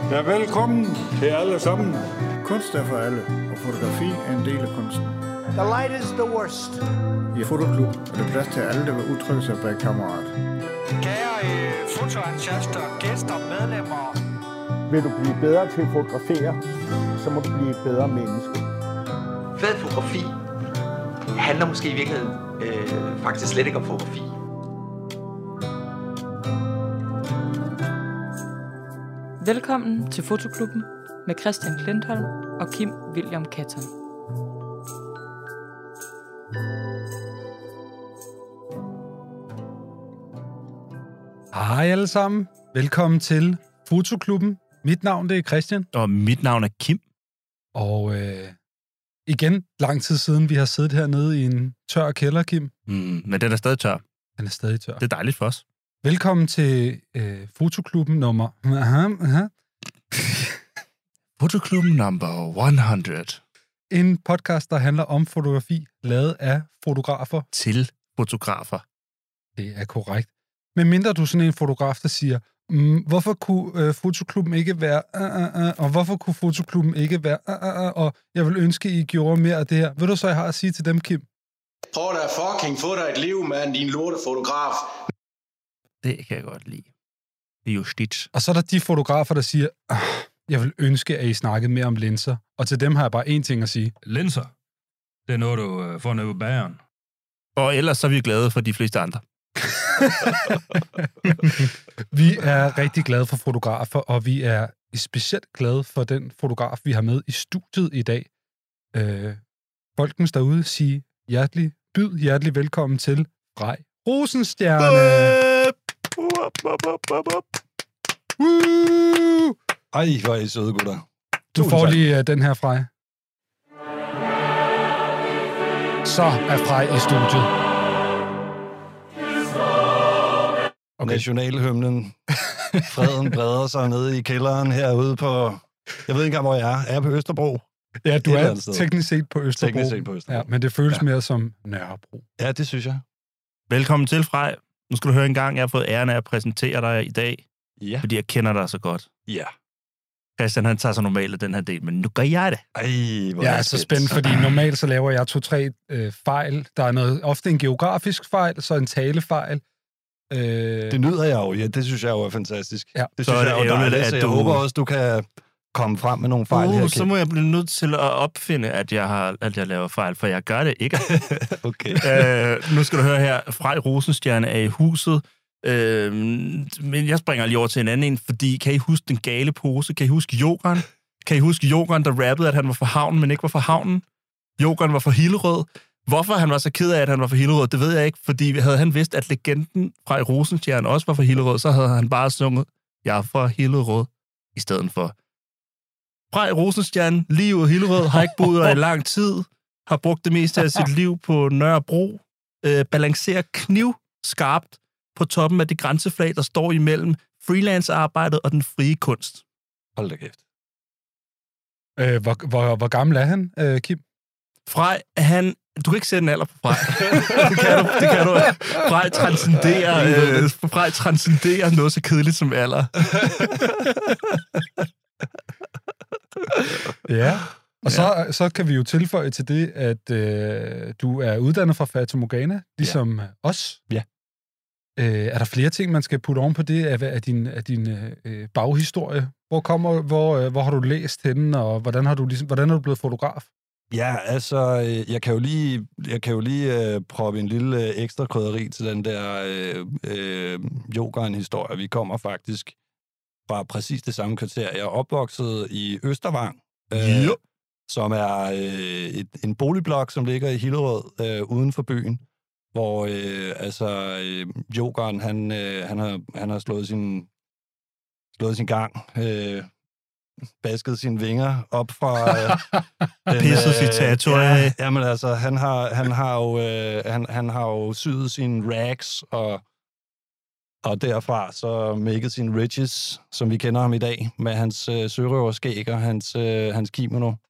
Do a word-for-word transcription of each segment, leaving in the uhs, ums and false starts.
Ja, velkommen til alle sammen. Kunst er for alle, og fotografi er en del af kunsten. The light is the worst. I Fotoklub er der plads til alle, der vil udtrykke sig bag kameraet. Kære øh, fotoentusiaster, gæster, medlemmer. Vil du blive bedre til at fotografere, så må du blive et bedre menneske. Fed fotografi handler måske i virkeligheden øh, faktisk slet ikke om fotografi. Velkommen til Fotoklubben med Christian Klintholm og Kim William Katton. Hej alle sammen. Velkommen til Fotoklubben. Mit navn det er Christian. Og mit navn er Kim. Og øh, igen, lang tid siden, vi har siddet hernede i en tør kælder, Kim. Mm, men den er stadig tør. Den er stadig tør. Det er dejligt for os. Velkommen til øh, Fotoklubben nummer... Aha, aha. Fotoklubben number hundrede. En podcast, der handler om fotografi, lavet af fotografer. Til fotografer. Det er korrekt. Men mindre du er sådan en fotograf, der siger, mm, hvorfor kunne øh, Fotoklubben ikke være... Uh, uh, uh, og hvorfor kunne Fotoklubben ikke være... Uh, uh, uh, og jeg vil ønske, I gjorde mere af det her. Ved du så, jeg har at sige til dem, Kim? Prøv da fucking få dig et liv, mand, din lortefotograf. Det kan jeg godt lide. Det er justits. Og så er der de fotografer, der siger, jeg vil ønske, at I snakkede mere om linser. Og til dem har jeg bare én ting at sige. Linser, det er noget, du øh, får ned ud bageren. Og ellers så er vi glade for de fleste andre. Vi er rigtig glade for fotografer, og vi er specielt glade for den fotograf, vi har med i studiet i dag. Øh, folkens derude sige hjertelig, byd hjertelig velkommen til Frej Rosenstjerne. Woo! Ej, hvor er I søde, gutter. Du får lige uh, den her, Frej. Så er Frej i studiet. Okay. Nationalhymnen. Freden breder sig nede i kælderen herude på... Jeg ved ikke engang, hvor jeg er. Er jeg på Østerbro? Ja, du er teknisk set på Østerbro. Teknisk set på Østerbro. Ja, men det føles ja. mere som Nørrebro. Ja, det synes jeg. Velkommen til, Frej. Nu skal du høre en gang, jeg har fået æren af at præsentere dig i dag, ja. fordi jeg kender dig så godt. Ja. Christian, han tager så normalt af den her del, men nu gør jeg det. Ej, hvor jeg er så spændt, fordi normalt så laver jeg to-tre øh, fejl. Der er noget, ofte en geografisk fejl, så en talefejl. Øh... Det nyder jeg jo, ja. Det synes jeg jo er fantastisk. Ja. Det så synes er jeg det jo ærgerligt, dejligt, at så jeg du... håber også, du kan komme frem med nogle fejl uh, her. Så må jeg blive nødt til at opfinde, at jeg, har, at jeg laver fejl, for jeg gør det ikke. Okay. øh, nu skal du høre her. Frej Rosenstjerne er i huset. Øh, men jeg springer lige over til en anden en, fordi kan I huske den gale pose? Kan I huske Jokeren? Kan I huske Jokeren, der rappede, at han var fra havnen, men ikke var fra havnen? Jokeren var fra Hillerød. Hvorfor han var så ked af, at han var fra Hillerød, det ved jeg ikke, fordi havde han vidst, at legenden fra Rosenstjerne også var fra Hillerød, så havde han bare sunget, jeg er fra Hillerød, i stedet for. Frej Rosenstjerne, lige ud af Hillerød, har ikke boet der i lang tid, har brugt det meste af sit liv på Nørrebro, øh, balancerer knivskarpt på toppen af det grænseflag, der står imellem freelance-arbejdet og den frie kunst. Hold da kæft. Øh, hvor, hvor, hvor gammel er han, øh, Kim? Frej, han... Du kan ikke sætte en alder på Frej. det kan du. Det kan du. Frej transcenderer, øh, Frej transcenderer noget så kedeligt som alder. Ja. Og så, så kan vi jo tilføje til det, at øh, du er uddannet fra Fata Morgana, ligesom ja. os. Ja. Øh, er der flere ting, man skal putte oven på det af, af din, af din øh, baghistorie? Hvor, kommer, hvor, øh, hvor har du læst henne, og hvordan har du, ligesom, hvordan er du blevet fotograf? Ja, altså, jeg kan jo lige, jeg kan jo lige øh, proppe en lille øh, ekstra krydderi til den der øh, øh, Jokeren-historie. Vi kommer faktisk fra præcis det samme kvarter. Jeg er opvokset i Østervang, øh, jo. som er øh, et, en boligblok, som ligger i Hillerød, øh, uden for byen, hvor øh, altså, øh, Jokeren, han, øh, han, har, han har slået sin, slået sin gang, øh, basket sine vinger op fra... Øh, Pisset sit territorie. Ja, jamen altså, han har, han har jo, øh, han, han har jo syet sine rags, og, og derfra så maket sine riches, som vi kender ham i dag, med hans øh, sørøverskæg og hans, øh, hans kimono. Mm.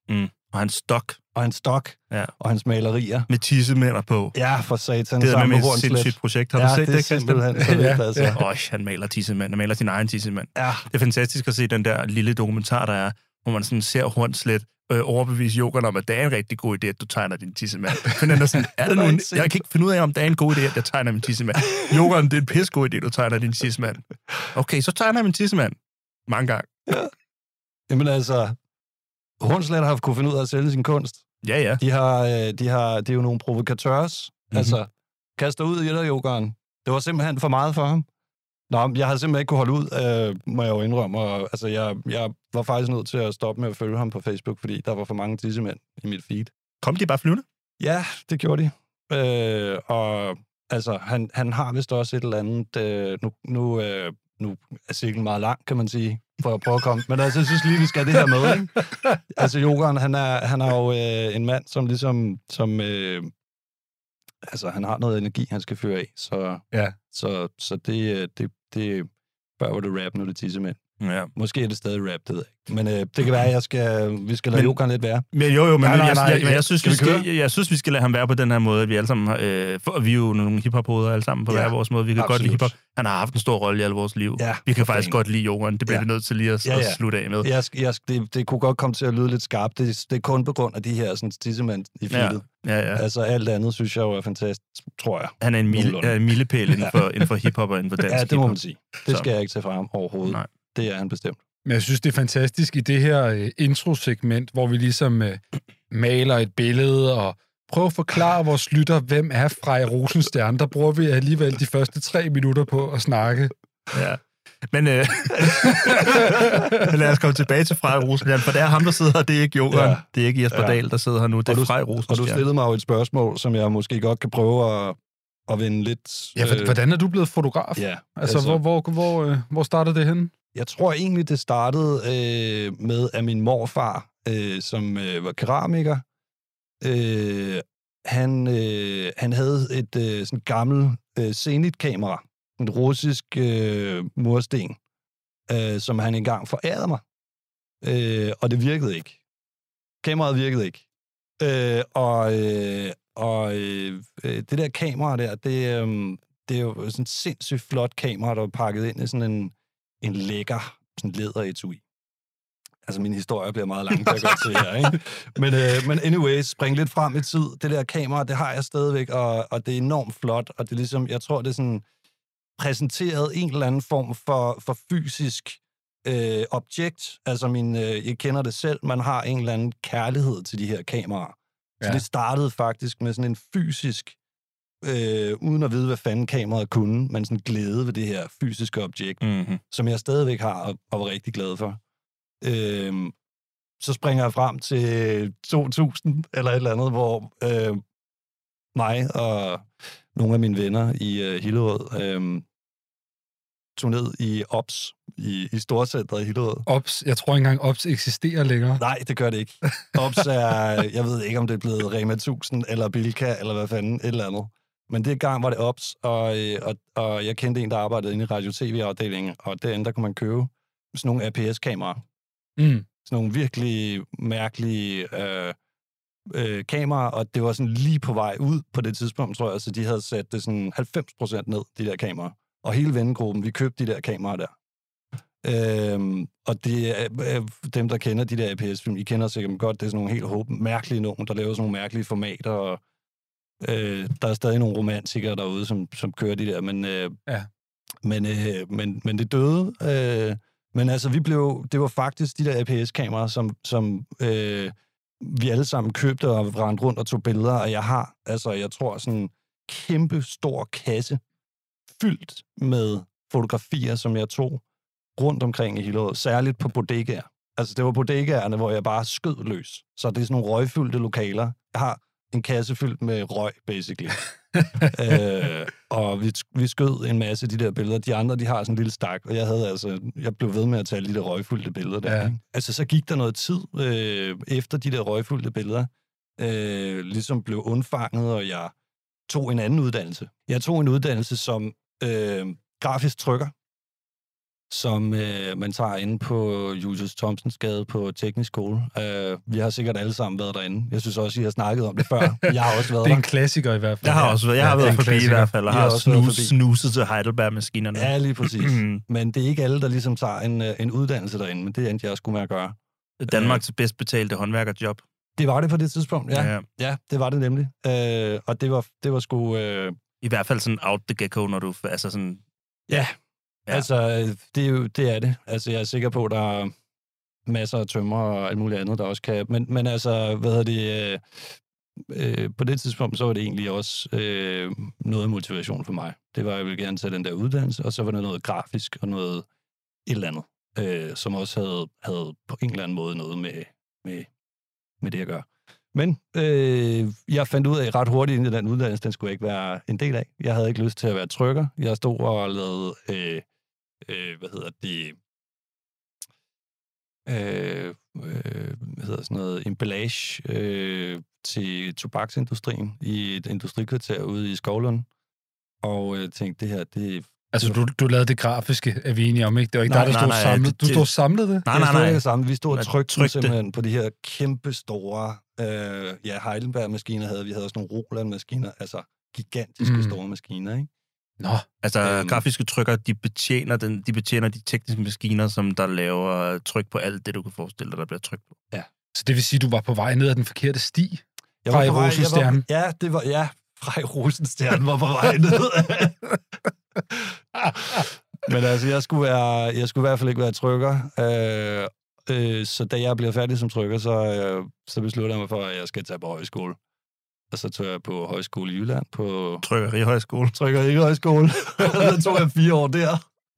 Og hans stok. Og hans stok. Ja. Og hans malerier. Med tissemænder på. Ja, for satan. Det er med et sindssygt projekt. Har ja, du set det? det, Christian? Ja, det er altså. ja. Øj, han maler tissemand. Han maler sin egen tissemand. Ja. Det er fantastisk at se den der lille dokumentar, der er, hvor man sådan ser Hornslet øh, overbevise Jokeren om, at det er en rigtig god idé, at du tegner din tissemand. Men er sådan, er der nogen, jeg kan ikke finde ud af, om det er en god idé, at jeg tegner min tissemand. Jokeren, det er en pisse god idé, at du tegner din tissemand. Okay, så tegner jeg min tissemand. Mange gange. Ja. Jamen altså, Hornslet har kunnet finde ud af at sælge sin kunst. Ja, ja. De har, de har, det er jo nogle provokatørs. Mm-hmm. Altså, kaster ud i dig, Jokeren. Det var simpelthen for meget for ham. Nå, jeg har simpelthen ikke kunne holde ud, øh, må jeg jo indrømme. Og, altså, jeg, jeg var faktisk nødt til at stoppe med at følge ham på Facebook, fordi der var for mange tissemænd i mit feed. Kom de bare flyvende? Ja, det gjorde de. Øh, og altså, han, han har vist også et eller andet... Øh, nu, nu, øh, nu er cirklen meget lang, kan man sige, for at prøve at komme. Men altså, jeg synes lige, vi skal have det her med, ikke? Altså, Jokeren, han er, han er jo øh, en mand, som ligesom... Som, øh, altså, han har noget energi, han skal føre af. Så, ja. så, så det, det, det før var det rap, nu er det tissemænd. Ja. Måske er det stadig rap, det ved jeg. Men øh, det kan være, at jeg skal, vi skal lade Jokeren lidt være. Men jo, jo, men nej, nej, jeg, nej, jeg, jeg, jeg, synes, skal vi vi skal, jeg, jeg synes, vi skal lade ham være på den her måde, at vi alle sammen, øh, for, vi er jo nogle hiphop-hoveder alle sammen på ja, hver vores måde. Vi kan absolut godt lide hiphop. Han har haft en stor rolle i alle vores liv. Ja, vi kan faktisk fanden godt lide Jokeren. Det bliver ja. vi nødt til lige at, ja, ja. at slutte af med. Jeg, jeg, det, det kunne godt komme til at lyde lidt skarpt. Det, det er kun på grund af de her sådan, tissemænd i feedet. Ja. Ja, ja. Altså alt andet, synes jeg jo er fantastisk, tror jeg. Han er en, mil, er en milepæl inden for, inden for hiphop og inden for dansk Ja, det må hiphop. man sige. Det skal Så. jeg ikke tage fra ham overhovedet. Nej. Det er han bestemt. Men jeg synes, det er fantastisk i det her øh, intro-segment, hvor vi ligesom øh, maler et billede og prøver at forklare vores lytter, hvem er Frej Rosenstjerne. Der bruger vi alligevel de første tre minutter på at snakke. Ja. Men øh, lad os komme tilbage til Frej Rosenstjerne, for det er ham, der sidder her. Det er ikke Jokeren. Ja. Det er ikke Jesper ja. Dahl, der sidder her nu. Det er Frej Rosenstjerne. Og du stillede mig jo et spørgsmål, som jeg måske godt kan prøve at, at vende lidt... Ja, for, øh, hvordan er du blevet fotograf? Ja. Altså, altså hvor, hvor, hvor, øh, hvor startede det henne? Jeg tror egentlig, det startede øh, med, at min morfar, øh, som øh, var keramiker, øh, han, øh, han havde et øh, sådan gammelt øh, Zenit-kamera, et russisk øh, mursten, øh, som han engang forærede mig. Øh, og det virkede ikke. Kameraet virkede ikke. Øh, og øh, og øh, det der kamera der, det, øh, det er jo sådan et sindssygt flot kamera, der var pakket ind i sådan en en lækker sådan læderetui. Altså, min historie bliver meget lang, kan jeg godt se her, ikke? Men, øh, men anyways, spring lidt frem i tid. Det der kamera, det har jeg stadigvæk, og, og det er enormt flot, og det er ligesom, jeg tror, det er sådan præsenteret en eller anden form for, for fysisk øh, objekt. Altså, min, øh, jeg kender det selv, man har en eller anden kærlighed til de her kameraer. Så ja. Det startede faktisk med sådan en fysisk Øh, uden at vide, hvad fanden kameraet kunne, men sådan glæde ved det her fysiske objekt, mm-hmm. som jeg stadigvæk har og, og var rigtig glad for. Øh, så springer jeg frem til to tusind eller et eller andet, hvor øh, mig og nogle af mine venner i øh, Hillerød øh, tog ned i Ops, i, i Storcentret i Hillerød. Ops? Jeg tror ikke engang, Ops eksisterer længere. Nej, det gør det ikke. Ops er, jeg ved ikke, om det er blevet Rema tusind eller Bilka, eller hvad fanden, et eller andet. Men det gang var det Ops, og, og, og jeg kendte en, der arbejdede inde i radio-tv afdelingen, og derinde, der kunne man købe sådan nogle R P S-kameraer. Mm. Sådan nogle virkelig mærkelige øh, øh, kameraer, og det var sådan lige på vej ud på det tidspunkt, tror jeg, så de havde sat det sådan halvfems procent ned, de der kameraer. Og hele vennegruppen, vi købte de der kameraer der. Øhm, og det er øh, dem, der kender de der R P S-film, I kender sikkert godt, det er sådan nogle helt håben, mærkelige nogen, der laver sådan nogle mærkelige formater, og øh, der er stadig nogle romantikere derude, som, som kører de der, men, øh, ja. men, øh, men, men det døde. Øh, men altså, vi blev, det var faktisk de der R P S-kameraer, som, som øh, vi alle sammen købte og rendte rundt og tog billeder, og jeg har, altså, jeg tror, sådan en kæmpe stor kasse fyldt med fotografier, som jeg tog rundt omkring i Hillerød, særligt på bodegaer. Altså, det var bodegaerne, hvor jeg bare skød løs. Så det er sådan nogle røgfyldte lokaler. Jeg har en kasse fyldt med røg, basically. øh, og vi, vi skød en masse af de der billeder. De andre, de har sådan en lille stak, og jeg havde altså, jeg blev ved med at tage de der røgfyldte billeder der. Ja. Altså, så gik der noget tid øh, efter de der røgfyldte billeder, øh, ligesom blev undfanget, og jeg tog en anden uddannelse. Jeg tog en uddannelse som øh, grafisk trykker. som øh, man tager inde på Julius Thomsens Gade på Teknisk Skole. Øh, vi har sikkert alle sammen været derinde. Jeg synes også, I har snakket om det før. Jeg har også været Det er der. en klassiker i hvert fald. Jeg har også været, jeg har Ja, været forbi i hvert fald, og har, har har også været snus, forbi. snuset til Heidelberg-maskinerne. Ja, lige præcis. Men det er ikke alle, der ligesom tager en, øh, en uddannelse derinde, men det endte jeg også med at gøre. Danmarks bedst betalte håndværkerjob. Det var det på det tidspunkt, ja. Ja. Ja, ja det var det nemlig. Øh, og det var, det var sgu... Øh, I hvert fald sådan out the gecko, når du... Altså sådan... Ja, Ja. altså, det er jo det er det. Altså, jeg er sikker på, at der er masser af tømmer og alt muligt andet, der også kan... Men, men altså, hvad hedder det... Øh, øh, på det tidspunkt, så var det egentlig også øh, noget motivation for mig. Det var, at jeg ville gerne tage den der uddannelse, og så var der noget grafisk og noget et eller andet, øh, som også havde, havde på en eller anden måde noget med, med, med det at gøre. Men øh, jeg fandt ud af ret hurtigt, inden den uddannelse, den skulle jeg ikke være en del af. Jeg havde ikke lyst til at være trykker. Jeg stod og lavede, øh, øh, hvad hedder det, øh, øh, hvad hedder sådan noget, emballage øh, til tobaksindustrien i et industrikvarter ude i Skovlund. Og jeg øh, tænkte, det her, det... Altså, du, du lavede det grafiske, er vi enige om, ikke? Det var ikke Nej, dig, der nej, stod nej, samlet. det- Du det- stod samlet det? Nej, Jeg nej, stod nej. ikke sammen. Vi stod og Man trykte trykte. simpelthen på de her kæmpe store øh, ja, Heidelberg-maskiner havde vi. havde også nogle Roland-maskiner, altså gigantiske Mm. store maskiner, ikke? Nå, Altså, Øhm. grafiske trykker, de betjener, den, de betjener de tekniske maskiner, som der laver tryk på alt det, du kan forestille dig, der bliver trykt på. så det vil sige, du var på vej ned ad den forkerte sti? Jeg Fra i på vej- jeg Rosenstjernen. var- Ja, det var... Ja, fra i Rosenstjernen var på vej ned. Men altså, jeg skulle, være, jeg skulle i hvert fald ikke være trykker. Øh, øh, så da jeg blev færdig som trykker, så, øh, så besluttede jeg mig for, at jeg skal tage på højskole. Og så tog jeg på højskole i Jylland på... Trykkerihøjskole. Trykkerihøjskole. Så tog jeg fire år der.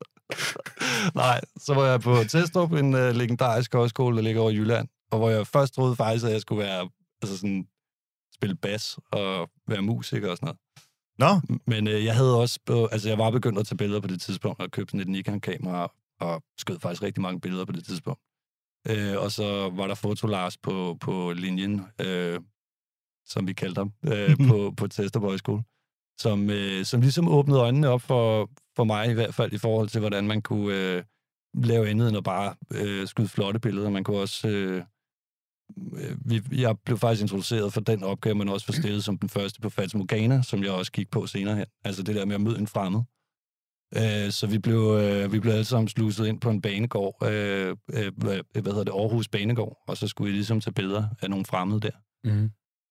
Nej, så var jeg på Testrup, en uh, legendarisk højskole, der ligger over i Jylland. Og hvor jeg først troede faktisk, at jeg skulle være, altså sådan, spille bas og være musiker og sådan noget. Nå, Men øh, jeg havde også, på, altså jeg var begyndt at tage billeder på det tidspunkt, og købte sådan et Nikon-kamera, og skød faktisk rigtig mange billeder på det tidspunkt. Øh, og så var der Fotolars på, på linjen, øh, som vi kaldte ham, øh, på, på Testrup Højskole, som, øh, som ligesom åbnede øjnene op for, for mig i hvert fald, i forhold til, hvordan man kunne øh, lave andet end at bare øh, skyde flotte billeder. Man kunne også... Øh, vi, jeg blev faktisk introduceret for den opgave, men også for stillet som den første på Fata Morgana, som jeg også gik på senere hen. Altså det der med at møde en fremmed. Øh, så vi blev, øh, vi blev alle sammen sluset ind på en banegård, øh, øh, hvad, hvad hedder det, Aarhus Banegård, og så skulle vi ligesom tage billeder af nogle fremmede der. Mm.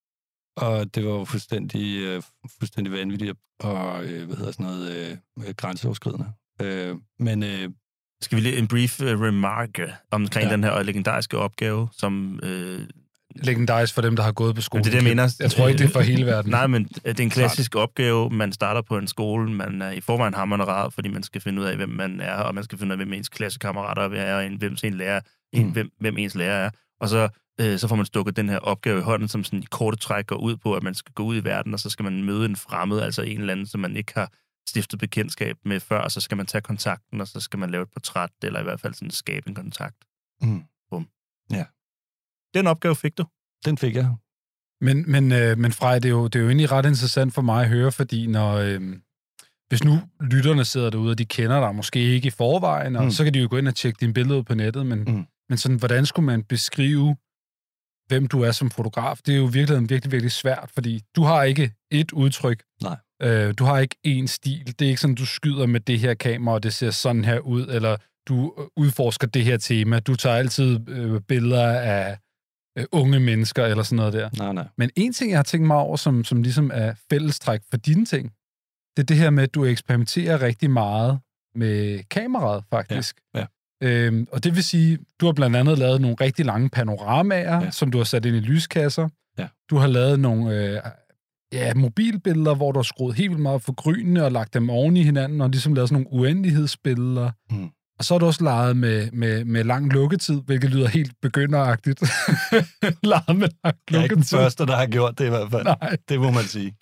Og det var jo fuldstændig, øh, fuldstændig vanvittigt, og øh, hvad hedder sådan noget, øh, grænseoverskridende. Øh, men... Øh, skal vi lige en brief uh, remark omkring Ja. den her legendariske opgave, som... Øh, Legendarisk for dem, der har gået på skole. det er det, jeg mener. Jeg tror ikke, det er for hele verden. Nej, men det er en klassisk opgave. Man starter på en skole, man er i forvejen hamrende rar, fordi man skal finde ud af, hvem man er, og man skal finde ud af, hvem ens klassekammerater er, og en, hvem, en lærer, en, Mm. hvem, hvem ens lærer er. Og så, øh, så får man stukket den her opgave i hånden, som sådan i korte træk går ud på, at man skal gå ud i verden, og så skal man møde en fremmed, altså en eller anden, som man ikke har stiftet bekendtskab med før, og så skal man tage kontakten, og så skal man lave et portræt, eller i hvert fald sådan skabe en kontakt. Mm. Bum. Ja. Den opgave fik du. Den fik jeg. Men, men, øh, men Frej, det er, jo, det er jo egentlig ret interessant for mig at høre, fordi når, øh, hvis nu lytterne sidder derude, og de kender dig måske ikke i forvejen, og Mm. så kan de jo gå ind og tjekke dine billeder ud på nettet, men, Mm. men sådan, hvordan skulle man beskrive, hvem du er som fotograf? Det er jo virkelig, virkelig, virkelig svært, fordi du har ikke et udtryk. Nej. Øh, du har ikke én stil. Det er ikke sådan, du skyder med det her kamera, og det ser sådan her ud, eller du udforsker det her tema. Du tager altid øh, billeder af øh, unge mennesker, eller sådan noget der. Nej, nej. Men en ting, jeg har tænkt mig over, som, som ligesom er fællestræk for dine ting, det er det her med, at du eksperimenterer rigtig meget med kameraet, faktisk. Ja, ja. Øhm, og det vil sige, du har blandt andet lavet nogle rigtig lange panoramaer, Ja. som du har sat ind i lyskasser. Ja. Du har lavet nogle øh, ja, mobilbilleder, hvor du har skruet helt vildt meget for grynene og lagt dem oven i hinanden, og ligesom lavet sådan nogle uendelighedsbilleder. Mm. Og så har du også leget med, med, med lang lukketid, hvilket lyder helt begynderagtigt. leget med lang Jeg er ikke den lukketid. første, der har gjort det i hvert fald. Nej. Det må man sige.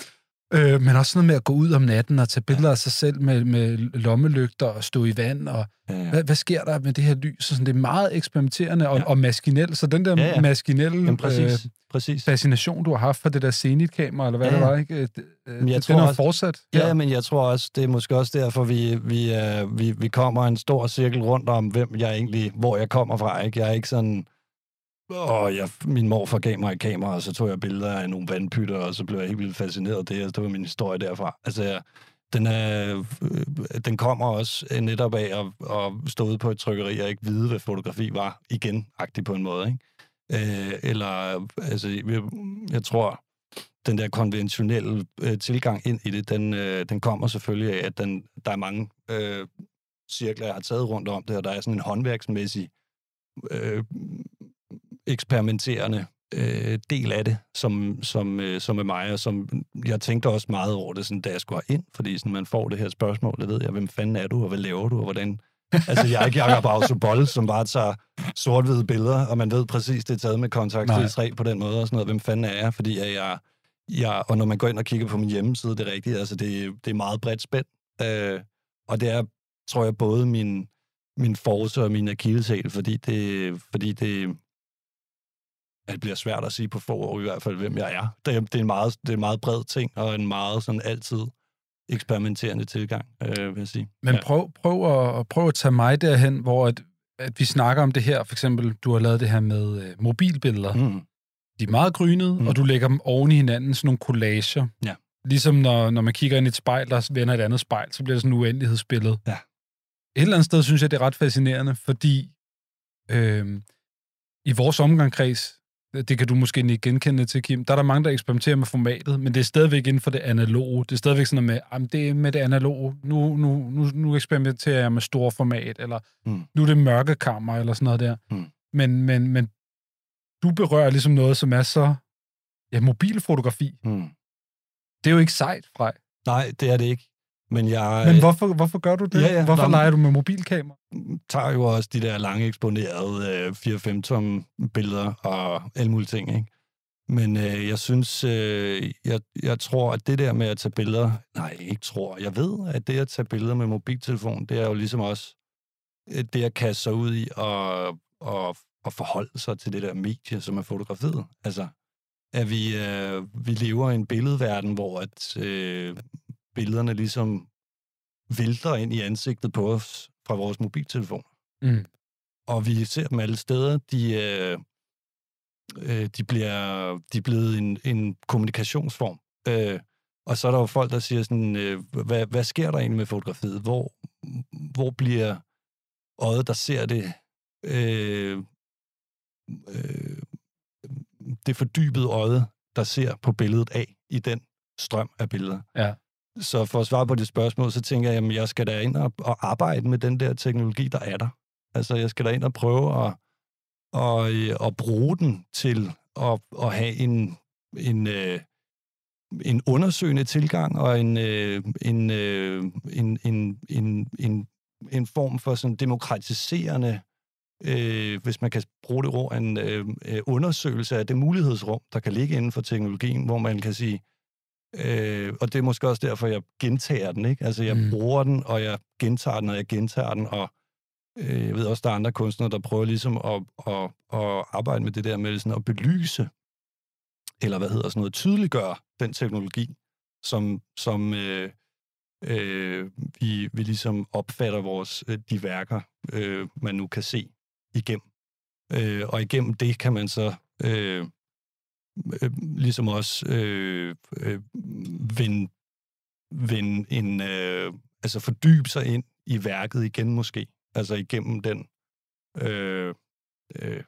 Øh, men også noget med at gå ud om natten og tage billeder ja. af sig selv med, med lommelygter og stå i vand. Og ja, ja. Hvad, hvad sker der med det her lys? Så sådan, det er meget eksperimenterende og, ja. og maskinelt. Så den der ja, ja. maskinelle Jamen, præcis. Øh, præcis. fascination, du har haft for det der Zenit-kamera, eller hvad ja. det var, ikke? Det, men jeg det, tror den har fortsat. Ja, ja, men jeg tror også, det er måske også derfor, vi, vi, uh, vi, vi kommer en stor cirkel rundt om, hvem jeg egentlig, hvor jeg kommer fra. Ikke? Jeg er ikke sådan... Og jeg, min morfar gav mig et kamera, og så tog jeg billeder af nogle vandpytter, og så blev jeg helt vildt fascineret af det, og det var min historie derfra. Altså, jeg, den, er, øh, den kommer også netop af at, at stå ude på et trykkeri og ikke vide, hvad fotografi var, igen-agtigt på en måde, ikke? Øh, eller, altså, jeg, jeg tror, den der konventionelle øh, tilgang ind i det, den, øh, den kommer selvfølgelig af, at den, der er mange øh, cirkler, jeg har taget rundt om det, og der er sådan en håndværksmæssig øh, eksperimenterende øh, del af det, som, som, øh, som er mig, og som jeg tænkte også meget over det, sådan, da jeg skulle ind, fordi sådan, man får det her spørgsmål, det ved jeg, hvem fanden er du, og hvad laver du, og hvordan... altså, jeg er ikke Jakob Ausobol, som bare tager sort-hvide billeder, og man ved præcis, det er taget med kontakt til tre på den måde, og sådan noget, hvem fanden er jeg, fordi jeg, jeg... Og når man går ind og kigger på min hjemmeside, det er rigtigt, altså, det, det er meget bredt spændt, øh, og det er, tror jeg, både min, min force og min akilleshæl, fordi det... Fordi det det bliver svært at sige på få år i hvert fald, hvem jeg er. Det er, det er, en, meget, det er en meget bred ting, og en meget sådan altid eksperimenterende tilgang, øh, vil jeg sige. Men ja. prøv, prøv, at, prøv at tage mig derhen, hvor at, at vi snakker om det her. For eksempel, du har lavet det her med øh, mobilbilleder. Mm. De er meget grynede, mm. og du lægger dem oven i hinanden, sådan nogle collager. Ja. Ligesom når, når man kigger ind i et spejl, der vender et andet spejl, så bliver det sådan en uendelighedsbillede. Ja. Et eller andet sted synes jeg, det er ret fascinerende, fordi øh, i vores omgangskreds, det kan du måske ikke genkende til, Kim, der er der mange, der eksperimenterer med formatet, men det er stadigvæk inden for det analoge. Det er stadigvæk sådan med, jamen det er med det analoge. Nu, nu, nu, nu eksperimenterer jeg med store format, eller mm. nu er det mørkekammer, eller sådan noget der. Mm. Men, men, men du berører ligesom noget, som er så, ja, mobilfotografi. Mm. Det er jo ikke sejt, Frej. Nej, det er det ikke. Men, jeg, men hvorfor, hvorfor gør du det? Ja, ja, hvorfor leger du med mobilkamera? Tager jo også de der lange eksponerede øh, fire fem tom billeder og alle mulige ting, ikke? Men øh, jeg synes, øh, jeg, jeg tror, at det der med at tage billeder... Nej, ikke tror. Jeg ved, at det at tage billeder med mobiltelefon, det er jo ligesom også det at kaste sig ud i og, og, og forholde sig til det der medie, som er fotografiet. Altså, at vi, øh, vi lever i en billedverden, hvor at... Øh, billederne ligesom vælter ind i ansigtet på os fra vores mobiltelefon. Mm. Og vi ser dem alle steder. De, øh, de, bliver, de er blevet en, en kommunikationsform. Øh, og så er der jo folk, der siger sådan, øh, hvad, hvad sker der egentlig med fotografiet? Hvor, hvor bliver øjet, der ser det, øh, øh, det fordybede øje, der ser på billedet af i den strøm af billeder? Ja. Så for at svare på det spørgsmål, så tænker jeg, at jeg skal da ind og, og arbejde med den der teknologi, der er der. Altså, jeg skal da ind og prøve at, og, at bruge den til at, at have en, en, en undersøgende tilgang og en, en, en, en, en, en, en form for sådan demokratiserende, øh, hvis man kan bruge det ord, en øh, undersøgelse af det mulighedsrum, der kan ligge inden for teknologien, hvor man kan sige, Øh, og det er måske også derfor, jeg gentager den, ikke? Altså, jeg mm. bruger den, og jeg gentager den, og jeg gentager den, og øh, jeg ved også, der er andre kunstnere, der prøver ligesom at, at, at arbejde med det der med sådan at belyse, eller hvad hedder sådan noget, tydeliggøre den teknologi, som, som øh, øh, vi, vi ligesom opfatter vores, de værker, øh, man nu kan se igennem. Øh, og igennem det kan man så... Øh, ligesom også øh, øh, vende, vende en, øh, altså fordybe sig ind i værket igen måske, altså igennem den øh, øh,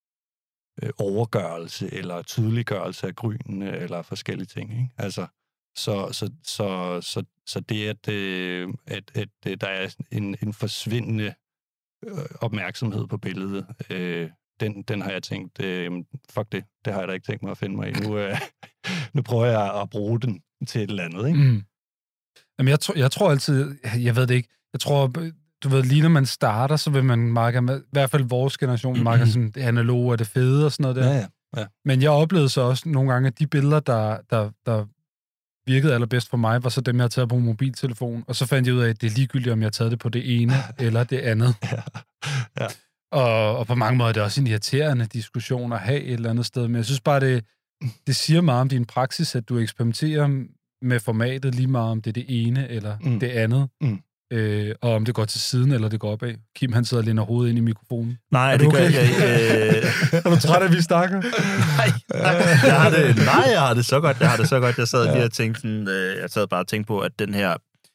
overgørelse eller tydeliggørelse af grynene eller forskellige ting, ikke? Altså, så, så, så, så, så det, at, øh, at, at, at der er en, en forsvindende opmærksomhed på billedet, øh, Den, den har jeg tænkt, øh, fuck det, det har jeg da ikke tænkt mig at finde mig i. Nu, øh, nu prøver jeg at bruge den til et eller andet, ikke? Mm. Jamen, jeg, tro, jeg tror altid, jeg ved det ikke, jeg tror, du ved, lige når man starter, så vil man markere, i hvert fald vores generation, markere sådan det analoge og det fede og sådan noget der. Ja, ja, ja. Men jeg oplevede så også nogle gange, at de billeder, der, der, der virkede allerbedst for mig, var så dem, jeg havde taget på mobiltelefon. Og så fandt jeg ud af, at det er ligegyldigt, om jeg har taget det på det ene eller det andet. Ja. Ja. Og, og på mange måder er det også en irriterende diskussion at have et eller andet sted. Men jeg synes bare, det, det siger meget om din praksis, at du eksperimenterer med formatet lige meget, om det er det ene eller mm. det andet. Mm. Øh, og om det går til siden, eller det går opad. Kim, han sidder og læner hovedet ind i mikrofonen. Nej, det okay? gør jeg ikke. Er du træt af, at vi snakker? Nej, jeg har det, nej, jeg har det så godt. Jeg har det så godt. Jeg sad ja. lige og tænkte sådan, øh, jeg sad bare og tænkte på, at den her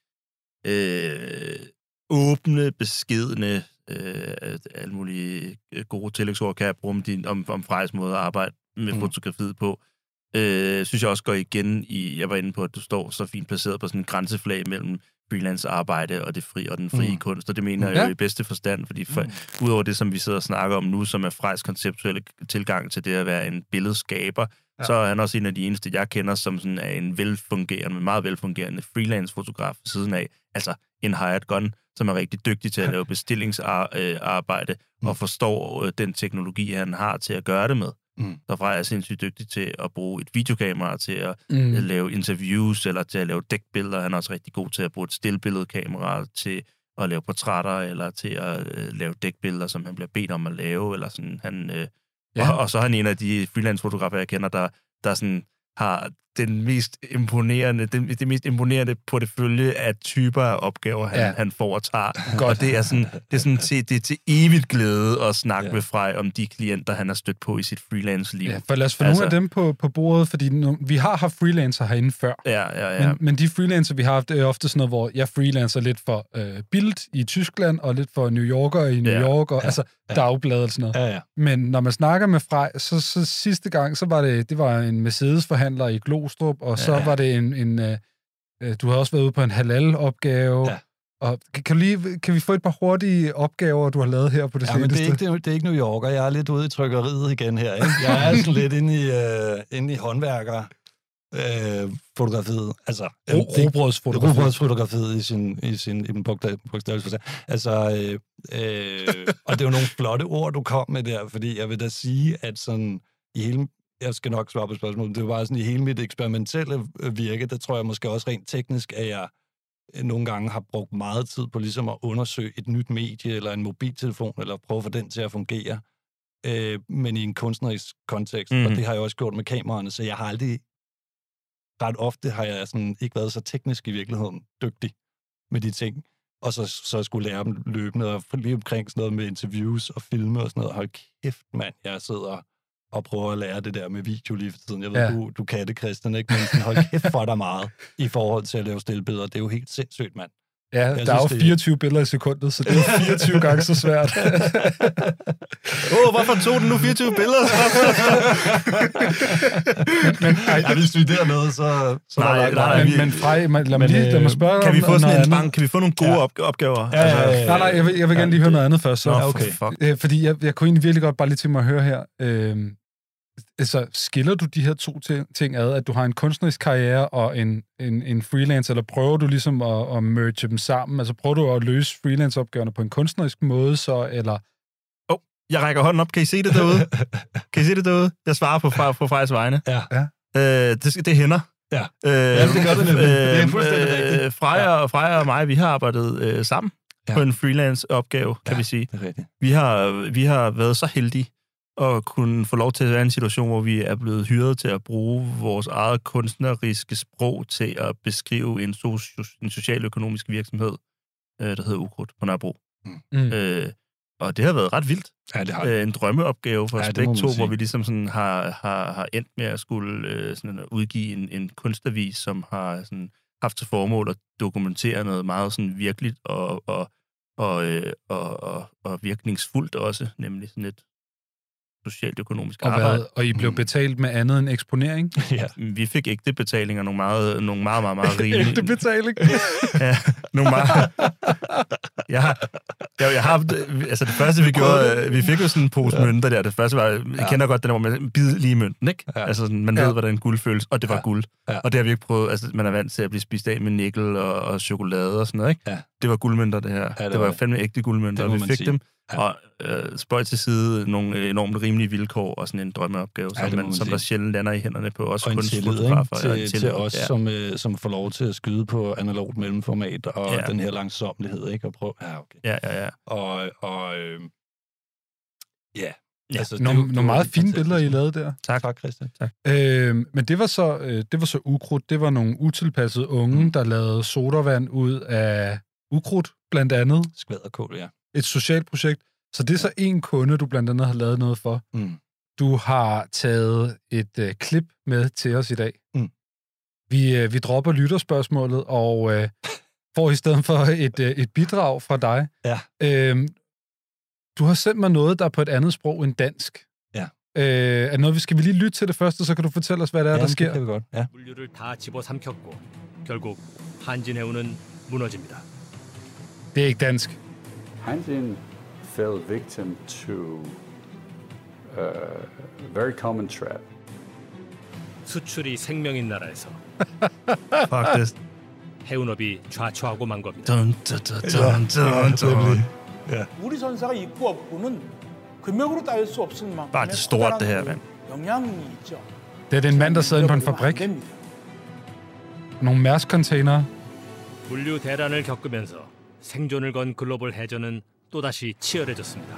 øh, åbne, beskedne, øh, alle mulige gode tillægsord, kan jeg bruge om, din, om, om Frejs måde at arbejde med mm. fotografiet på. Øh, synes jeg også går igen i, jeg var inde på, at du står så fint placeret på sådan en grænseflag mellem freelance arbejde og det fri og den frie mm. kunst, og det mener jeg ja. jo i bedste forstand, fordi for, mm. udover det, som vi sidder og snakker om nu, som er Frejs konceptuelle tilgang til det at være en billedskaber, ja. så er han også en af de eneste, jeg kender, som sådan er en velfungerende, meget velfungerende freelance-fotograf ved siden af, altså en hired gun, som er rigtig dygtig til at lave bestillingsarbejde mm. og forstår den teknologi, han har til at gøre det med. Mm. Så Frej er sindssygt dygtig til at bruge et videokamera til at mm. lave interviews eller til at lave dækbilleder. Han er også rigtig god til at bruge et stillbilledkamera til at lave portrætter eller til at øh, lave dækbilleder, som han bliver bedt om at lave. Eller sådan. Han, øh, ja. og, og så er han en af de freelance-fotografer, jeg kender, der, der sådan har den mest imponerende, den, det mest imponerende portefølje af typer af opgaver, han, ja. han foretager. Og det er sådan, det er sådan til, det er til evigt glæde at snakke ja. med Frej om de klienter, han har stødt på i sit freelance-liv. Ja, for lad os få altså, nogle af dem på, på bordet, fordi nu, vi har haft freelancer herinde før. Ja, ja, ja. Men, men de freelancer, vi har haft, er ofte sådan noget, hvor jeg freelancer lidt for øh, Bild i Tyskland, og lidt for New Yorker i New ja. York, og ja. altså ja. dagblad og sådan noget. Ja, ja. Men når man snakker med Frej, så, så sidste gang, så var det, det var en Mercedes-forhandler i Glostrup, og så ja. var det en, en øh, du har også været ude på en halal-opgave. Ja. Og kan, kan, lige, kan vi få et par hurtige opgaver, du har lavet her på det ja, seneste? Men det er ikke, det, det er ikke New York, og jeg er lidt ude i trykkeriet igen her. Ikke? Jeg er sådan lidt inde i, øh, inde i håndværker. Øh, fotografiet, altså robrødsfotografiet robrødsfotografiet i sin i sin i den bogstavelige. Altså øh, øh, og det er jo nogle flotte ord du kom med der, fordi jeg vil da sige at sådan i hele jeg skal nok svare på spørgsmålet, det er jo bare sådan i hele mit eksperimentelle virke, der tror jeg måske også rent teknisk, at jeg nogle gange har brugt meget tid på ligesom at undersøge et nyt medie eller en mobiltelefon, eller prøve at få den til at fungere, øh, men i en kunstnerisk kontekst, mm. og det har jeg også gjort med kameraerne, så jeg har aldrig ret ofte har jeg sådan ikke været så teknisk i virkeligheden dygtig med de ting, og så, så skulle lære dem løbende, og lige omkring sådan noget med interviews og filme og sådan noget. Hold kæft, mand, jeg sidder og prøver at lære det der med video lige for tiden. Jeg ved, ja. du, du kan det, Christian, ikke? Men sådan, hold kæft for dig meget i forhold til at lave stillbilleder. Det er jo helt sindssygt, mand. Ja, jeg der synes, er jo fireogtyve det... billeder i sekundet, så det er jo fireogtyve gange så svært. Åh, oh, hvorfor tog den nu fireogtyve billeder? men, men, ej, hvis vi der noget, så... så nej, nej, nej, men, men Frej, lad mig lige lad mig spørge kan vi få sådan en bank? Kan vi få nogle gode ja. opgaver? Ja, ja, ja, ja. Nej, nej, jeg vil, jeg vil gerne lige høre noget andet først. Så. Nå, okay. For fordi jeg, jeg kunne egentlig virkelig godt bare lige til mig at høre her... Øh, altså, skiller du de her to ting ad, at du har en kunstnerisk karriere og en, en, en freelance, eller prøver du ligesom at, at merge dem sammen? Altså, prøver du at løse freelance-opgaverne på en kunstnerisk måde, så, eller... Åh, oh, jeg rækker hånden op. Kan I se det derude? Kan I se det derude? Jeg svarer på, på Frejs vegne. Ja. Øh, det, det hænder. Ja. Øh, ja, det gør det nemlig. Det er fuldstændig øh, rigtigt. Freja, ja. Freja og mig, vi har arbejdet øh, sammen ja. på en freelance-opgave, kan ja, vi sige. Det er rigtigt. Vi har, vi har været så heldige og kunne få lov til at være i en situation, hvor vi er blevet hyret til at bruge vores eget kunstneriske sprog til at beskrive en, so- en socialøkonomisk virksomhed, øh, der hedder Ukrudt på Nørrebro. Mm. Øh, og det har været ret vildt. Ja, det har øh, en drømmeopgave for ja, os begge to, hvor vi ligesom sådan har, har, har endt med at skulle øh, sådan at udgive en, en kunstavis, som har sådan haft til formål at dokumentere noget meget sådan virkeligt og, og, og, øh, og, og, og virkningsfuldt også, nemlig sådan et socialt økonomisk og arbejde. Hvad, og I blev betalt med andet end eksponering? Ja, vi fik ægte betalinger, nogle meget, nogle meget, meget, meget rimelige. Ægte betaling? Ja, nogle meget... Jeg har, Ja, jeg har, altså det første, vi gjorde, vi fik jo sådan en pose ja. mønter der. Det første var, jeg ja. kender godt den der, hvor man bider lige i mønten, ikke? Ja. Altså sådan, man ved, ja. hvordan guld føles, og det var ja. guld. Ja. Og det har vi ikke prøvet, altså man er vant til at blive spist af med nikkel og, og chokolade og sådan noget, ikke? Ja. Det var guldmønter, det her. Ja, det, det var, var fandme ægte guldmønter, og vi fik sige. dem. Ja. Og øh, spøj til side nogle enormt rimelige vilkår og sådan en drømmeopgave, ja, som, man, som der sjældent lander i hænderne på os kunstfotografer. Til, til, til os, ja. som, øh, som får lov til at skyde på analogt mellemformat og ja. den her langsommelighed, ikke? Og prøve, ja, okay. Ja, ja, ja. Og, og øh, ja. Ja, altså, nogle, nogle meget fine billeder, I lavede der. Tak, tak Christian. Tak. Øh, men det var så øh, det var så ukrudt. Det var nogle utilpassede unge, mm. der lavede sodavand ud af ukrudt, blandt andet. Skvaderkål, ja. Et socialt projekt. Så det er så en kunde, du blandt andet har lavet noget for. Mm. Du har taget et øh, klip med til os i dag. Mm. Vi, øh, vi dropper lytterspørgsmålet, og øh, får i stedet for et, øh, et bidrag fra dig. Ja. Øh, du har sendt mig noget, der er på et andet sprog end dansk. Ja. Øh, er noget, vi skal vi lige lytte til det første, så kan du fortælle os, hvad det er, ja, der sker? det kan vi godt. Ja. 물류를 다 집어삼켰고 결국 한진해운은 무너집니다. Det er ikke dansk. Hanjin fell victim to a very common trap. 수출이 생명인 나라에서 Fuck this. 해운업이 좌초하고 만 겁니다. Dun, dun, dun, dun, dun. Ja. 우리 선사가 있고 없고는 금액으로 따질 수 없을 만큼 Bare det stort, det her, mand. 영향이 있죠. Det er den mand, der sidder inde på en fabrik. Nogle Mærsk-containere. 물류 대란을 겪으면서 생존을 건 글로벌 해전은 또다시 치열해졌습니다.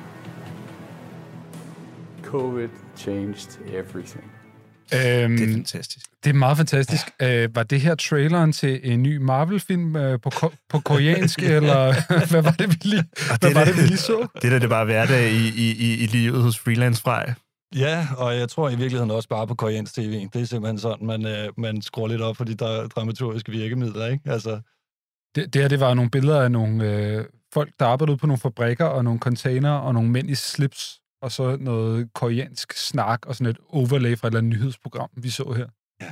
COVID changed everything. Øhm, det er fantastisk. Det er meget fantastisk. Ja. Øh, var det her traileren til en ny Marvel-film øh, på, ko- på koreansk, eller hvad var det, vi lige, hvad det, var det, det, vi lige så? Det der, det bare hverdag i, i, i livet hos Freelance Frej. Ja, og jeg tror i virkeligheden også bare på koreansk tv. Det er simpelthen sådan, man, øh, man skruer lidt op på de der dramaturgiske virkemidler, ikke? Altså... Det, det her, det var nogle billeder af nogle øh, folk, der arbejdede ude på nogle fabrikker, og nogle container, og nogle mænd i slips, og så noget koreansk snak, og sådan et overlay fra et eller andet nyhedsprogram, vi så her. Ja.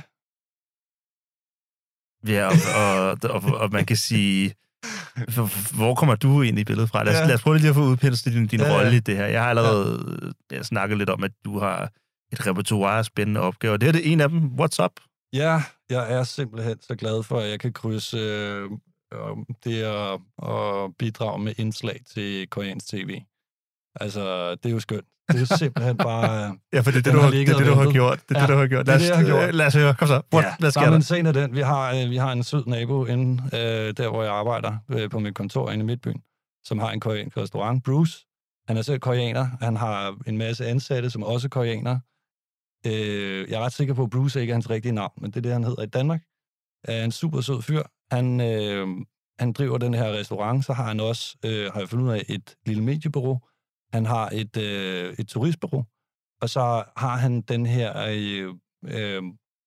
Ja, og, og, og, og man kan sige, hvor kommer du ind i billedet fra? Lad os, ja. lad os prøve lige at få udpenslet din, din ja, rolle i det her. Jeg har allerede ja. snakket lidt om, at du har et repertoire af spændende opgaver. Det her det er en af dem. What's up? Ja, jeg er simpelthen så glad for, at jeg kan krydse øh, det at, at bidrage med indslag til koreansk tv. Altså, det er jo skønt. Det er jo simpelthen bare... ja, for det er det, du har, det, det, du har gjort. Det er ja, det, du har gjort. Lad os, det, det, jeg har gjort. Lad os høre. Kom så. What? Ja, hvad sker der? Sagen er den. Vi har, vi har en sød nabo inde, øh, der hvor jeg arbejder, øh, på mit kontor inde i Midtbyen, som har en koreansk restaurant. Bruce. Han er selv koreaner. Han har en masse ansatte, som også er koreaner. Øh, jeg er ret sikker på, at Bruce ikke er hans rigtige navn, men det er det, han hedder i Danmark. Er en super sød fyr. Han, øh, han driver den her restaurant. Så har han også, øh, har jeg fundet ud af, et lille mediebureau. Han har et, øh, et turistbureau, og så har han den her øh, øh,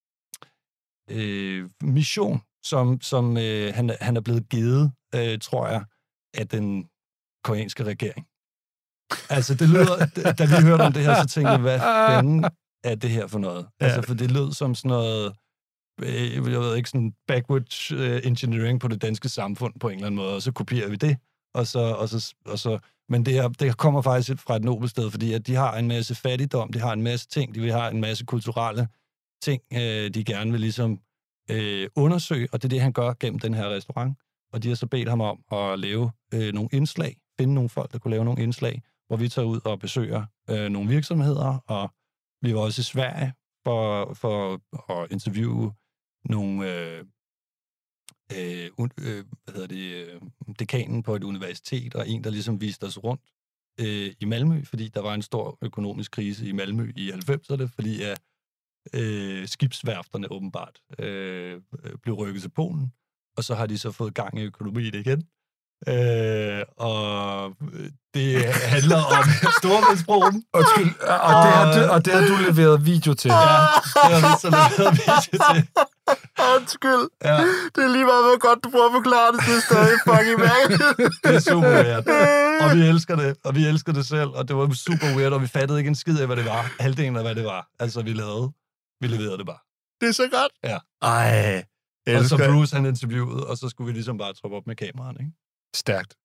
øh, mission, som, som øh, han, han er blevet givet, øh, tror jeg, af den koreanske regering. Altså, det lyder, da vi hørte om det her, så tænkte jeg, hvad fanden er det her for noget? Ja. Altså, for det lød som sådan noget, øh, jeg ved ikke, sådan backwards øh, engineering på det danske samfund på en eller anden måde, og så kopierer vi det, og så... Og så, og så men det, er, det kommer faktisk fra et nobelt sted, fordi at de har en masse fattigdom, de har en masse ting, de har en masse kulturelle ting, øh, de gerne vil ligesom øh, undersøge, og det er det, han gør gennem den her restaurant. Og de har så bedt ham om at lave øh, nogle indslag, finde nogle folk, der kunne lave nogle indslag, hvor vi tager ud og besøger øh, nogle virksomheder, og vi var også i Sverige for, for at interviewe nogle... Øh, Øh, øh, hvad hedder det, øh, dekanen på et universitet, og en, der ligesom viste os rundt øh, i Malmø, fordi der var en stor økonomisk krise i Malmø i halvfemserne, fordi at øh, skibsværfterne åbenbart øh, blev rykket til Polen, og så har de så fået gang i økonomien igen. Øh, og det handler om Storebæltsbroen. Undskyld, og, og, det har du, og det har du leveret video til. Ja, det har vi så leveret video til. Undskyld. Ja. Det er lige meget, hvor godt du prøver at forklare det, det er stadig fucking mærkeligt. Det er super weird. Og vi elsker det, og vi elsker det selv, og det var super weird, og vi fattede ikke en skid af, hvad det var. Halvdelen af, hvad det var. Altså, vi lavede. Vi leverede det bare. Det er så godt. Ja. Ej. Og så Bruce, han interviewede, og så skulle vi ligesom bare troppe op med kameraen, ikke? Stærkt.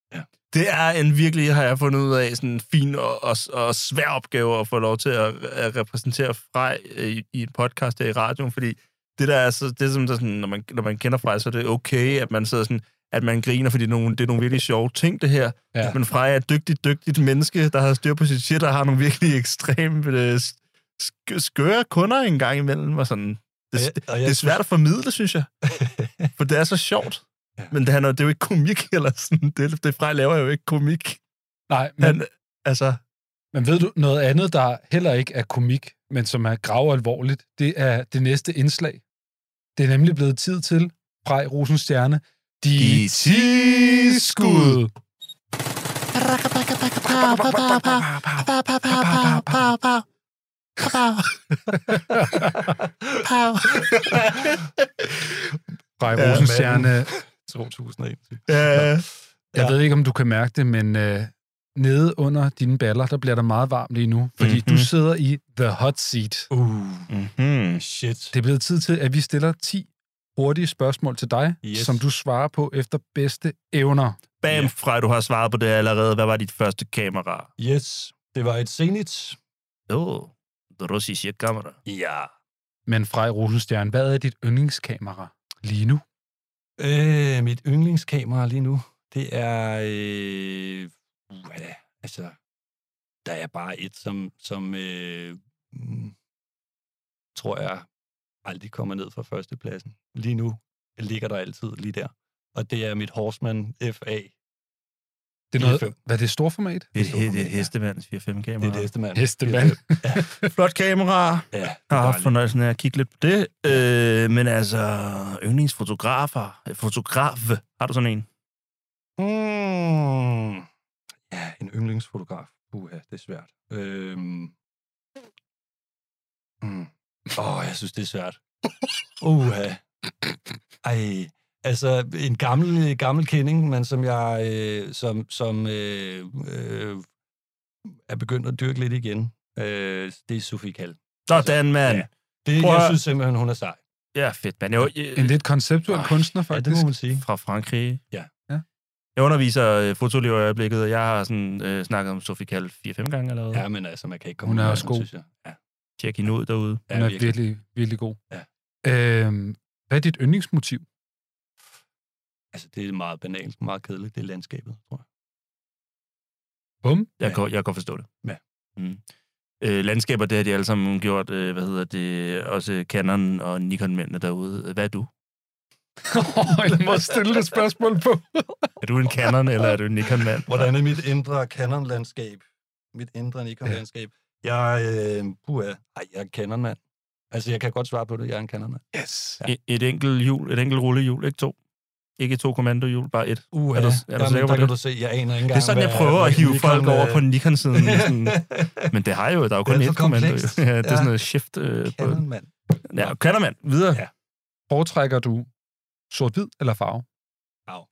Ja. Det er en virkelig, har jeg fundet ud af, sådan en fin og, og, og svær opgave at få lov til at, at repræsentere Frej i, i en podcast her i radioen, fordi det der er så, det er som sådan, når man, når man kender Frej, så er det okay, at man sidder sådan, at man griner, fordi det er nogle, det er nogle virkelig sjove ting, det her. Ja. Men Frej er et dygtigt, dygtigt menneske, der har styr på sit shit, der har nogle virkelig ekstremt øh, sk- skøre kunder en gang imellem, og sådan. Det, og jeg, og jeg det er svært at formidle, synes jeg. For det er så sjovt. Ja. Men det, han, det er jo ikke komik, eller sådan. Det, det Frej laver jo ikke komik. Nej, men, han, altså... men ved du, noget andet, der heller ikke er komik, men som er gravalvorligt, det er det næste indslag. Det er nemlig blevet tid til Frej Rosenstjerne. De ti skud. Frej Rosenstjerne. to tusind og en. Ja. Jeg ved ikke, om du kan mærke det, men øh, nede under dine baller, der bliver der meget varmt lige nu, fordi mm-hmm. du sidder i the hot seat. Uh, mm-hmm. Shit. Det er blevet tid til, at vi stiller ti hurtige spørgsmål til dig, yes. som du svarer på efter bedste evner. Bam, yeah. Frej, du har svaret på det allerede. Hvad var dit første kamera? Yes, det var et Zenit. Åh, oh, det russiske kamera. Ja. Men Frej Rosenstjerne, hvad er dit yndlingskamera lige nu? Øh, mit yndlingskamera lige nu, det er... Øh, hvad er det? Altså, der er bare et, som, som øh, mm, tror jeg aldrig kommer ned fra førstepladsen. Lige nu ligger der altid lige der. Og det er mit Horseman F A. Det er noget, hvad er det, storformat? Det er, det er et hestemands fire fem kamera. Det er et hestemands. Hestemand. Ja. Flot kamera. Ja, jeg har haft fornøjelsen af at kigge lidt på det. Øh, men altså, yndlingsfotografer. Fotograf. Har du sådan en? Mm. Ja, en yndlingsfotograf. Uha, det er svært. Øhm. Mm. Åh, oh, jeg synes, det er svært. Uha. Ej. Altså, en gammel, gammel kending, men som jeg øh, som, som øh, øh, er begyndt at dyrke lidt igen. Øh, det er Sofie Kall. Sådan, mand. Ja. Det, jeg synes simpelthen, hun er sej. Ja, fedt, man. Jo, jeg, en lidt konceptuel kunstner, faktisk. Ja, det må man sige. Fra Frankrig. Ja. ja. Jeg underviser uh, fotoliv i øjeblikket, og jeg har sådan, uh, snakket om Sofie Kall fire fem gange allerede. Ja, men altså, man kan ikke komme hun er ud, også god. synes jeg. Ja. Tjek hende ud derude. Ja, hun er virkelig, virkelig, virkelig god. Ja. Øhm, hvad er dit yndlingsmotiv? Altså, det er meget banalt, meget kedeligt. Det er landskabet, tror jeg. Bum. Jeg, ja. kan, jeg kan forstå det. Ja. Mm. Øh, landskaber, det har de alle sammen gjort, øh, hvad hedder det, også Canon og Nikon-mændene derude. Hvad er du? Jeg må stille det spørgsmål på. Er du en Canon, eller er du en Nikon-mand? Hvordan er mit indre Canon-landskab? Mit indre Nikon-landskab? Jeg, øh, puha, ej, jeg er en Canon-mand. Altså, jeg kan godt svare på det, jeg er en Canon-mand. Yes. Ja. Et, et enkelt hjul, et enkelt rullehjul, ikke to? Ikke to kommandohjul, bare et. Uh, er du, er du jamen, sikker på der det? kan du se, jeg aner ikke engang, det er sådan, jeg prøver at hive folk øh... over på Nikon-siden. Sådan. Men det har jo, der er jo kun et kommando. Ja, det er ja. sådan noget shift. Øh, Canon-mand. Ja, Canon-mand. Videre. Ja. Foretrækker du sort-hvid eller farve? Farve.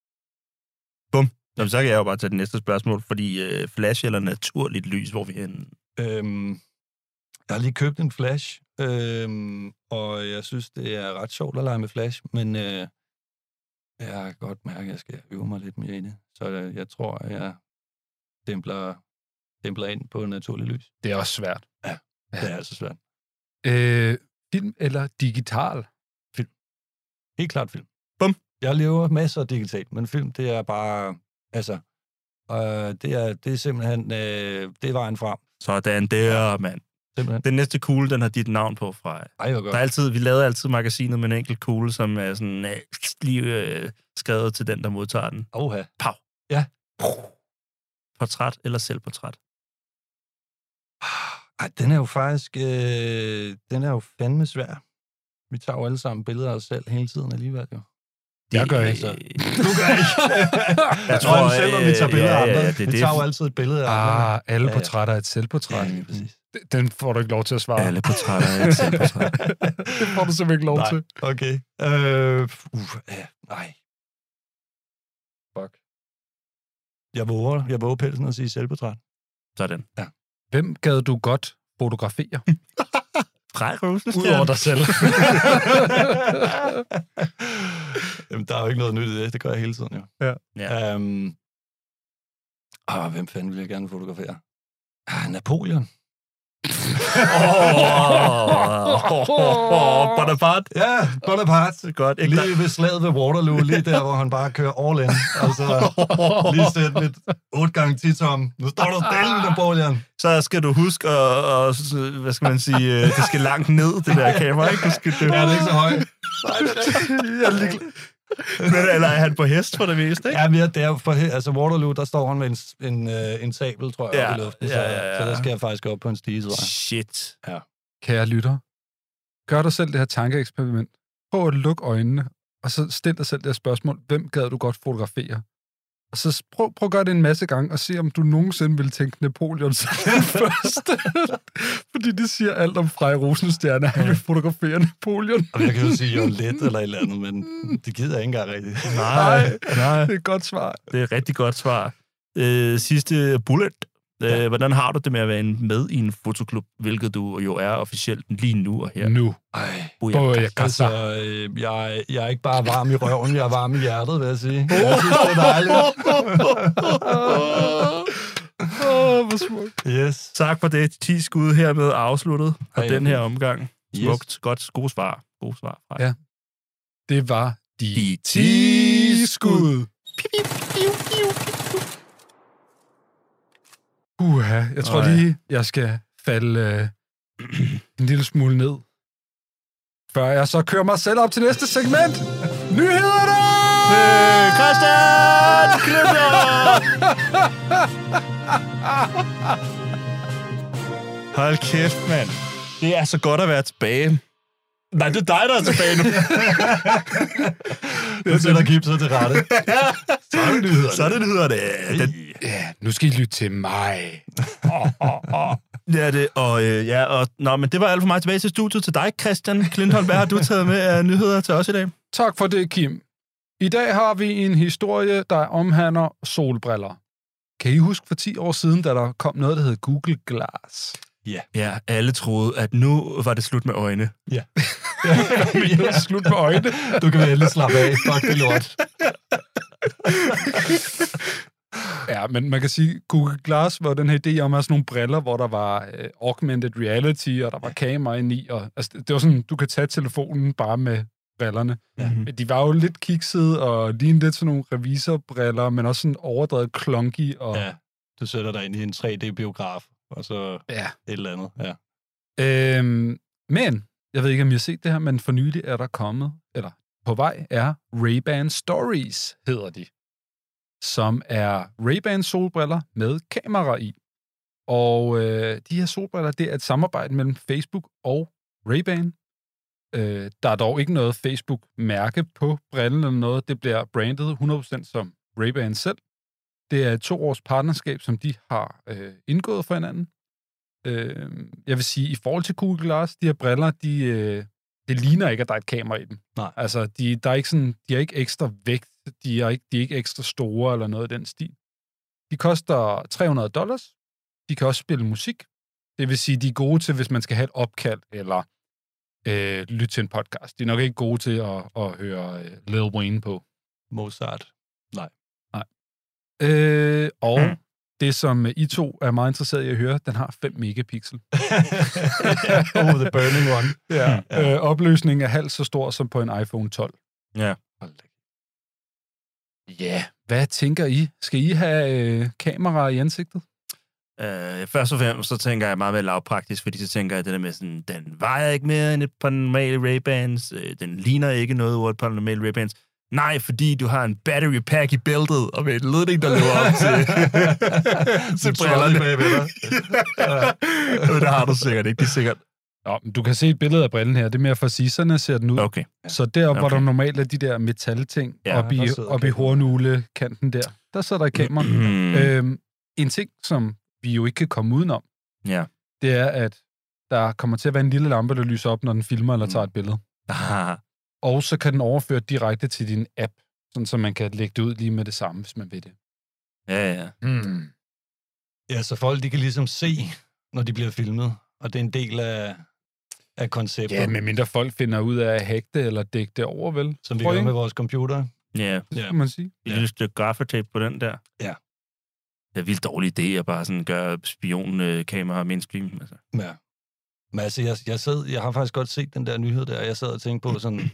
Bum. Jamen, så kan jeg jo bare tage det næste spørgsmål, fordi øh, flash eller naturligt lys, hvor vi er henne? Øhm, jeg har lige købt en flash, øhm, og jeg synes, det er ret sjovt at lege med flash, men øh, jeg har godt mærke, at jeg skal øve mig lidt mere i det. Så jeg, jeg tror, at jeg dæmpler, dæmpler ind på naturligt lys. Det er også svært. Ja, det ja. er altså svært. Øh, film eller digital? Film. Helt klart film. Bum. Jeg lever masser af digitalt, men film, det er bare, altså, øh, det, er, det er simpelthen, øh, det er vejen frem. Sådan der, mand. Simpelthen. Den næste kugle, den har dit navn på fra. Ej, hvor godt. Der er altid, vi lavede altid magasinet med en enkelt kugle, som er sådan øh, lige øh, skrevet til den, der modtager den. Oha. Pow. Ja. Portræt eller selvportræt? Ej, den er jo faktisk, øh, den er jo fandme svær. Vi tager jo alle sammen billeder af os selv hele tiden alligevel, jo. Jeg gør ikke. Altså, du gør ikke. Jeg tror, Nå, selvom vi tager billeder af ja, ja, ja, andre. Vi tager jo altid et billede af andre. Ah, alle portrætter er et selvportræt. Ja, præcis. Den får du ikke lov til at svare. Alle portrætter er et selvportræt. Det får du simpelthen ikke lov nej. til. Okay. Øh, uh, ja, nej. Fuck. Jeg våger, jeg våger pelsen at sige selvportræt. Sådan. Ja. Hvem gad du godt fotografere? Frej Rosenstjerne. Udover dig selv. Jamen, der er jo ikke noget nyt i det. Det gør jeg hele tiden, jo. Ja. ja. Um, Ah, hvem fanden vil jeg gerne fotografere? Ah, Napoleon. Åh, Bonaparte. Ja, Bonaparte. Godt. Lige ved slaget ved Waterloo, lige der, hvor han bare kører all in. Altså, lige sæt lidt otte gange ti tom. Nu står du stille, Napoleon. Så skal du huske, at, og, hvad skal man sige, det skal langt ned, det der kamera, ikke? Du skal, det... Ja, det er ikke så højt. Nej, det er rigtigt. Jeg er lige... Men eller er han på hest for det meste, ikke? Ja, men det er jo for altså Waterloo, der står han med en, en, en sabel, tror jeg, ja, op i luften. Ja, ja, ja. Så, så der skal jeg faktisk gå op på en stige, tror jeg. Shit. Ja. Kære lytter, gør dig selv det her tankeeksperiment. Prøv at lukke øjnene, og så stil dig selv det her spørgsmål. Hvem gad du godt fotografere? Og så prøv, prøv at gøre det en masse gange, og se, om du nogensinde vil tænke Napoleon som den første. Fordi det siger alt om Frej Rosenstjerne, han vil fotografere Napoleon. Og jeg kan jo sige, at jeg er let eller et eller andet, men det gider jeg ikke engang rigtigt. Nej, nej. Det er et godt svar. Det er et rigtig godt svar. Øh, sidste bullet. Ja. Øh, hvordan har du det med at være med i en fotoklub, hvilket du jo er officielt lige nu og her? Nu. Ej, Boja, altså, øh, jeg, jeg er ikke bare varm i røven, jeg er varm i hjertet, vil jeg sige. Jeg synes, det er dejligt. Åh, hvor smukt. Yes. Tak for det. ti skud hermed afsluttet på Ej, den her omgang. Smukt. Yes. Godt. Gode svar. Gode svar. Ej. Ja. Det var de, de ti skud. Uha, jeg tror Ej. lige, jeg skal falde øh, en lille smule ned. Før jeg så kører mig selv op til næste segment. Nyhederne! Hey, Christian! Hold kæft, mand. Det er så godt at være tilbage. Nej, det er dig, der er tilbage nu. Jeg sætter gipset til rette. Så er det nyhederne. Så er det nyhederne. Den... Ja, nu skal I lytte til mig. Oh, oh, oh. Ja, det, og, øh, ja, og, nå, men det var alt for mig tilbage til studiet til dig, Christian Klintholm. Hvad har du taget med af nyheder til os i dag? Tak for det, Kim. I dag har vi en historie, der omhandler solbriller. Kan I huske for ti år siden, da der kom noget, der hed Google Glass? Ja. Ja, alle troede, at nu var det slut med øjne. Ja. Det er slut med øjne. Du kan vel slappe af. Fuck det lort. Ja, men man kan sige, Google Glass var den her idé om at have sådan nogle briller, hvor der var øh, augmented reality, og der var kamera ind i, og altså, det var sådan, du kan tage telefonen bare med brillerne. Ja. Men de var jo lidt kiksede, og lignede lidt sådan nogle revisorbriller, men også sådan overdrevet klonky. Og... Ja, du sætter dig ind i en tre D-biograf, og så ja. et eller andet. Ja. Øhm, men, jeg ved ikke, om I har set det her, men for nylig er der kommet, eller på vej er Ray-Ban Stories, hedder de, som er Ray-Ban solbriller med kamera i. Og øh, de her solbriller, det er et samarbejde mellem Facebook og Ray-Ban. Øh, der er dog ikke noget Facebook-mærke på brillen eller noget. Det bliver brandet hundrede procent som Ray-Ban selv. Det er et to års partnerskab, som de har øh, indgået for hinanden. Øh, jeg vil sige, i forhold til Google Glass, de her briller, de, øh, det ligner ikke, at der er et kamera i dem. Nej. Altså, de, der er ikke sådan, de er ikke ekstra vægt, de er ikke, de er ikke ekstra store eller noget af den stil. De koster tre hundrede dollars. De kan også spille musik. Det vil sige, de er gode til, hvis man skal have et opkald eller øh, lytte til en podcast. De er nok ikke gode til at, at høre øh, Lil Wayne på. Mozart. Nej. Nej. Øh, og mm. det, som I to er meget interesseret i at høre, den har fem megapixel. Oh, the burning one. Ja. ja. Øh, opløsningen er halvt så stor som på en iPhone tolv. Ja. Ja, hvad tænker I? Skal I have øh, kamera i ansigtet? Uh, først og fremmest, så tænker jeg meget mere lavpraktisk, fordi så tænker jeg det der med sådan, den vejer ikke mere end et par normale Ray-Bans, øh, den ligner ikke noget over et par normale Ray-Bans. Nej, fordi du har en battery pack i bæltet, og med en ledning, der løber op til, til brillerne bagved dig. Ja. Det har du sikkert ikke, det er sikkert. Nå, du kan se et billede af brillen her. Det er mere for at sige, sådan ser den ud. Okay. Så der, hvor okay. der normalt er de der metalting, ja, oppe i, op i hornulekanten der, der sidder der kamera. øhm, en ting, som vi jo ikke kan komme udenom, ja. det er, at der kommer til at være en lille lampe, der lyser op, når den filmer eller tager et billede. Aha. Og så kan den overføre direkte til din app, sådan så man kan lægge det ud lige med det samme, hvis man vil det. Ja, ja. Hmm. Ja, så folk, de kan ligesom se, når de bliver filmet, og det er en del af, af konceptet. Ja, medmindre folk finder ud af at hacke det eller dække det over, vel? Som vi gør med vores computer. Ja, det kan man sige. Et lille stykke gaffatape på den der. Ja. Det er vildt dårlig idé at bare sådan gøre spionkamera mainstream. Altså. Ja. Men altså, jeg, jeg, sad, jeg har faktisk godt set den der nyhed der, og jeg sad og tænkte på sådan...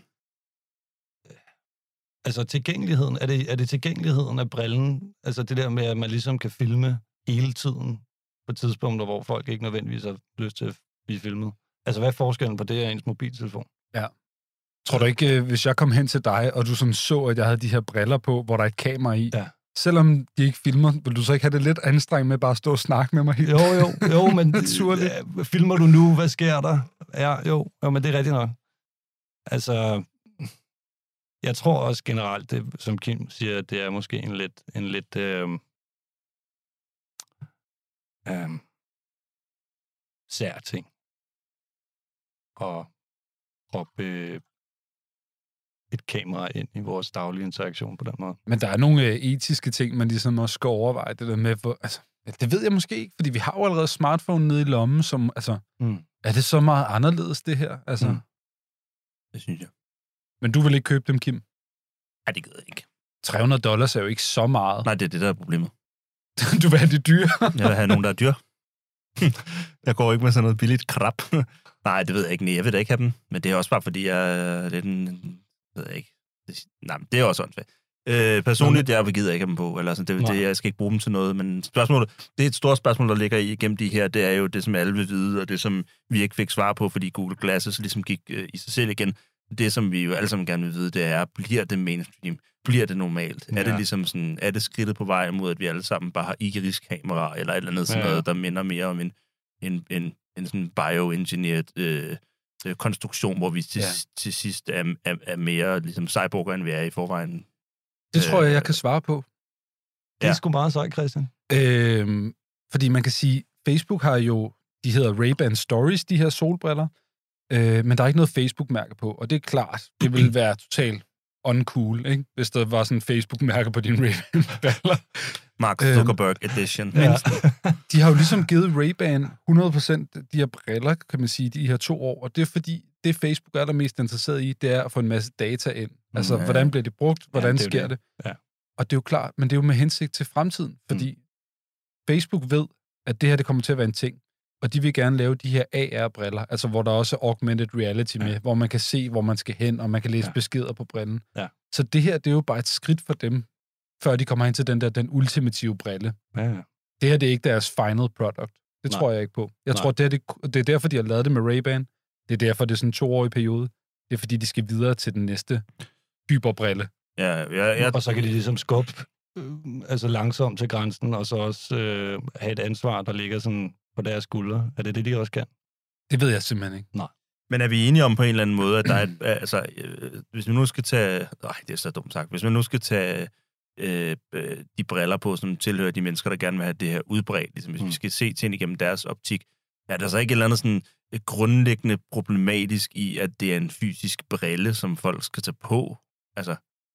Altså, tilgængeligheden, er det, er det tilgængeligheden af brillen? Altså, det der med, at man ligesom kan filme hele tiden på tidspunkter, hvor folk ikke nødvendigvis har lyst til at blive filmet. Altså, hvad er forskellen på det og ens mobiltelefon? Ja. Tror du ikke, hvis jeg kom hen til dig, og du sådan så, at jeg havde de her briller på, hvor der er et kamera i, ja. Selvom de ikke filmer, vil du så ikke have det lidt anstrengt med bare at stå og snakke med mig helt? Jo, jo, jo, men naturligt. Filmer du nu? Hvad sker der? Ja, jo, jo, men det er rigtigt nok. Altså, jeg tror også generelt, det, som Kim siger, det er måske en lidt, en lidt øhm, øhm, sær ting at proppe øh, et kamera ind i vores daglige interaktion på den måde. Men der er nogle øh, etiske ting, man ligesom også skal overveje. Det der med, hvor, altså, det ved jeg måske ikke, fordi vi har jo allerede smartphone nede i lommen, som, altså, mm. er det så meget anderledes, det her? Altså, mm. Det synes jeg. Men du vil ikke købe dem, Kim? Nej, det gider jeg ikke. tre hundrede dollars er jo ikke så meget. Nej, det er det, der er problemet. Du vil have det dyre? Jeg vil have nogen, der er dyr. Jeg går ikke med sådan noget billigt krab. Nej, det ved jeg ikke. Nej, jeg vil da ikke have dem. Men det er også bare, fordi jeg er lidt en... Det ved jeg ikke. Det, nej, det er også åndssvagt. Øh, personligt, jeg gider ikke have dem på. Eller sådan, det, det, jeg skal ikke bruge dem til noget. Men spørgsmålet, det er et stort spørgsmål, der ligger i gennem de her. Det er jo det, som alle vil vide, og det, som vi ikke fik svar på, fordi Google Glasses ligesom gik øh, i sig selv igen. Det, som vi jo alle sammen gerne vil vide, det er, bliver det mainstream? Bliver det normalt? Ja. Er det ligesom sådan, er det skridtet på vej mod, at vi alle sammen bare har iris-kamera, eller et eller andet sådan ja. noget, der minder mere om en, en, en, en sådan bioengineered øh, konstruktion, hvor vi til, ja. til sidst er, er, er mere ligesom cyborger, end vi er i forvejen. Det tror jeg, jeg kan svare på. Det er ja. sgu meget sejt, Christian. Øhm, fordi man kan sige, Facebook har jo, de hedder Ray-Ban Stories, de her solbriller, øh, men der er ikke noget Facebook-mærke på, og det er klart, det vil være totalt uncool, ikke? Hvis der var sådan en Facebook-mærke på dine Ray-Ban-briller. Mark Zuckerberg øhm, edition. Men de har jo ligesom givet Ray-Ban hundrede procent de her briller, kan man sige, de her to år, og det er fordi, det Facebook er der mest interesseret i, det er at få en masse data ind. Altså, ja. hvordan bliver det brugt? Hvordan ja, det sker det? det? Ja. Og det er jo klart, men det er jo med hensigt til fremtiden, fordi mm. Facebook ved, at det her det kommer til at være en ting, og de vil gerne lave de her A R-briller, altså hvor der også er augmented reality med, ja. hvor man kan se, hvor man skal hen, og man kan læse ja. beskeder på brillen. Ja. Så det her, det er jo bare et skridt for dem, før de kommer hen til den der, den ultimative brille. Ja, ja. Det her, det er ikke deres final product. Det Nej. tror jeg ikke på. Jeg Nej. tror, det, her, det, det er derfor, de har lavet det med Ray-Ban. Det er derfor, det er sådan en toårig periode. Det er fordi, de skal videre til den næste hyperbrille. Ja, ja, ja. Og så kan de ligesom skubbe øh, altså langsomt til grænsen, og så også øh, have et ansvar, der ligger sådan på deres skuldre. Er det det, de også kan? Det ved jeg simpelthen ikke. Nej. Men er vi enige om på en eller anden måde, at der er et, altså, øh, hvis vi nu skal tage, nej, det er så dumt sagt, hvis vi nu skal tage øh, øh, de briller på, som tilhører de mennesker, der gerne vil have det her udbredt, ligesom hvis mm. vi skal se ting igennem deres optik, er der så ikke et eller andet sådan grundlæggende problematisk i, at det er en fysisk brille, som folk skal tage på? Altså,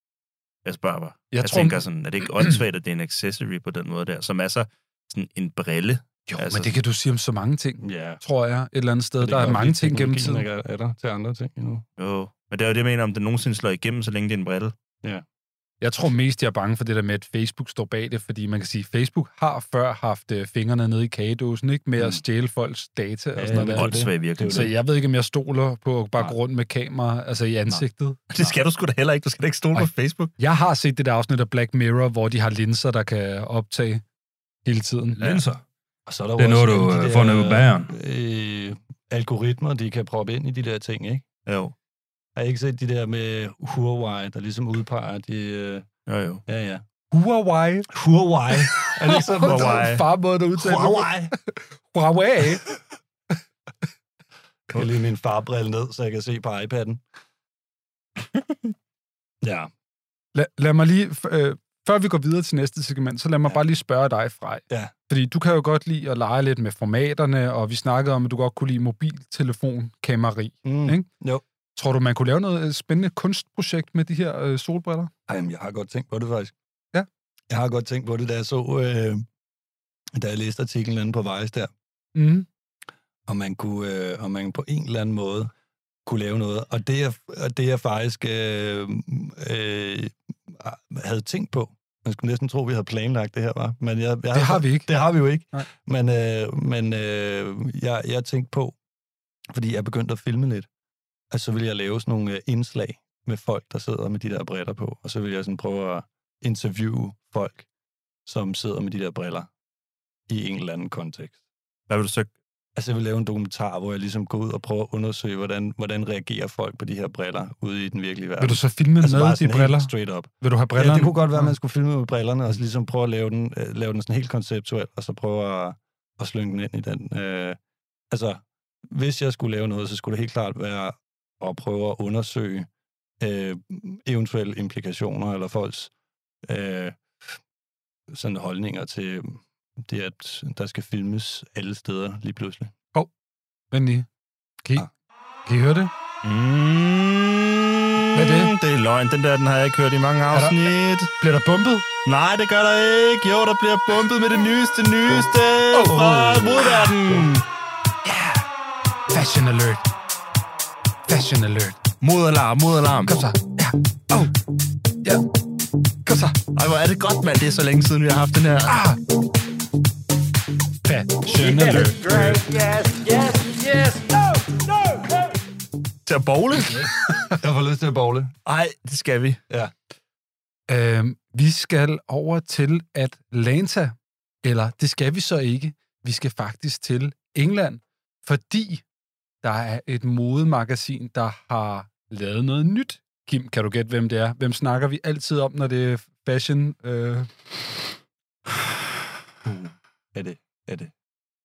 jeg spørger bare. Jeg, jeg tror, tænker sådan, er det ikke åndssvagt, at det er en accessory på den måde der, som er så sådan en brille? Jo, altså, men det kan du sige om så mange ting, yeah. tror jeg, et eller andet sted. Der er mange ting gennem tiden. Er, er der til andre ting endnu? Jo, men det er jo det, jeg mener, om det nogensinde slår igennem, så længe det er en brille. Ja. Jeg tror mest, jeg er bange for det der med, at Facebook står bag det, fordi man kan sige, at Facebook har før haft øh, fingrene nede i kagedåsen, ikke? Med mm. at stjæle folks data og ja, sådan noget. Det er virkelig. Så jeg ved ikke, om jeg stoler på at bare gå rundt med kamera, altså i ansigtet. Nej. Det skal du sgu da heller ikke. Du skal da ikke stole Nej. på Facebook. Jeg har set det der afsnit af Black Mirror, hvor de har linser, der kan optage hele tiden. Linser? Og så er der det er noget, du de får noget bæren. Øh, algoritmer, de kan proppe ind i de der ting, ikke? Jo. Har I ikke set de der med Huawei, der ligesom udpeger de... Øh... Jo, jo. Ja, ja. Huawei? Huawei. Er det ikke sådan? Huawei. En farmåde, der udtaler. Huawei. Huawei. Jeg kan lige min farbrille ned, så jeg kan se på iPad'en. Ja. La, lad mig lige... Øh, før vi går videre til næste segment, så lad mig ja. bare lige spørge dig, Frej. Ja. Fordi du kan jo godt lide at lege lidt med formaterne, og vi snakkede om, at du godt kunne lide mobiltelefonkameri. Mm. Ikke? Jo. Tror du, man kunne lave noget spændende kunstprojekt med de her øh, solbriller? Ej, jeg har godt tænkt på det, faktisk. Ja? Jeg har godt tænkt på det, da jeg så, øh, da jeg læste artiklen inde på Vice der. Mm. Og man kunne, øh, og man på en eller anden måde kunne lave noget. Og det, jeg, det, jeg faktisk øh, øh, havde tænkt på, Man skulle næsten tro, vi havde planlagt det her, var. Men jeg, jeg, det har vi ikke. Det har vi jo ikke. Nej. Men, øh, men øh, jeg, jeg tænkte på, fordi jeg begyndte at filme lidt, at så ville jeg lave sådan nogle indslag med folk, der sidder med de der briller på. Og så vil jeg sådan prøve at interviewe folk, som sidder med de der briller i en eller anden kontekst. Hvad vil du så? Altså, jeg vil lave en dokumentar, hvor jeg ligesom går ud og prøver at undersøge, hvordan, hvordan reagerer folk på de her briller ude i den virkelige verden. Vil du så filme altså med de briller? Straight up. Vil du have brillerne? Ja, det kunne godt være, at man skulle filme med brillerne, og så ligesom prøve at lave den, uh, lave den sådan helt konceptuel, og så prøve at, at slynge den ind i den. Uh, altså, hvis jeg skulle lave noget, så skulle det helt klart være at prøve at undersøge uh, eventuelle implikationer, eller folks uh, sådan holdninger til det, at der skal filmes alle steder lige pludselig. Åh, oh, vent lige. Kan I, ah. kan I høre det? Mm, Hvad er det? Det er løgn. Den der, den har jeg ikke hørt i mange afsnit. Der, bliver der bumpet? Nej, det gør der ikke. Jo, der bliver bumpet med det nyeste, nyeste oh, oh, fra modverdenen. Yeah. Fashion alert. Fashion alert. Modalarm, modalarm. Kom så. Ja. Oh. Ja. Kom så. Ej, hvor er det godt, mand. Det er så længe siden, vi har haft den her. Ah. Fashion alert. Yes, yes, yes. No, no, no. Til at bowle? Jeg får lyst til at bowle. Ej, det skal vi. Ja. Øhm, vi skal over til Atlanta. Eller det skal vi så ikke. Vi skal faktisk til England. Fordi der er et modemagasin, der har lavet noget nyt. Kim, kan du gætte, hvem det er? Hvem snakker vi altid om, når det er fashion? Øh... Uh, er det? Er det?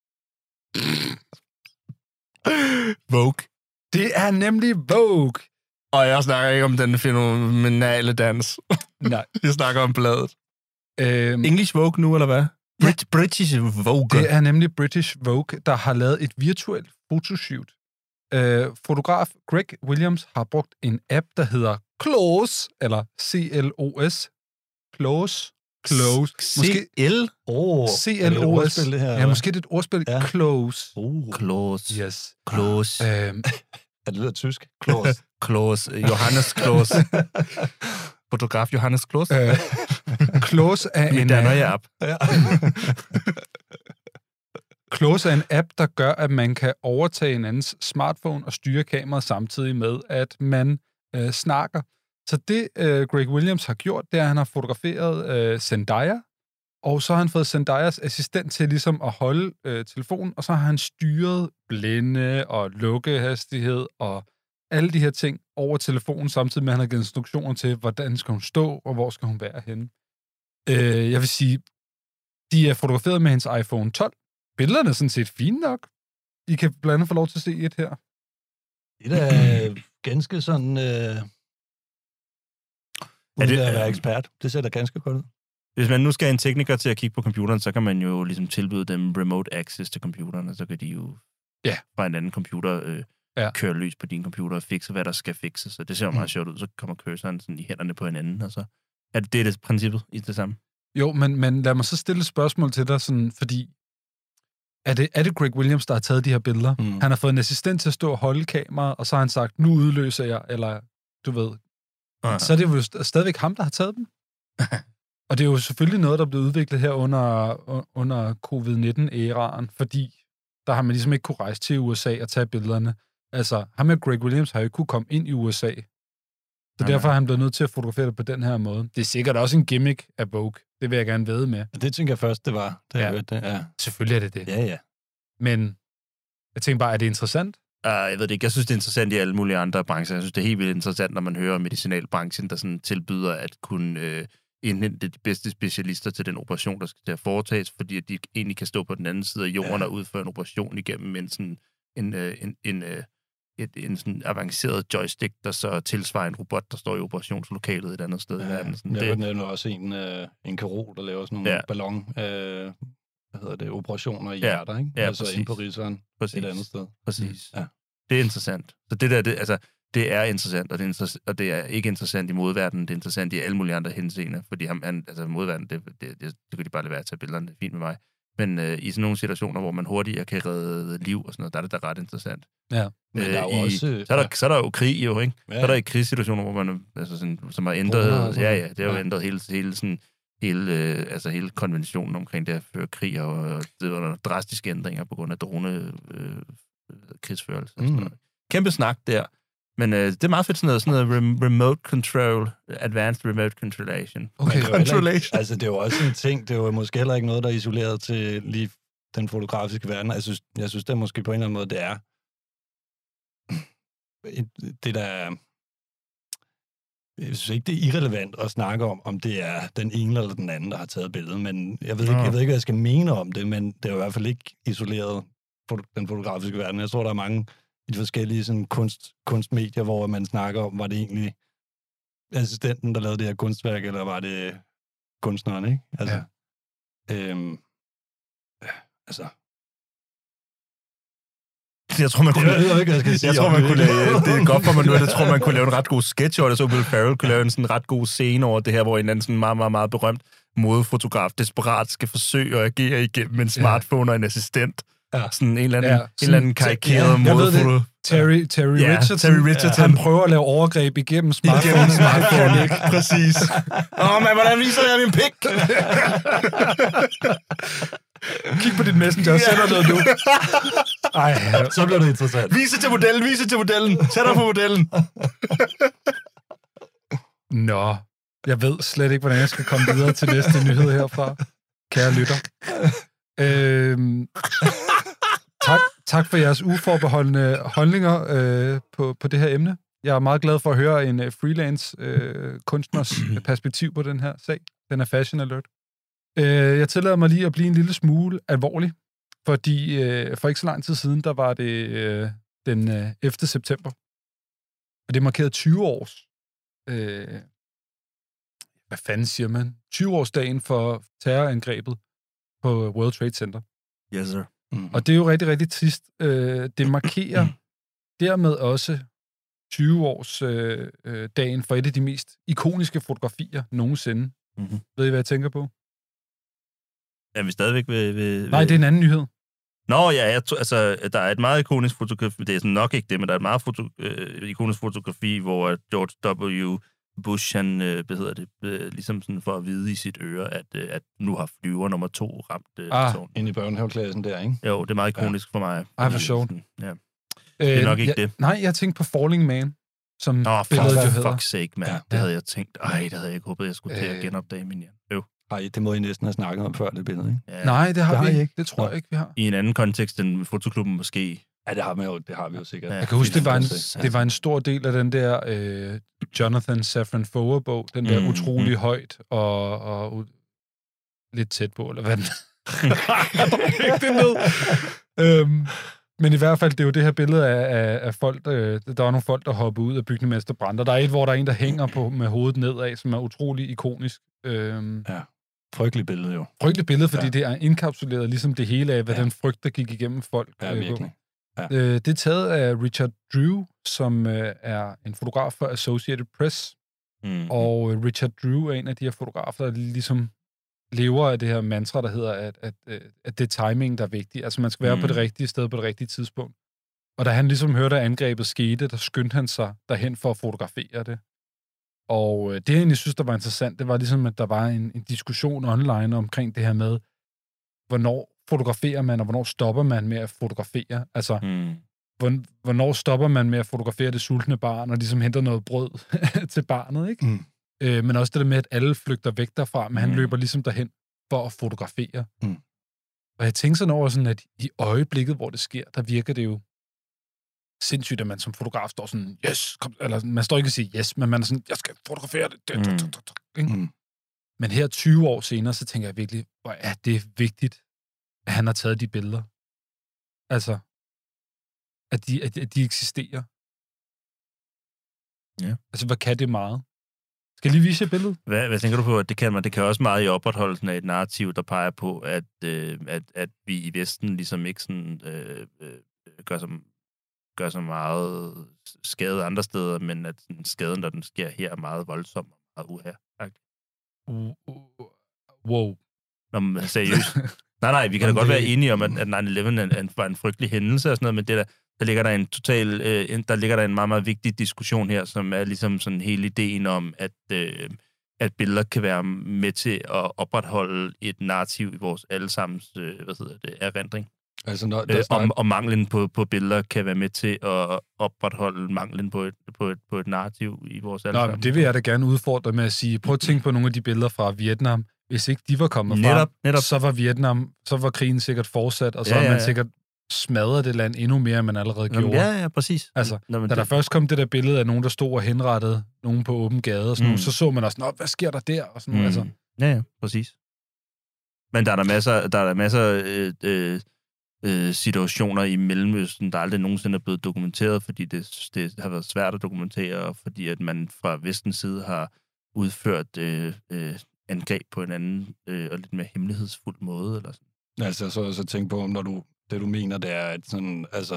Vogue. Det er nemlig Vogue. Og jeg snakker ikke om den fænomenale dans. Nej. Jeg snakker om bladet. Øhm, English Vogue nu, eller hvad? Ja. British Vogue. Det er nemlig British Vogue, der har lavet et virtuelt fotoshoot. Øh, fotograf Greg Williams har brugt en app, der hedder Close, eller C L O S. Close. Close. C L Oh, C L O S. Det her, ja, måske det er et ordspil. Ja. Close. Uh. Close. Yes. Close. Øhm. Ja, det lyder tysk. Close. Close. Johannes Close. Fotograf Johannes Close. Øh, Close er en... app. Ja. Close er en app, der gør, at man kan overtage en andens smartphone og styre kameraet samtidig med, at man øh, snakker. Så det, øh, Greg Williams har gjort, det er, at han har fotograferet øh, Zendaya, og så har han fået Zendayas assistent til ligesom at holde øh, telefonen, og så har han styret blinde og lukkehastighed og alle de her ting over telefonen, samtidig med, at han har givet instruktioner til, hvordan skal hun stå, og hvor skal hun være henne. Øh, jeg vil sige, de er fotograferet med hendes iPhone tolv. Billederne er sådan set fine nok. I kan blandt andet få lov til at se et her. Det er ganske sådan... Øh... Er det at være ekspert? Det ser da ganske godt ud. Hvis man nu skal have en tekniker til at kigge på computeren, så kan man jo ligesom tilbyde dem remote access til computeren, og så kan de jo ja. fra en anden computer øh, ja. køre løs på din computer og fikse, hvad der skal fikses. Så det ser jo meget mm. sjovt ud. Så kommer cursoren sådan i hænderne på hinanden, og så er det det, er det princippet i det samme. Jo, men, men lad mig så stille et spørgsmål til dig, sådan, fordi er det, er det Greg Williams, der har taget de her billeder? Mm. Han har fået en assistent til at stå og holde kameraet, og så har han sagt, nu udløser jeg, eller du ved. Uh-huh. Så er det jo stadigvæk ham, der har taget dem. Og det er jo selvfølgelig noget, der er blevet udviklet her under, under covid nitten-æraen, fordi der har man ligesom ikke kunne rejse til U S A og tage billederne. Altså, ham med Greg Williams har jo ikke kunne komme ind i U S A. Så derfor er han blevet nødt til at fotografere det på den her måde. Det er sikkert også en gimmick af Vogue. Det vil jeg gerne vædde med. Det tænker jeg først, det var. Det ja. Jeg det. Ja. Selvfølgelig er det det. Ja, ja. Men jeg tænker bare, er det interessant? Uh, jeg ved det ikke. Jeg synes, det er interessant i alle mulige andre brancher. Jeg synes, det er helt vildt interessant, når man hører medicinalbranchen, der sådan tilbyder at kunne øh, indhente de bedste specialister til den operation, der skal foretages, fordi at de egentlig kan stå på den anden side af jorden ja. og udføre en operation igennem en sådan en, øh, en, en, øh, et, en sådan avanceret joystick, der så tilsvarer en robot, der står i operationslokalet et andet sted ja, i verden. Sådan, jeg det nævner også en, øh, en kirurg, der laver sådan nogle ja. ballon, øh, hvad hedder det, operationer i ja. hjerter, ikke? Ja, altså præcis. inde på Rigseren et andet sted. Præcis. Ja. Det er interessant. Så det der, det, altså, det er interessant, og det er, inter- og det er ikke interessant i modverdenen, det er interessant i alle mulige andre henseender, fordi ham, han, altså modverdenen, det, det, det, det kan de bare lade være at tage billederne, det er fint med mig. Men øh, i sådan nogle situationer, hvor man hurtigere kan redde liv og sådan noget, der er det da ret interessant. Ja. Men der er jo i, også, så, er der, ja. så er der jo krig jo, ikke? Ja. Så er der i krigssituationer, hvor man, altså sådan, som har ændret, Brugner, ja, ja, det har jo ja. ændret hele, hele, sådan, hele, øh, altså hele konventionen omkring det at føre krig, og det var drastiske ændringer på grund af drone-krigsførelse. Øh, mm. Kæmpe snak der. Men øh, det er meget fedt sådan noget, sådan noget rem- remote control, advanced remote controlation. Okay. Det controlation. Altså, det er jo også en ting, det er jo måske heller ikke noget, der er isoleret til lige den fotografiske verden. Jeg synes, jeg synes det er måske på en eller anden måde, det er det, der er... Jeg synes ikke, det er irrelevant at snakke om, om det er den ene eller den anden, der har taget billedet, men jeg ved ikke, jeg ved ikke hvad jeg skal mene om det, men det er jo i hvert fald ikke isoleret den fotografiske verden. Jeg tror, der er mange i de forskellige sådan, kunst, kunstmedier, hvor man snakker om, var det egentlig assistenten, der lavede det her kunstværk, eller var det kunstneren, ikke? Altså, ja. Øhm, altså... Jeg tror, man kunne, jeg ved ikke, jeg skal sige jeg tror, man kunne lave, det er godt for mig nu, jeg tror, man kunne lave en ret god sketch over det, så Will Ferrell kunne lave en sådan ret god scene over det her, hvor en anden sådan meget, meget, meget berømt modefotograf desperat skal forsøge at agere igennem en smartphone og en assistent. Ja. Sådan en eller anden, ja, sådan, en eller anden karikeret ja, modefoto. Terry, Terry, ja, Richardson, Terry Richardson. Han prøver at lave overgreb igennem smartphone. Igennem smartphone, ikke? Præcis. Åh, oh, men hvordan viser jeg min pik? Kig på dit messenger og sender noget nu. Ej, så bliver det interessant. Vise til modellen, vise til modellen. Sæt dig på modellen. Nå, jeg ved slet ikke, hvordan jeg skal komme videre til næste nyhed herfra. Kære lytter. Øhm, tak, tak for jeres uforbeholdende holdninger øh, på, på det her emne. Jeg er meget glad for at høre en uh, freelance øh, kunstners perspektiv på den her sag. Den er Fashion Alert. Øh, jeg tillader mig lige at blive en lille smule alvorlig, fordi øh, for ikke så lang tid siden, der var det øh, den øh, ellevte september, og det markerede tyve års, øh, hvad fanden siger man, tyve årsdagen for terrorangrebet på World Trade Center. Yes, sir. Mm-hmm. Og det er jo rigtig, rigtig trist. Øh, det markerer dermed også tyve års øh, øh, dagen for et af de mest ikoniske fotografier nogensinde. Mm-hmm. Ved I, hvad jeg tænker på? Er vi stadigvæk ved... ved Nej, det er en anden nyhed. Nå, ja, jeg t- altså, der er et meget ikonisk fotografi, det er sådan nok ikke det, men der er et meget foto, øh, ikonisk fotografi, hvor George W. Bush, han, øh, hvad hedder det, øh, ligesom sådan for at vide i sit øre, at, øh, at nu har flyver nummer to ramt øh, ah, ind i børnehaveklassen der, ikke? Jo, det er meget ikonisk ja. for mig. Ej, hvor sjovt. Ja. Det er nok ikke ja, det. Nej, jeg tænkte på Falling Man, som Nå, billedet jo hedder. Fuck sake, man. Ja. Det havde jeg tænkt. Ej, det havde jeg ikke håbet, jeg skulle til at genopdage min hjerne. Jo. Ej, det må I næsten have snakket om før, det billede, ikke? Ja. Nej, det har, det har vi ikke. ikke. Det tror Nå. jeg ikke, vi har. I en anden kontekst end fotoklubben måske. Ja, det har vi jo, det har vi jo sikkert. Ja, jeg kan huske, det var, en, det var en stor del af den der øh, Jonathan Safran Foer-bog, den der mm, utrolig mm. højt og, og uh, lidt tæt på, eller hvad den ikke det ned. øhm, men i hvert fald, det er jo det her billede af, af, af folk, øh, der er nogle folk, der hopper ud af bygningsmesterbrand, der er et, hvor der er en, der hænger på med hovedet nedad, som er utrolig ikonisk. Øhm, ja. Frygteligt billede, jo. Frygteligt billede, fordi ja. det er indkapsuleret ligesom det hele af, hvad ja. den frygt, der gik igennem folk. Ja, virkelig. Ja. Øh, det er taget af Richard Drew, som øh, er en fotograf for Associated Press. Mm. Og øh, Richard Drew er en af de her fotografer, der ligesom lever af det her mantra, der hedder, at, at, at det er timing, der er vigtigt. Altså, man skal være mm. på det rigtige sted på det rigtige tidspunkt. Og da han ligesom hørte, at angrebet skete, der skyndte han sig derhen for at fotografere det. Og det, jeg egentlig synes, der var interessant, det var ligesom, at der var en, en diskussion online omkring det her med, hvornår fotograferer man, og hvornår stopper man med at fotografere. Altså, mm. hvornår stopper man med at fotografere det sultne barn, og ligesom henter noget brød til barnet, ikke? Mm. Øh, men også det der med, at alle flygter væk derfra, men mm. han løber ligesom derhen for at fotografere. Mm. Og jeg tænker sådan over, sådan, at i øjeblikket, hvor det sker, der virker det jo sindssygt, at man som fotograf står sådan, yes, kom, eller man står ikke og siger yes, men man er sådan, jeg skal fotografere det. Mm. Mm. Men her tyve år senere, så tænker jeg virkelig, hvor er det vigtigt, at han har taget de billeder. Altså, at de, at, at de eksisterer. Ja. Altså, hvad kan det meget? Skal jeg lige vise et billede? Hvad, hvad tænker du på, at det kan man? Det kan også meget i opretholdelsen af et narrativ, der peger på, at, øh, at, at vi i Vesten ligesom ikke sådan, øh, øh, gør, så, gør så meget skade andre steder, men at sådan, skaden, når den sker her, er meget voldsom og meget uheragtig. Wow. Nå, men seriøst. nej, nej, vi kan da godt være enige om, at, at nine eleven var en frygtelig hændelse og sådan noget, men det der, der ligger der en total, øh, der ligger der en meget, meget vigtig diskussion her, som er ligesom sådan hele ideen om, at, øh, at billeder kan være med til at opretholde et narrativ i vores allesammens, øh, hvad hedder det, erindring. Altså, når, øh, om, og manglen på, på billeder kan være med til at opretholde manglen på et, på et, på et narrativ i vores allesammens. Nå, det vil jeg da gerne udfordre med at sige. Prøv at tænke på nogle af de billeder fra Vietnam. Hvis ikke de var kommet netop, frem, netop. så var Vietnam, så var krigen sikkert fortsat, og så ja, har ja, man ja. sikkert smadret det land endnu mere, end man allerede Jamen, gjorde. Ja, ja, præcis. Altså, Nå, da det... der først kom det der billede af nogen, der stod og henrettede nogen på åben gade, og sådan mm. noget, så så man også, nå, hvad sker der der? Og sådan mm. noget, altså. Ja, ja, præcis. Men der er der masser, der er der masser øh, øh, øh, situationer i Mellemøsten, der aldrig nogensinde er blevet dokumenteret, fordi det, det har været svært at dokumentere, og fordi at man fra vestens side har udført øh, øh, angreb på en anden øh, og lidt mere hemmelighedsfuld måde. Eller sådan. Altså, så, så tænk på, når du, det du mener, det er, at sådan, altså,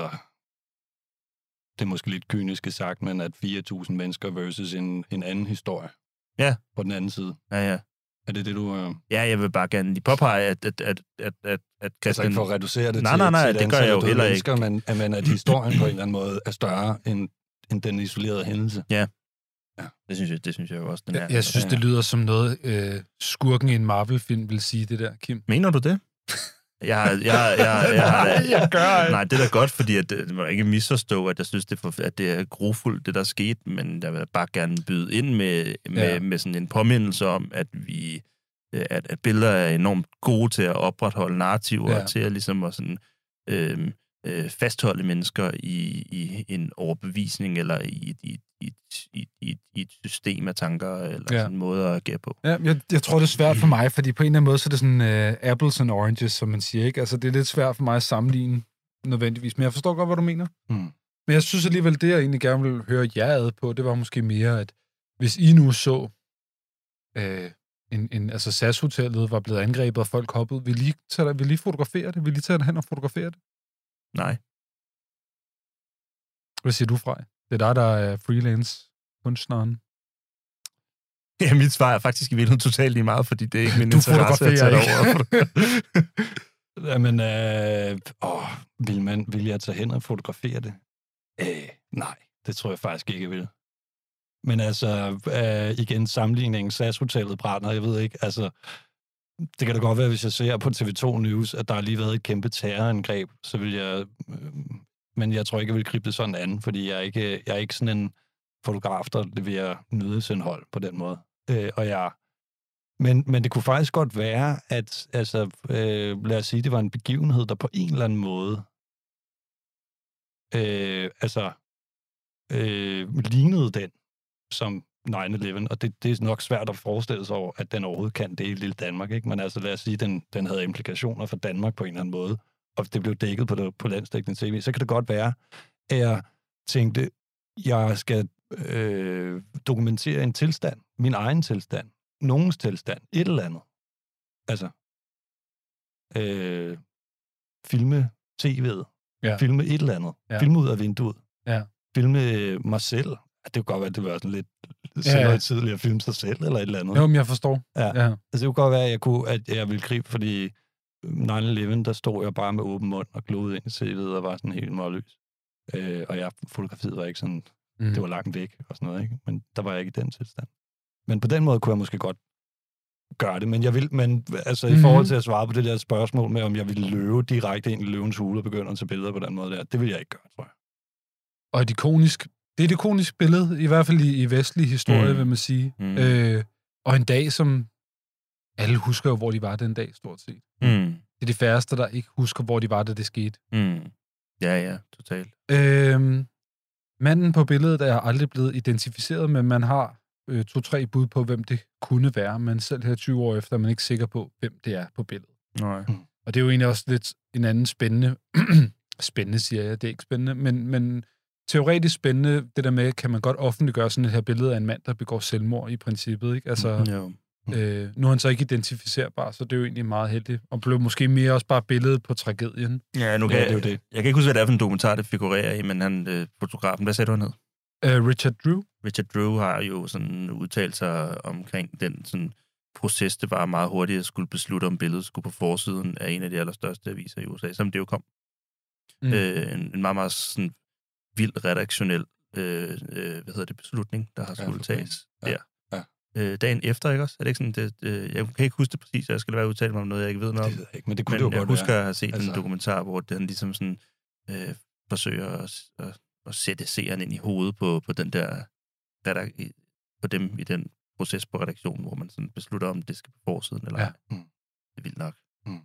det er måske lidt kynisk sagt, men at fire tusind mennesker versus en, en anden historie. Ja. På den anden side. Ja, ja. Er det det, du... Øh... Ja, jeg vil bare gerne lige påpege, at... at, at, at, at, at Christian... Altså ikke for at reducere det nej, til... Nej, nej, nej, til det gør jeg jo heller mennesker, ikke. Men, men at historien på en eller anden måde er større end, end den isolerede hændelse. Ja. Ja, det synes jeg, det synes jeg jo også, den er. Jeg, jeg synes, det lyder som noget, øh, skurken i en Marvel-film vil sige, det der, Kim. Mener du det? Jeg har, jeg, jeg, jeg, jeg, har, jeg, jeg gør ikke. Nej, det er da godt, fordi at, det må ikke misforstå, at jeg synes, det er, for, at det er grufuldt, det der skete, men jeg vil bare gerne byde ind med, med, ja. med sådan en påmindelse om, at vi at, at billeder er enormt gode til at opretholde narrativer, ja. Og til at ligesom at sådan, øh, øh, fastholde mennesker i, i en overbevisning, eller i, i, i, i, i, i et system af tanker, eller ja. Sådan en måde at agere på. Ja, jeg, jeg tror, det er svært for mig, fordi på en eller anden måde, så er det sådan uh, apples and oranges, som man siger, ikke? Altså, det er lidt svært for mig at sammenligne nødvendigvis, men jeg forstår godt, hvad du mener. Mm. Men jeg synes alligevel, det jeg egentlig gerne vil høre jer ad på, det var måske mere, at hvis I nu så, øh, en, en, altså S A S-hotellet var blevet angrebet, og folk hoppede, vil I, tage, vil I fotografere det? Vil I tage det hen og fotografere det? Nej. Hvad siger du, Frej? Det er dig, der er freelance-kunstneren. Ja, mit svar er faktisk i virkeligheden totalt lige meget, fordi det er ikke min du interesse at tage det over. Jamen, øh, åh, vil, man, vil jeg tage hen og fotografere det? Øh, nej, det tror jeg faktisk ikke, jeg vil. Men altså, øh, igen, sammenligningen, S A S-hotellet brænder, jeg ved ikke, altså, det kan da godt være, hvis jeg ser på T V to News, at der har lige været et kæmpe terrorangreb, så vil jeg, øh, men jeg tror ikke, jeg vil gribe det sådan an, fordi jeg er ikke, jeg er ikke sådan en fotograf, der leverer nyhedsindhold på den måde. Øh, og jeg, men, men det kunne faktisk godt være, at, altså, øh, lad os sige, det var en begivenhed, der på en eller anden måde, øh, altså, øh, lignede den, som nine eleven, og det, det er nok svært at forestille sig over, at den overhovedet kan det i lille Danmark, ikke? Men altså lad os sige, den, den havde implikationer for Danmark på en eller anden måde, og det blev dækket på, det, på landsdækkende T V, så kan det godt være, at jeg tænkte, jeg skal øh, dokumentere en tilstand, min egen tilstand, nogens tilstand, et eller andet. Altså, øh, filme T V'et, ja. Filme et eller andet, ja. Filme ud af vinduet, ja. Filme mig selv. Det kunne godt være, at det var sådan lidt selvhøjtideligt at filme sig selv, eller et eller andet. Jo, men jeg forstår. Ja. Ja. Altså, det kunne godt være, at jeg, kunne, at jeg ville gribe, fordi nine eleven, der stod jeg bare med åben mund og glodede ind i T V'et og var sådan helt målløs. Øh, og jeg fotografiet var ikke sådan, mm. det var langt væk og sådan noget, ikke? Men der var jeg ikke i den tilstand. Men på den måde kunne jeg måske godt gøre det, men jeg vil, men altså mm-hmm. i forhold til at svare på det der spørgsmål med, om jeg ville løbe direkte ind i løvens hule og begynde at tage billeder på den måde der, det vil jeg ikke gøre, tror jeg. Og et ikonisk, det er et ikonisk billede, i hvert fald i, i vestlig historie, mm. vil man sige. Mm. Øh, og en dag, som alle husker jo, hvor de var den dag, stort set. Mm. Det er de færreste, der ikke husker, hvor de var, da det skete. Mm. Ja, ja, totalt. Øh, manden på billedet er aldrig blevet identificeret, men man har øh, to-tre bud på, hvem det kunne være, men selv her tyve år efter er man ikke sikker på, hvem det er på billedet. Nej. Mm. Og det er jo egentlig også lidt en anden spændende, spændende siger jeg, det er ikke spændende, men, men teoretisk spændende, det der med, kan man godt offentliggøre sådan et her billede af en mand, der begår selvmord i princippet, ikke? Altså, mm. øh, nu er han så ikke identificerbar, så det er jo egentlig meget heldigt, og blev måske mere også bare billedet på tragedien. Ja, nu kan ja, det er jo det. Jeg kan ikke huske, hvad det er for en dokumentar, det figurerer i, men han, øh, fotografen, hvad sagde du, han hed? Uh, Richard Drew. Richard Drew har jo sådan udtalt sig omkring den sådan proces, det var meget hurtigt at skulle beslutte, om billedet skulle på forsiden af en af de allerstørste aviser i U S A, som det jo kom. Mm. Øh, en, en meget, meget sådan vild redaktionel øh, øh, hvad hedder det, beslutning, der har skulle ja, tages ja, der. Ja. øh, dagen efter, ikke også? Er det ikke sådan, det, øh, jeg kan ikke huske det præcis, jeg skal lade være udtale mig om noget, jeg ikke ved noget om. Det ved jeg ikke, men det kunne men det jo jeg godt husker, være. at jeg har set altså... en Altså- dokumentar, hvor den ligesom sådan øh, forsøger at, at, at sætte seeren ind i hovedet på, på den der, der, der i, på dem i den proces på redaktionen, hvor man sådan beslutter, om det skal på forsiden eller Ja. ej. Mm. Det er vildt nok. Mm.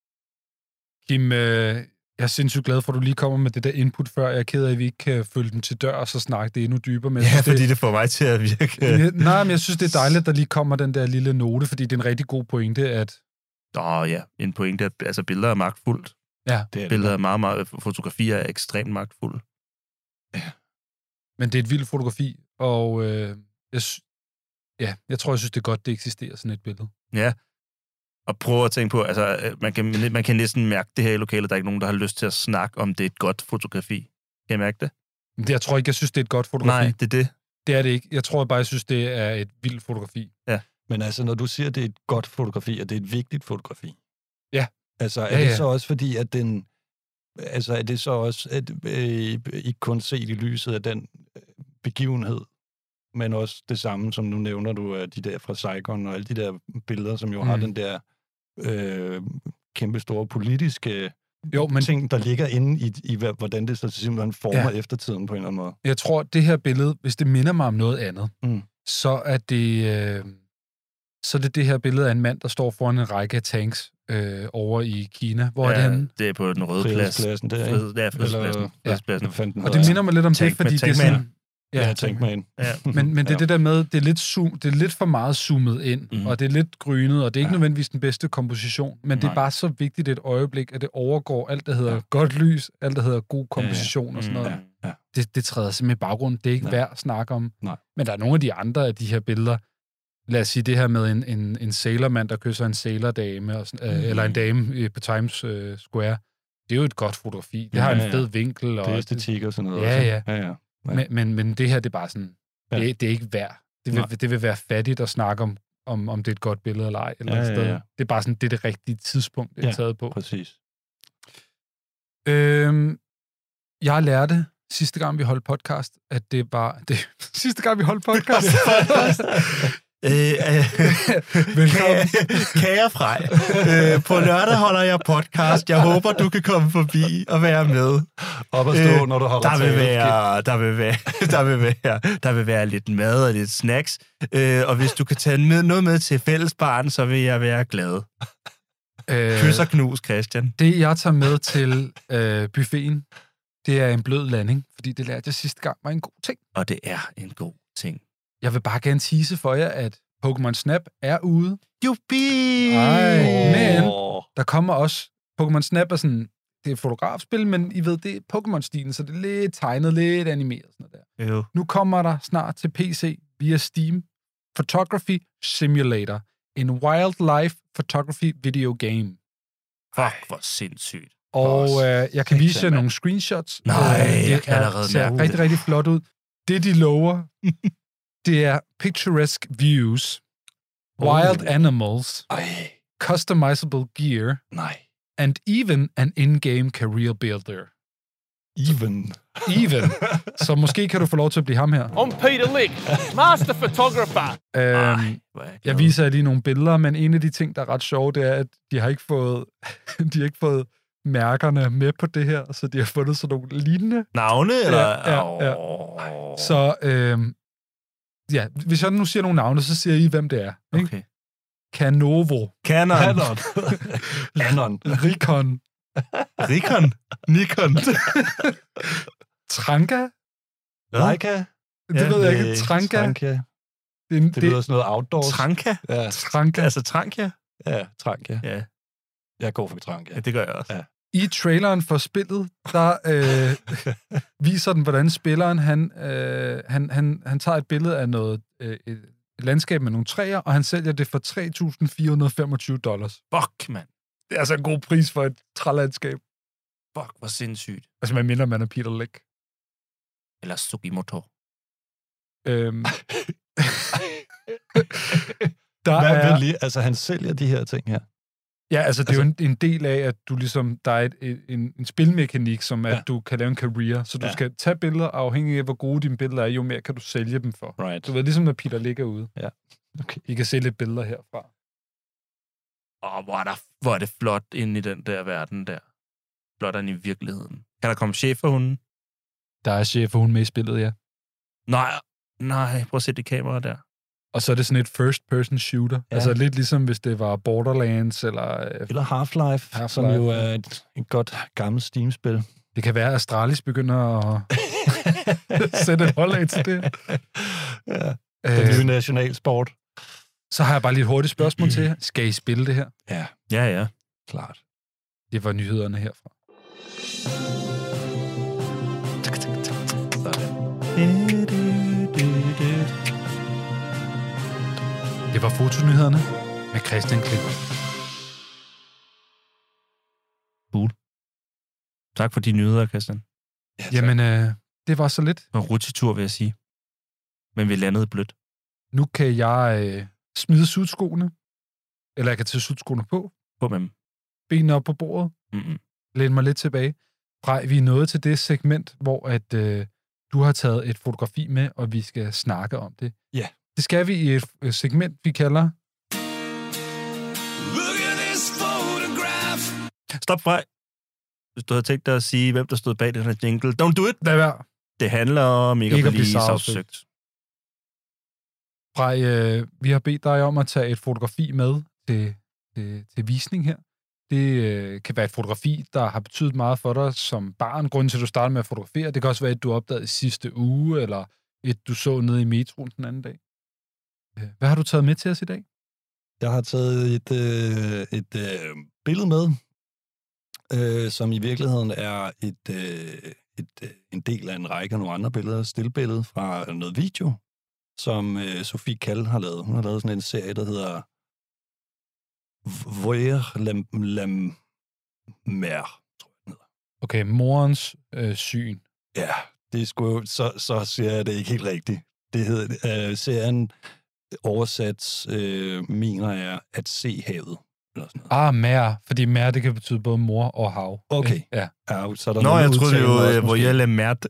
Kim, øh, jeg er sindssygt glad for, at du lige kommer med det der input før. Jeg er ked af, at vi ikke kan følge den til dør og så snakke det endnu dybere. Men Ja, synes, fordi det, det får mig til at virke... Nej, men jeg synes, det er dejligt, at der lige kommer den der lille note, fordi det er en rigtig god pointe, at... Nå ja, en pointe, at altså, billeder er magtfuldt. Ja, det er billeder er meget, meget... Fotografier er ekstremt magtfulde. Ja. Men det er et vildt fotografi, og øh, jeg, sy- ja, jeg tror, jeg synes, det er godt, det eksisterer, sådan et billede. Ja, og prøv at tænke på, altså, man kan, man kan næsten mærke det her i lokalet, der er ikke nogen, der har lyst til at snakke om, det er et godt fotografi. Kan I mærke det? Men det, jeg tror ikke, jeg synes, det er et godt fotografi. Nej, det er det. Det er det ikke. Jeg tror bare, jeg synes, det er et vildt fotografi. Ja. Men altså, når du siger, at det er et godt fotografi, og det er et vigtigt fotografi. Ja. Altså, er ja, ja. det så også fordi, at den... Altså, er det så også at, øh, ikke kun set i lyset af den begivenhed, men også det samme, som nu nævner du, af de der fra Saigon og alle de der billeder, som jo mm. har den der øh, kæmpe store politiske jo, men... ting, der ligger inde i, i hvordan det så simpelthen former Ja. eftertiden på en eller anden måde. Jeg tror, det her billede, hvis det minder mig om noget andet, mm. så er det... Øh, så er det det her billede af en mand, der står foran en række af tanks øh, over i Kina. Hvor ja, er det henne? Det er på den røde plads. Frihedspladsen der, ikke? Fred, ja, frihedspladsen. frihedspladsen. Ja. Og det minder mig lidt om tank, det, fordi det er sådan... sådan... Ja, ja tænk mig ind. Ja. Men, men det er det der med, det er lidt, zoom, det er lidt for meget zoomet ind, mm. og det er lidt grynet, og det er ikke ja. nødvendigvis den bedste komposition, men Nej. det er bare så vigtigt et øjeblik, at det overgår alt, der hedder ja. godt lys, alt, der hedder god komposition ja, ja. og sådan noget. Ja, ja. Det, det træder simpelthen i baggrunden. Det er ikke Nej. værd at snakke om. Nej. Men der er nogle af de andre af de her billeder, lad os sige det her med en, en, en sailormand, der kysser en sailordame, og sådan, mm. øh, eller en dame på Times øh, Square. Det er jo et godt fotografi. Det ja, har en fed ja. vinkel. Og det er æstetik og sådan noget. Ja, også. ja. ja, ja. ja. Men, men, men det her, det er bare sådan, ja. det, det er ikke værd. Det vil, det vil være fattigt at snakke om, om, om det er et godt billede eller ej. Eller ja, sted. Ja, ja. Det er bare sådan, det er det rigtige tidspunkt, det er ja, taget på. Præcis. Øhm, jeg lærte sidste gang, vi holdt podcast, at det var... Det, sidste gang, vi holdt podcast. Øh, øh, Velkommen. Kære Frej, øh, på lørdag holder jeg podcast. Jeg håber, du kan komme forbi og være med. Op og stå, øh, når du holder der vil, være, der, vil være, der, vil være, der vil være lidt mad og lidt snacks. Øh, og hvis du kan tage med, noget med til fællesbaren, så vil jeg være glad. Øh, Kys og knus, Christian. Det, jeg tager med til øh, buffeten, det er en blød landing, fordi det lærte jeg sidste gang var en god ting. Og det er en god ting. Jeg vil bare gerne tease for jer, at Pokémon Snap er ude. Jubi! Ej, men der kommer også... Pokémon Snap er sådan... Det er et fotografspil, men I ved, det er Pokémon-stilen, så det er lidt tegnet, lidt animeret. Sådan noget der. Jo. Nu kommer der snart til P C via Steam Photography Simulator. En wildlife photography video game. Fuck, hvor sindssygt. Og øh, jeg kan vise jer nogle screenshots. Nej, øh, det jeg kan er, allerede ser mærke rigtig, rigtig flot ud. Det, de lover, det er picturesque views, wild oh. animals, Ej. customizable gear, Nej. and even an in-game career builder. Even. Even. Så måske kan du få lov til at blive ham her. I'm Peter Lick, master photographer. Øhm, jeg viser jer lige nogle billeder, men en af de ting, der er ret sjove, det er, at de har ikke fået, de har ikke fået mærkerne med på det her, så de har fundet sådan nogle lignende navne, eller? Ja, ja, ja. Så øhm, ja, hvis jeg nu siger nogle navne, så siger I, hvem det er. Ikke? Okay. Canovo. Canon. Canon. Canon. Rikon. Rikon. Nikon. Tranka. Leica. Det ja, ved jeg ikke. Tranka. Tranka. Det, det, det lyder sådan noget outdoors. Tranka? Ja. Tranka. Altså Tranka? Ja, Tranka. Ja. Jeg går for Tranka. Ja, det gør jeg også. Ja. I traileren for spillet, der øh, viser den, hvordan spilleren, han, øh, han, han, han tager et billede af noget, øh, et landskab med nogle træer, og han sælger det for tre tusind fire hundrede femogtyve dollars. Fuck, mand. Det er altså en god pris for et trælandskab. Fuck, hvor sindssygt. Altså, man minder, man er Peter Lick. Eller Sugimoto. Øhm. der Hvad er... vil lige? Altså, han sælger de her ting her. Ja, altså, det altså, er jo en, en del af, at du ligesom, der er et, et, en, en spilmekanik, som at ja. du kan lave en career, så du ja. skal tage billeder, afhængig af, hvor gode dine billeder er, jo mere kan du sælge dem for. Right. Du ved, ligesom når Peter ligger ude. Ja. Okay. I kan se lidt billeder herfra. Åh, hvor er, der, hvor er det flot inde i den der verden der. Flottere end i virkeligheden. Kan der komme cheferhunden? Der er cheferhund med i spillet, ja. Nej, nej, prøv at se det kamera der. Og så er det sådan et first-person shooter. Ja. Altså lidt ligesom hvis det var Borderlands eller... Eller Half-Life, Half-Life som jo er et, et godt gammelt Steam-spil. Det kan være, at Astralis begynder at sætte et hold af til det. Ja, den nye nationalsport. Så har jeg bare lige et hurtigt spørgsmål til jer. Skal I spille det her? Ja. Ja, ja. Klart. Det var nyhederne herfra. Det var fotonyhederne med Christian Klint. Cool. Tak for de nyheder, Christian. Ja, Jamen, øh, det var så lidt. En rutsjetur, vil jeg sige. Men vi landede blødt. Nu kan jeg øh, smide sudskoene. Eller jeg kan tage sudskoene på. På med dem. Benene op på bordet. Mm-hmm. Læn mig lidt tilbage. Frej, vi er nået til det segment, hvor at, øh, du har taget et fotografi med, og vi skal snakke om det. Ja. Det skal vi i et øh, segment, vi kalder... Stop, Frej. Hvis du havde tænkt dig at sige, hvem der stod bag den her jingle, don't do it. Lad være. Det handler om ikke, ikke at blive sagsøgt. Frej, øh, vi har bedt dig om at tage et fotografi med til, til, til visning her. Det øh, kan være et fotografi, der har betydet meget for dig som barn. Grunden til, at du startede med at fotografere, det kan også være et, du opdagede sidste uge, eller et, du så nede i metroen den anden dag. Hvad har du taget med til os i dag? Jeg har taget et, øh, et øh, billede med, øh, som i virkeligheden er et, øh, et, øh, en del af en række af nogle andre billeder. Stillbillede fra noget video, som øh, Sofie Kalle har lavet. Hun har lavet sådan en serie, der hedder Voir la, la mer, tror jeg den hedder. Okay, morens øh, syn. Ja, det er sgu, så, så siger jeg det ikke helt rigtigt. Det hedder, øh, serien oversat, øh, mener jeg, at se havet. Eller sådan noget. Ah, mer. Fordi mer, det kan betyde både mor og hav. Okay. Ja. Ja, så er der Nå, jeg troede det jo, hvor jeg lader mært.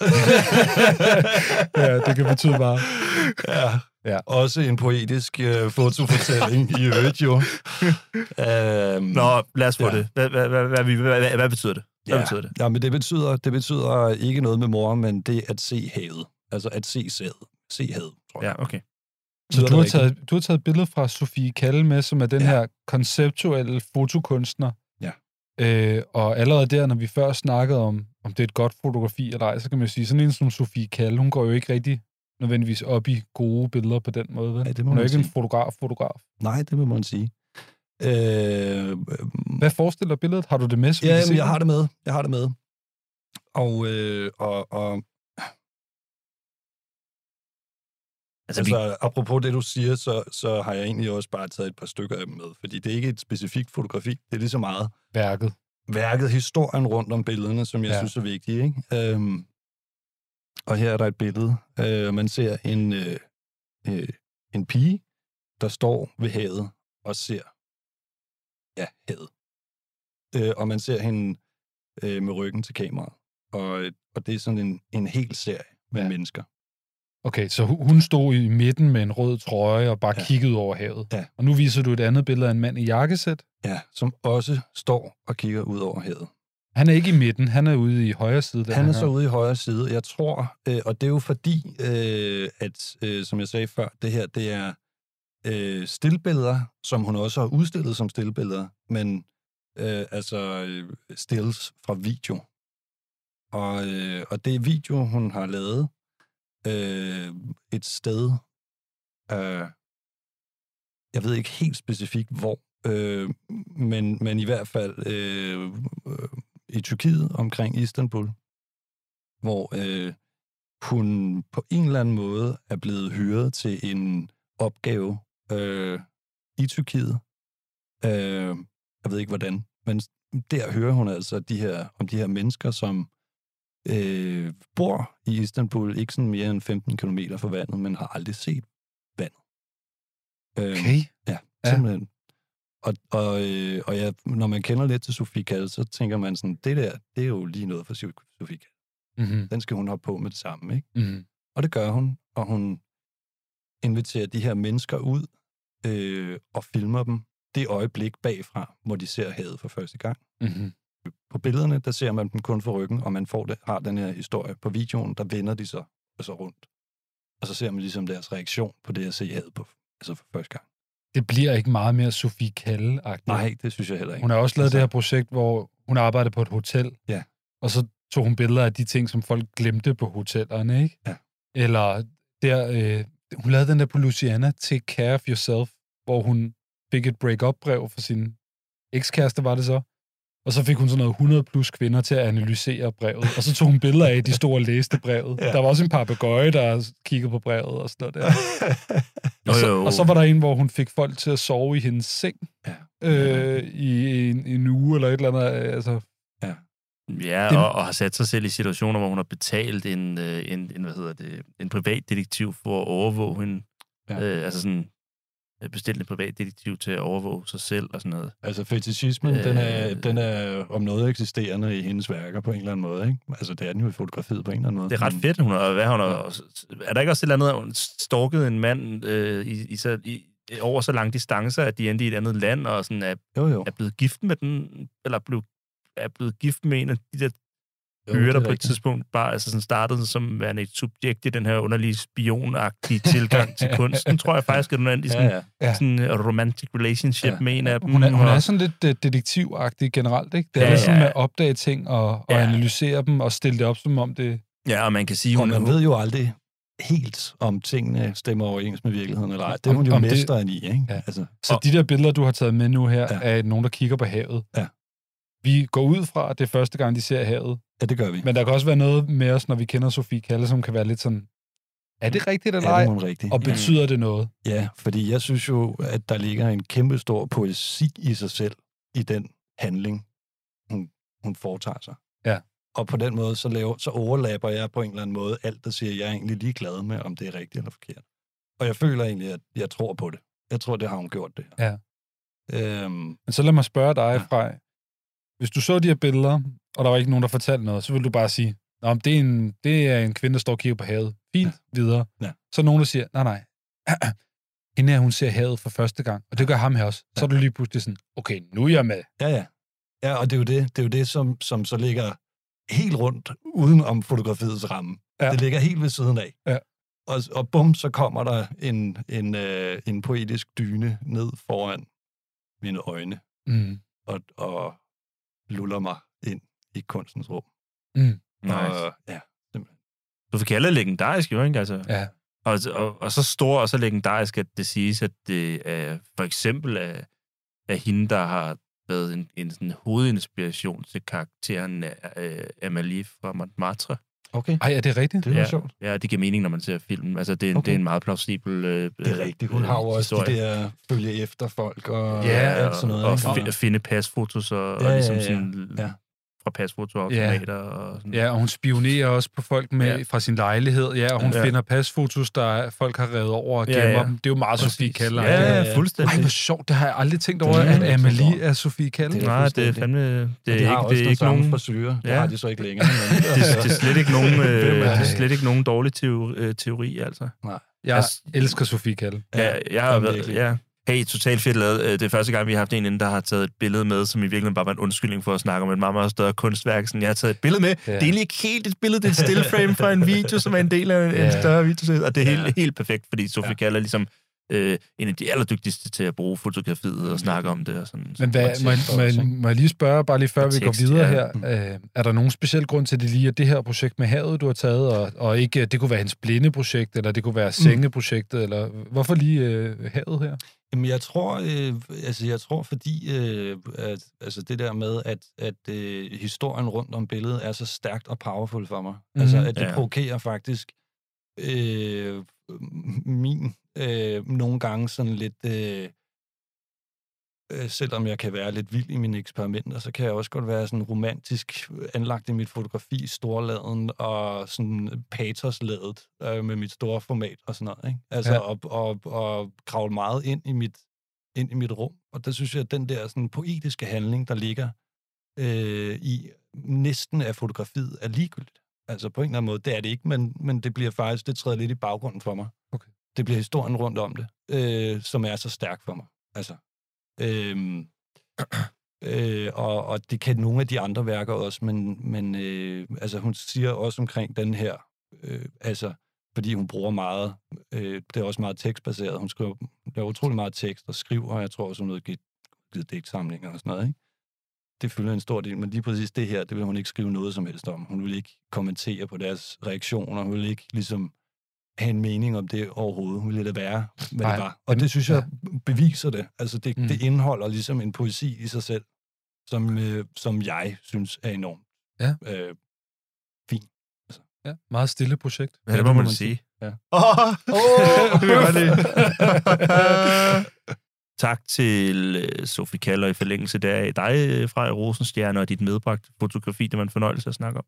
Ja, det kan betyde bare. Ja. Ja. Også en poetisk øh, fotofortælling i øvrigt jo. øhm, Nå, lad os få ja. det. Hvad, hvad, hvad, hvad, hvad, hvad betyder det? Hvad ja. betyder det? Ja, men det betyder, det betyder ikke noget med mor, men det at se havet. Altså at se sæd. Se havet, tror jeg. Ja, okay. Så du har, taget, du har taget et billede fra Sofie Kalle med, som er den ja. her konceptuelle fotokunstner. Ja. Øh, og allerede der, når vi før snakkede om, om det er et godt fotografi eller ej, så kan man jo sige, sådan en som Sofie Kalle, hun går jo ikke rigtig nødvendigvis op i gode billeder på den måde. Vel? Ja, det må hun er man ikke sige. en fotograf-fotograf. Nej, det må man sige. Øh, Hvad forestiller billedet? Har du det med? Så ja, vi kan jeg har det med. Jeg har det med. Og, øh, og, og Altså, altså vi... apropos det, du siger, så, så har jeg egentlig også bare taget et par stykker af dem med, fordi det er ikke et specifikt fotografi, det er lige så meget værket, værket historien rundt om billederne, som jeg ja. synes er vigtige. Ikke? Øhm, og her er der et billede. Øh, man ser en, øh, øh, en pige, der står ved havet og ser ja, havet. Øh, og man ser hende øh, med ryggen til kameraet. Og, og det er sådan en, en hel serie med ja. mennesker. Okay, så hun stod i midten med en rød trøje og bare ja. kiggede ud over havet. Ja. Og nu viser du et andet billede af en mand i jakkesæt. Ja, som også står og kigger ud over havet. Han er ikke i midten, han er ude i højre side. Der han er han så ude i højre side. Jeg tror, øh, og det er jo fordi, øh, at, øh, som jeg sagde før, det her, det er øh, stillbilleder, som hun også har udstillet som stillbilleder, men øh, altså øh, stills fra video. Og, øh, og det er video, hun har lavet, Øh, et sted, øh, jeg ved ikke helt specifikt hvor, øh, men, men i hvert fald øh, øh, i Tyrkiet omkring Istanbul, hvor øh, hun på en eller anden måde er blevet hyret til en opgave øh, i Tyrkiet. Øh, jeg ved ikke hvordan, men der hører hun altså de her, om de her mennesker, som Øh, bor i Istanbul, ikke sådan mere end femten kilometer fra vandet, men har aldrig set vandet. Okay. Øh, ja, simpelthen. Ja. Og, og, øh, og ja, når man kender lidt til Sofie Kalle, så tænker man sådan, det der, det er jo lige noget for Sofie Kalle. Mm-hmm. Den skal hun have på med det samme, ikke? Mm-hmm. Og det gør hun, og hun inviterer de her mennesker ud øh, og filmer dem det øjeblik bagfra, hvor de ser havet for første gang. Mm-hmm. På billederne, der ser man dem kun for ryggen, og man får det, har den her historie. På videoen, der vender de sig altså rundt. Og så ser man ligesom deres reaktion på det at se havet på, altså for første gang. Det bliver ikke meget mere Sofie Kalle-agtigt. Nej, det synes jeg heller ikke. Hun har også lavet altså, det her projekt, hvor hun arbejdede på et hotel. Ja. Og så tog hun billeder af de ting, som folk glemte på hotellerne, ikke? Ja. Eller der, øh, hun lavede den der på Luciana, Take Care of Yourself, hvor hun fik et break-up-brev for sin ekskæreste, var det så. Og så fik hun sådan noget hundrede plus kvinder til at analysere brevet. Og så tog hun billeder af, de stod og læste brevet. Ja. Der var også en papegøje, der kiggede på brevet og sådan noget der. og, så, og så var der en, hvor hun fik folk til at sove i hendes seng. Ja. Øh, i en, en uge eller et eller andet. Altså. Ja, ja det, og, og har sat sig selv i situationer, hvor hun har betalt en, en, en hvad hedder det, en privatdetektiv for at overvåge hende. Ja. Øh, altså sådan bestilt en privatdetektiv til at overvåge sig selv og sådan noget. Altså fetishismen, øh, den, er, den er om noget eksisterende i hendes værker på en eller anden måde, ikke? Altså det er den jo i fotografiet på en eller anden måde. Det er ret fedt, hun har, hvad hun har, er der ikke også et eller andet, hun stalket en mand øh, i, i, så, i, over så lange distancer, at de endte i et andet land, og sådan er, jo, jo. er blevet gift med den, eller blev, er blevet gift med en af de der hører der på et tidspunkt bare altså sådan startede som værende et subjekt i den her underlige spionagtige tilgang til kunsten, tror jeg faktisk, at hun er i sådan, ja, ja. sådan en romantic relationship ja. med en af dem. Hun er, hun er sådan lidt uh, detektivagtig generelt, ikke? Det er ja, sådan ja. med at opdage ting og, og ja. analysere dem og stille det op, som om det... Ja, og man kan sige... Hun, og man ved jo aldrig helt, om tingene stemmer overens med virkeligheden eller ej. Det er hun jo mesteren i, ikke? Ja. Altså, så og, de der billeder, du har taget med nu her, ja. er nogen, der kigger på havet. Ja. Vi går ud fra, at det er første gang, de ser havet. Ja, det gør vi. Men der kan også være noget med os, når vi kender Sofie Kalle, som kan være lidt sådan, er det rigtigt eller ej? Er det rigtigt? Og betyder ja. det noget? Ja, fordi jeg synes jo, at der ligger en kæmpe stor poesi i sig selv, i den handling, hun, hun foretager sig. Ja. Og på den måde, så, laver, så overlapper jeg på en eller anden måde alt, der siger, at jeg er egentlig ligeglad med, om det er rigtigt eller forkert. Og jeg føler egentlig, at jeg tror på det. Jeg tror, det har hun gjort det her. Ja. Øhm, Men så lad mig spørge dig, ja. Frej. Hvis du så de her billeder, og der var ikke nogen, der fortalte noget, så vil du bare sige, Nå, det, er en, det er en kvinde, der står og kigger på havet. Fint, ja. videre. Ja. Så er nogen, der siger, nej, nej. Hende her, hun ser havet for første gang, og det gør ham her også. Så ja. er du lige pludselig sådan, okay, nu er jeg med. Ja, ja. Ja, og det er jo det, det, er jo det som, som så ligger helt rundt uden om fotografiets ramme. Ja. Det ligger helt ved siden af. Ja. Og, og bum, så kommer der en, en, øh, en poetisk dyne ned foran mine øjne. Mm. Og, og luller mig ind i kunstens rum. Mm. Nice. Og, ja, simpelthen. Du fik kalde det legendarisk, jo, ikke? Altså, ja. Og, og, og så stor og så legendarisk, at det siges, at det er for eksempel af, af hende, der har været en, en sådan hovedinspiration til karakteren af uh, Amélie fra Montmartre. Okay. Ej, er det rigtigt? Det er ja, sjovt. Ja, det giver mening, når man ser filmen. Altså, det er, okay. det er en meget plausibel øh, det er rigtigt. Hun har jo også de der følge efter folk og ja, alt sådan noget. Og, og f- finde pasfotos og, ja, og ligesom ja, ja. Sådan, ja. fra pasfotoautomater. Ja. Og sådan. Ja, og hun spionerer også på folk med ja. fra sin lejlighed. Ja, og hun ja. finder pasfotos, der folk har revet over og gemmer ja, ja. dem. Det er jo meget Sofie Kalle. Ja, ja, ja, fuldstændig. Ej, hvor sjovt. Det har jeg aldrig tænkt over, at Amélie er Sofie Kalle. Nej, det er fandme... Det er de har ikke, også det er ikke nogen frisyrer. Det har de så ikke længere. Men... det, er, det, er slet ikke nogen, øh, det er slet ikke nogen dårlig teori, teori, altså. Nej. Jeg altså, elsker Sofie Kalle. Ja, jeg har været... Ja. Hey, totalt fedt lavet. Det er første gang, vi har haft en inden, der har taget et billede med, som i virkeligheden bare var en undskyldning for at snakke om et meget, meget større kunstværk. Sådan, jeg har taget et billede med. Ja. Det er egentlig ikke helt et billede, det er et stillframe fra en video, som er en del af en, ja. en større video. Og det er helt, ja. helt perfekt, fordi Sofie ja. Kalle er ligesom øh, en af de allerdygtigste til at bruge fotografiet og snakke om det. Og sådan, Men hvad, må, jeg, må, jeg, må jeg lige spørge, bare lige før tekst, vi går videre ja. her, øh, er der nogen speciel grund til, at det lige er det her projekt med havet, du har taget, og, og ikke, det kunne være hendes blindeprojekt, eller det kunne være sengeprojektet, eller hvorfor lige øh, havet her? Jamen, jeg tror, øh, altså, jeg tror, fordi øh, at, altså, det der med, at, at øh, historien rundt om billedet er så stærkt og powerful for mig. Mm-hmm. Altså, at det ja. provokerer faktisk øh, min øh, nogle gange sådan lidt... Øh, øh, selvom jeg kan være lidt vild i mine eksperimenter, så kan jeg også godt være sådan romantisk anlagt i mit fotografi, storladen og sådan patosladet øh, med mit store format og sådan noget, ikke? Altså, ja. og, og, og kravle meget ind i mit, ind i mit rum. Og der synes jeg, at den der sådan poetiske handling, der ligger øh, i næsten af fotografiet, er ligegyldigt. Altså på en eller anden måde, det er det ikke, men, men det bliver faktisk, det træder lidt i baggrunden for mig. Okay. Det bliver historien rundt om det, øh, som er så stærk for mig. Altså, øh, øh, og, og det kan nogle af de andre værker også, men, men øh, altså, hun siger også omkring den her, øh, altså, fordi hun bruger meget, øh, det er også meget tekstbaseret. Hun skriver, laver utrolig meget tekst og skriver, og jeg tror også, hun har givet, givet digtsamlinger og sådan noget, ikke? Det fylder en stor del, men lige præcis det her, det vil hun ikke skrive noget som helst om. Hun vil ikke kommentere på deres reaktioner, hun vil ikke ligesom have en mening om det overhovedet. Hun ville lade være, hvad Nej. det var. Og det synes jeg beviser det. Altså det, mm. det indeholder ligesom en poesi i sig selv, som, øh, som jeg synes er enormt ja. øh, fint. Altså. Ja, meget stille projekt. Ja, det må man sige. Ja. Åh! Tak til uh, Sofie Kaller i forlængelse der dig fra Rosenstjerne og dit medbragte fotografi, det var en fornøjelse at snakke om.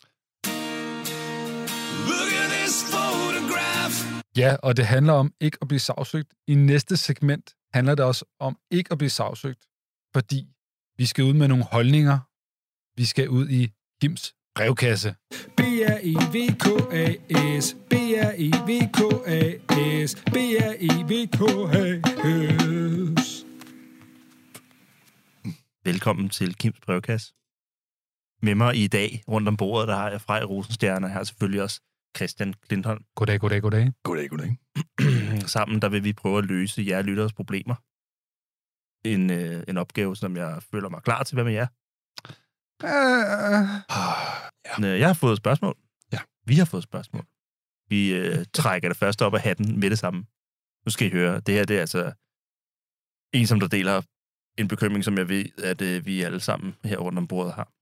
Ja, og det handler om ikke at blive sagsøgt. I næste segment handler det også om ikke at blive sagsøgt, fordi vi skal ud med nogle holdninger. Vi skal ud i Kims brevkasse. B R E V K A S, B R E V K A S, B R E V K A S. Velkommen til Kims brevkasse. Med mig i dag rundt om bordet, der har jeg Frej Rosenstjerne, her selvfølgelig også Christian Klintholm. Goddag, goddag, goddag. Goddag, goddag. Sammen der vil vi prøve at løse jer lytteres problemer. En, øh, en opgave, som jeg føler mig klar til. Hvad med jer? Uh, ja. Jeg har fået et spørgsmål. Ja. Vi har fået et spørgsmål. Vi øh, trækker det første op af hatten med det samme. Nu skal I høre. Det her, det er altså en, som der deler en bekymring, som jeg ved, at øh, vi alle sammen her rundt om bordet har.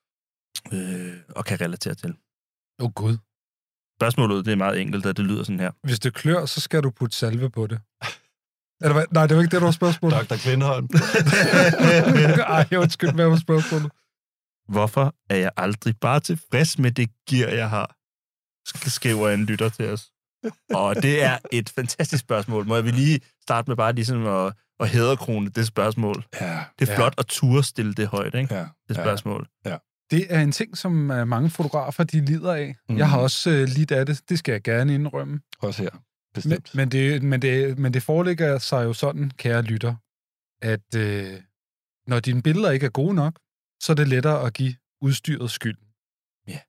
Øh, og kan relatere til. Åh oh, gud. Spørgsmålet, det er meget enkelt, og det lyder sådan her. Hvis det klør, så skal du putte salve på det. Eller hvad? Nej, det var ikke det, der var spørgsmålet. doktor Klintholm. Ej, undskyld, hvad var spørgsmålet? Hvorfor er jeg aldrig bare tilfreds med det gear, jeg har? Skriver en lytter til os. Og det er et fantastisk spørgsmål. Må jeg vil lige starte med bare ligesom at, at hæderkrone det spørgsmål? Ja. Det er ja. flot at turde stille det højt, ikke? Ja. Det spørgsmål. Ja. ja. Det er en ting, som mange fotografer, de lider af. Mm. Jeg har også uh, lidt af det. Det skal jeg gerne indrømme. Også her. Bestemt. Men, men, det, men, det, men det foreligger sig jo sådan, kære lytter, at øh, når dine billeder ikke er gode nok, så er det lettere at give udstyret skyld. Ja.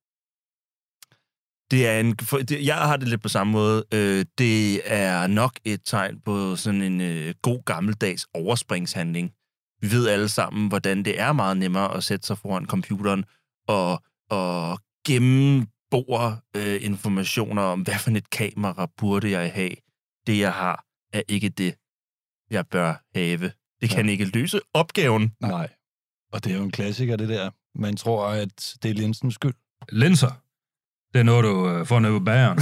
Det er en, for, det, jeg har det lidt på samme måde. Øh, det er nok et tegn på sådan en øh, god gammeldags overspringshandling. Vi ved alle sammen, hvordan det er meget nemmere at sætte sig foran computeren og, og gennembore øh, informationer om, hvad for et kamera burde jeg have. Det, jeg har, er ikke det, jeg bør have. Det kan ja. ikke løse opgaven. Nej. Og det er jo en klassiker, det der. Man tror, at det er linsens skyld. Linser. Det er noget, du øh, får ned på bageren.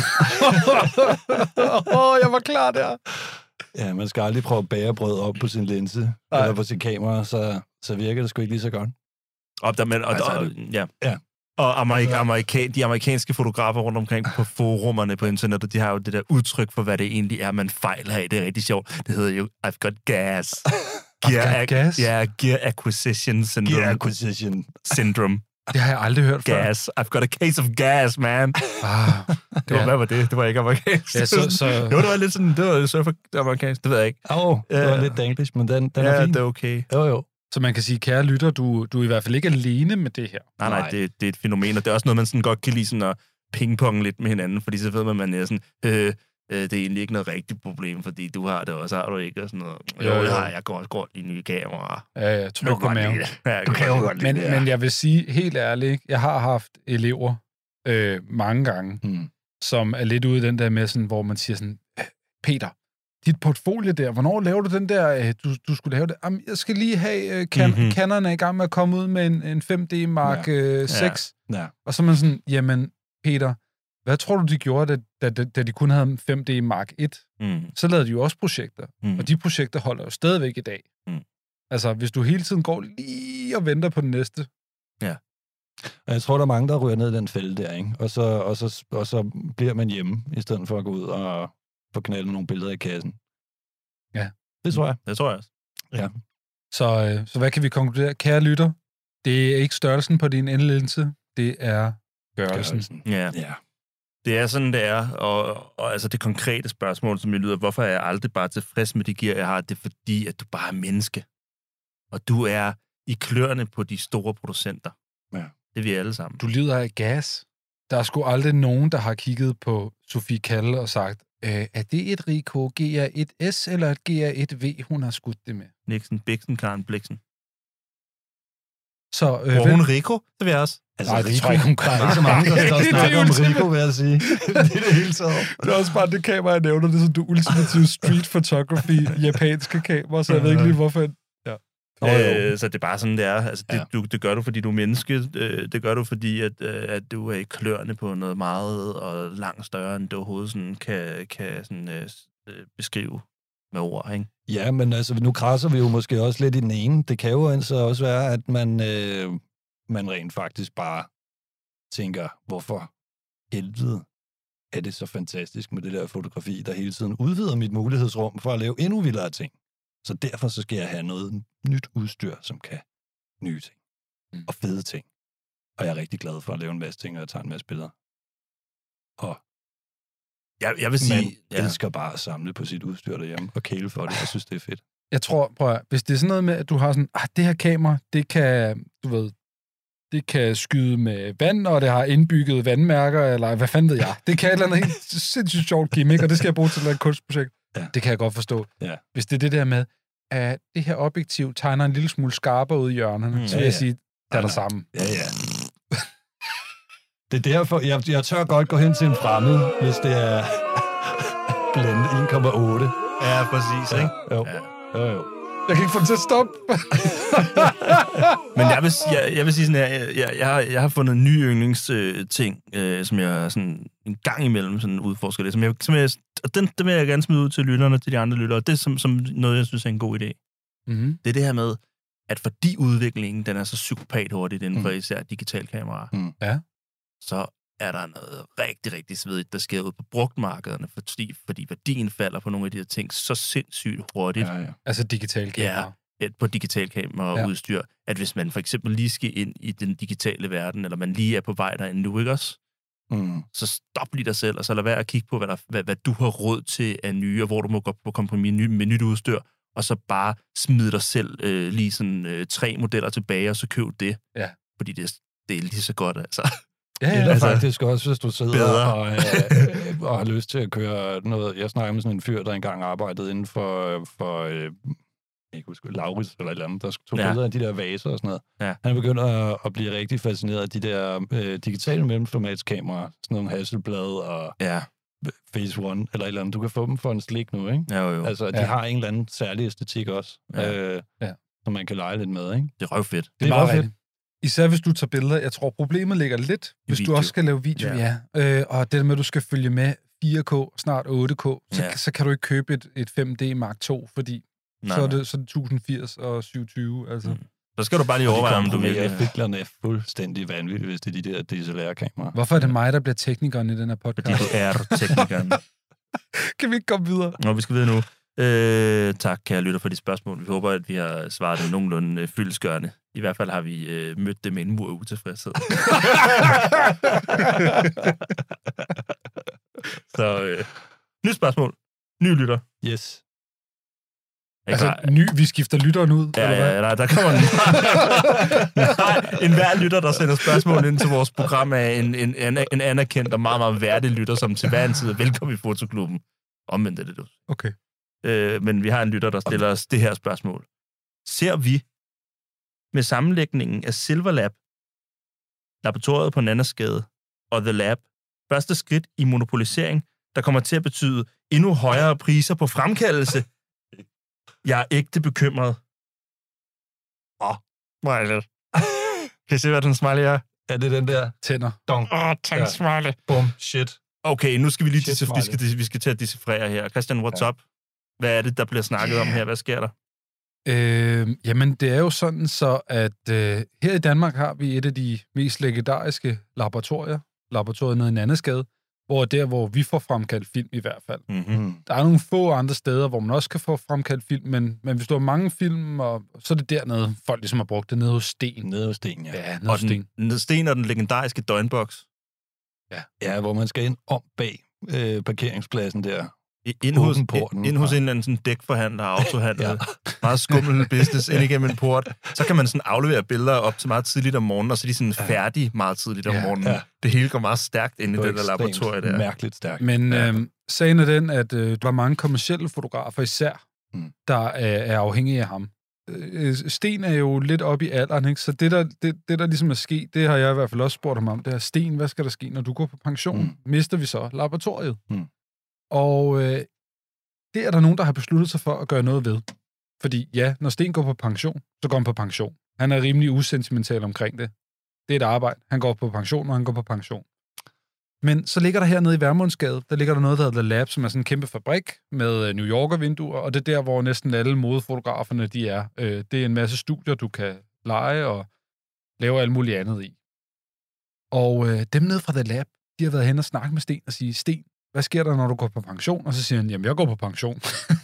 Åh, oh, jeg var klar der. Ja, man skal aldrig prøve at bære brød op på sin linse, Nej. eller på sin kamera, så, så virker det sgu ikke lige så godt. Op der, men, og, altså, og, ja. ja. Og amerik- amerika- de amerikanske fotografer rundt omkring på forumerne på internettet, de har jo det der udtryk for, hvad det egentlig er, man fejler af. Det er rigtig sjovt. Det hedder jo, I've got gas. Gear, ac- gas? Ja, gear acquisition syndrome. Gear acquisition syndrome. Det har jeg aldrig hørt før. Gas. I've got a case of gas, man. Ah, det var, ja. Hvad var det? Det var ikke amerikansk. Ja, så, så... Jo, det var lidt sådan, det var surfer amerikansk, det ved jeg ikke. Åh, oh, det var uh, lidt danglish, men den, den ja, er fin. Ja, det er okay. Jo, jo. Så man kan sige, kære lytter, du, du er i hvert fald ikke alene med det her. Nej, nej, det, det er et fænomen, og det er også noget, man sådan godt kan lide sådan at pingponge lidt med hinanden, fordi så ved man, at man er sådan, øh, øh, det er egentlig ikke noget rigtigt problem, fordi du har det, og så har du ikke, og sådan noget. Jo, jo, jeg, jeg går også godt i nye kameraer. Ja, ja, tryk på maven. Ja, du kan jo godt men, det, men jeg vil sige, helt ærligt, jeg har haft elever øh, mange gange, hmm. som er lidt ude i den der med, sådan, hvor man siger sådan, Peter, dit portfolio der, hvornår laver du den der, du, du skulle lave det? Jamen, jeg skal lige have, uh, kan, mm-hmm. Canon er i gang med at komme ud med en, en fem D Mark ja. uh, seks. Ja. Ja. Og så er man sådan, jamen, Peter, hvad tror du, de gjorde, da, da, da de kun havde en fem D Mark et? Mm. Så lavede de jo også projekter, mm. og de projekter holder jo stadigvæk i dag. Mm. Altså, hvis du hele tiden går lige og venter på den næste. Ja. Og jeg tror, der er mange, der ryger ned i den fælde der, ikke? Og så, og så, og så bliver man hjemme, i stedet for at gå ud og få knaldet nogle billeder i kassen. Ja. Det tror jeg. Det tror jeg også. Ja. Så, så hvad kan vi konkludere? Kære lytter, det er ikke størrelsen på din endelinse, det er gørelsen. Ja. ja. Det er sådan, det er, og, og altså det konkrete spørgsmål, som jeg lyder, hvorfor er jeg aldrig bare tilfreds med de gear, jeg har, det er fordi, at du bare er menneske. Og du er i kløerne på de store producenter. Ja. Det er vi alle sammen. Du lider af gas. Der er sgu aldrig nogen, der har kigget på Sofie Kalle og sagt, øh, er det et Ricoh G R et S eller et G R et V, hun har skudt det med? Nixon, Bixen, Karen, Bliksen. Så, øh, Hvor hun Rico? Det vil jeg også. Altså, Nej, det Rico, tror jeg ikke, hun der er ikke så mange, der, der snakker om Rico, vil jeg sige. Det er det hele taget. Det er også bare det kamera, jeg nævner. Det er sådan det ultimative street photography, japanske kamera, så jeg ved ikke lige, hvorfor... Ja. Oh, øh, så det er bare sådan, det er. Altså, det, ja. du, det gør du, fordi du er menneske. Øh, det gør du, fordi at, øh, at du er i kløerne på noget meget og langt større, end du overhovedet sådan, kan, kan sådan, øh, beskrive med ord, ikke? Ja, men altså, nu krasser vi jo måske også lidt i den ene. Det kan jo altså også være, at man, øh, man rent faktisk bare tænker, hvorfor helvede er det så fantastisk med det der fotografi, der hele tiden udvider mit mulighedsrum for at lave endnu vildere ting. Så derfor så skal jeg have noget nyt udstyr, som kan nye ting. Mm. Og fede ting. Og jeg er rigtig glad for at lave en masse ting, og jeg tager en masse billeder. Og jeg, jeg vil sige, man ja. elsker bare at samle på sit udstyr derhjemme og kæle for det. Jeg synes, det er fedt. Jeg tror, prøv at, hvis det er sådan noget med, at du har sådan, ah, det her kamera, det kan, du ved, det kan skyde med vand, og det har indbygget vandmærker, eller hvad fanden ved jeg. Det kan et eller andet helt sindssygt sjovt gimmick, og det skal jeg bruge til et kunstprojekt. Ja. Det kan jeg godt forstå. Ja. Hvis det er det der med, at det her objektiv tegner en lille smule skarpere ud i hjørnerne, mm, så vil ja, jeg ja. sige, det er der samme. Ja, ja. Det er derfor, jeg, jeg tør godt gå hen til en fremmed, hvis det er blende en komma otte. Ja, præcis, ikke? Jo. Ja. Jo, jo. Jeg kan ikke få det til at stoppe. Men jeg vil, jeg, jeg vil sige sådan her, jeg, jeg, jeg, har, jeg har fundet en ny yndlingsting, øh, som jeg sådan en gang imellem sådan udforsker det, som jeg, som jeg, og den, den vil jeg gerne smide ud til lytterne, til de andre lyttere, og det er som, som noget, jeg synes er en god idé. Mm-hmm. Det er det her med, at fordi udviklingen, den er så psykopat hurtigt inden for mm. især digitalkameraer, mm. ja. så er der noget rigtig, rigtig svedigt, der sker ud på brugtmarkederne, fordi, fordi værdien falder på nogle af de her ting så sindssygt hurtigt. Ja, ja. Altså digitalkamera. Ja, på digitalkamera og ja. udstyr, at hvis man for eksempel lige skal ind i den digitale verden, eller man lige er på vej derinde nu, ikke også? Mm. Så stop lige dig selv, og så lad være at kigge på, hvad, der, hvad, hvad du har råd til af nye, og hvor du må gå på kompromis med nyt udstyr, og så bare smide dig selv øh, lige sådan øh, tre modeller tilbage, og så køb det. Ja. Fordi det, det er lige så godt, altså. Ja, ja, eller altså, faktisk også, hvis du sidder bedre. og, øh, og har lyst til at køre noget. Jeg snakker med sådan en fyr, der engang arbejdede inden for, for øh, jeg kan ikke huske, Laurits eller et eller andet, der tog ja. billeder af de der vaser og sådan noget. Ja. Han begynder at, at blive rigtig fascineret af de der øh, digitale mellemformatskameraer, sådan nogle Hasselblad og ja. Phase One eller et eller andet. Du kan få dem for en slik nu, ikke? Ja, jo, jo. Altså, de ja. har en eller anden særlig æstetik også, ja. øh, ja. som man kan lege lidt med, ikke? Det er røvfedt. Det er meget fedt. Især hvis du tager billeder. Jeg tror, problemet ligger lidt, hvis video. du også skal lave video. Ja. ja. Øh, og det der med, at du skal følge med fire K, snart otte K, så, ja. så kan du ikke købe et, et fem D Mark to, fordi nej, så er det, så er det tusind firs og syv tyve. Altså. Mm. Så skal du bare lige overveje, om du vil. Ja, fiklerne er fuldstændig vanvittige, hvis det er de der D S L R-kameraer. Hvorfor er det mig, der bliver teknikeren i den her podcast? Fordi du er teknikeren. Kan vi ikke komme videre? Nå, vi skal videre nu. Øh, tak, kære lytter, for de spørgsmål. Vi håber, at vi har svaret det nogenlunde øh, fyldestgørende. I hvert fald har vi øh, mødt det med en mur utilfredshed. Så, øh, nyt spørgsmål. Ny lytter. Yes. Altså, ny, vi skifter lytteren ud? Ja, eller hvad? ja, der, der kommer en... Nej, en hver lytter, der sender spørgsmål ind til vores program, er en, en, en anerkendt og meget, meget værdig lytter, som til hver en tid er velkommen i Fotoklubben. Omvendt er det du. Okay. Øh, men vi har en lytter, der stiller os det her spørgsmål. Ser vi med sammenlægningen af Silverlab, laboratoriet på Nannasgade og The Lab, første skridt i monopolisering, der kommer til at betyde endnu højere priser på fremkaldelse? Jeg er ægte bekymret. Åh, oh, smiley. Kan I se, hvad den smiley er? Er det den der? Tænder. Åh, oh, tænd ja. Smiley. Bum, shit. Okay, nu skal vi lige Shit, vi skal, vi skal til at decifrere her. Christian, what's ja. up? Hvad er det, der bliver snakket om her? Hvad sker der? Øh, jamen, det er jo sådan så, at øh, her i Danmark har vi et af de mest legendariske laboratorier. Laboratoriet nede i Nannasgade, hvor der, hvor vi får fremkaldt film i hvert fald. Mm-hmm. Der er nogle få andre steder, hvor man også kan få fremkaldt film, men, men hvis du har mange film, og, så er det dernede, folk ligesom har brugt det nede hos Sten. Nede hos Sten, ja. Ja, nede og hos Sten. Den, Sten og den legendariske døgnboks. Ja, ja hvor man skal ind om bag øh, parkeringspladsen der. Ind hos, ind, ind hos en eller anden sådan dækforhandler, autohandler, ja. Meget skummel business ind igennem en port. Så kan man sådan aflevere billeder op til meget tidligt om morgenen, og så er de sådan færdige meget tidligt om ja, morgenen. Ja. Det hele går meget stærkt ind i det der laboratorie der. Mærkeligt stærkt. Men ja. øh, sagen er den, at øh, der var mange kommercielle fotografer især, mm. der øh, er afhængige af ham. Øh, Sten er jo lidt oppe i alderen, ikke? Så det der, det, det, der ligesom er sket, det har jeg i hvert fald også spurgt ham om. Det er, Sten, hvad skal der ske, når du går på pension? Mm. Mister vi så laboratoriet? Mm. Og øh, det er der nogen, der har besluttet sig for at gøre noget ved. Fordi ja, når Sten går på pension, så går han på pension. Han er rimelig usentimental omkring det. Det er et arbejde. Han går på pension, og han går på pension. Men så ligger der hernede i Værmundsgade, der ligger der noget, der hedder The Lab, som er sådan en kæmpe fabrik med New Yorker-vinduer, og det er der, hvor næsten alle modefotograferne de er. Det er en masse studier, du kan lege og lave alt muligt andet i. Og øh, dem nede fra The Lab, de har været hen og snakket med Sten og sige, Sten, hvad sker der, når du går på pension? Og så siger han, jamen, jeg går på pension.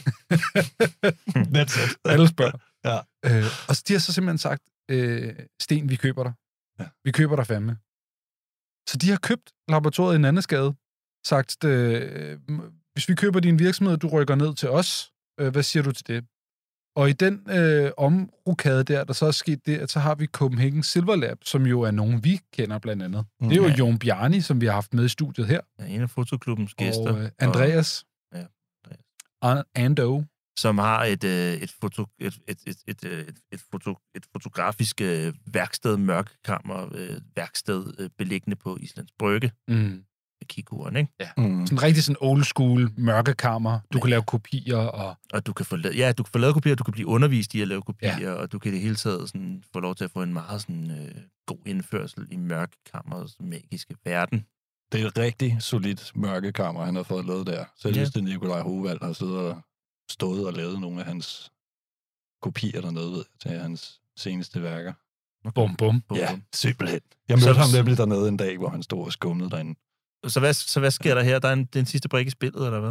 That's it. Alle spørger. Ja. Øh, og de har så simpelthen sagt, øh, Sten, vi køber dig. Ja. Vi køber dig fandme. Så de har købt laboratoriet i en anden skade, sagt, øh, hvis vi køber din virksomhed, du rykker ned til os, øh, hvad siger du til det? Og i den øh, omrokade der, der så er sket det, at så har vi Copenhagen Silver Lab, som jo er nogen, vi kender blandt andet. Mm. Det er jo ja. Jon Bjarni, som vi har haft med i studiet her. Ja, en af fotoklubbens gæster. Og øh, Andreas. Og, ja, Andreas. Ando. Som har et, øh, et, foto, et, et, et, et, et, et, foto, et fotografisk øh, værksted, mørkekammer, øh, værksted øh, beliggende på Islands Brygge. Mm. Kikuren, ikke? Ja. Mm. Sådan rigtig sådan old school mørkekammer. Du ja. kan lave kopier og... Og du kan få lavet, ja, du kan få lavet kopier, du kan blive undervist i at lave kopier, ja. Og du kan i det hele taget sådan, få lov til at få en meget sådan, øh, god indførsel i mørkekammerets magiske verden. Det er et rigtig solidt mørkekammer, han har fået lavet der. Selv hvis ja. det Nikolaj Hovald har siddet og stået og lavet nogle af hans kopier dernede ved, til hans seneste værker. Bum, bum. bum ja, simpelthen. Jeg mødte så, ham nemlig dernede en dag, hvor han stod og skummede derinde. Så hvad, så hvad sker der her? Der er en, det er en sidste brik i spillet, eller hvad?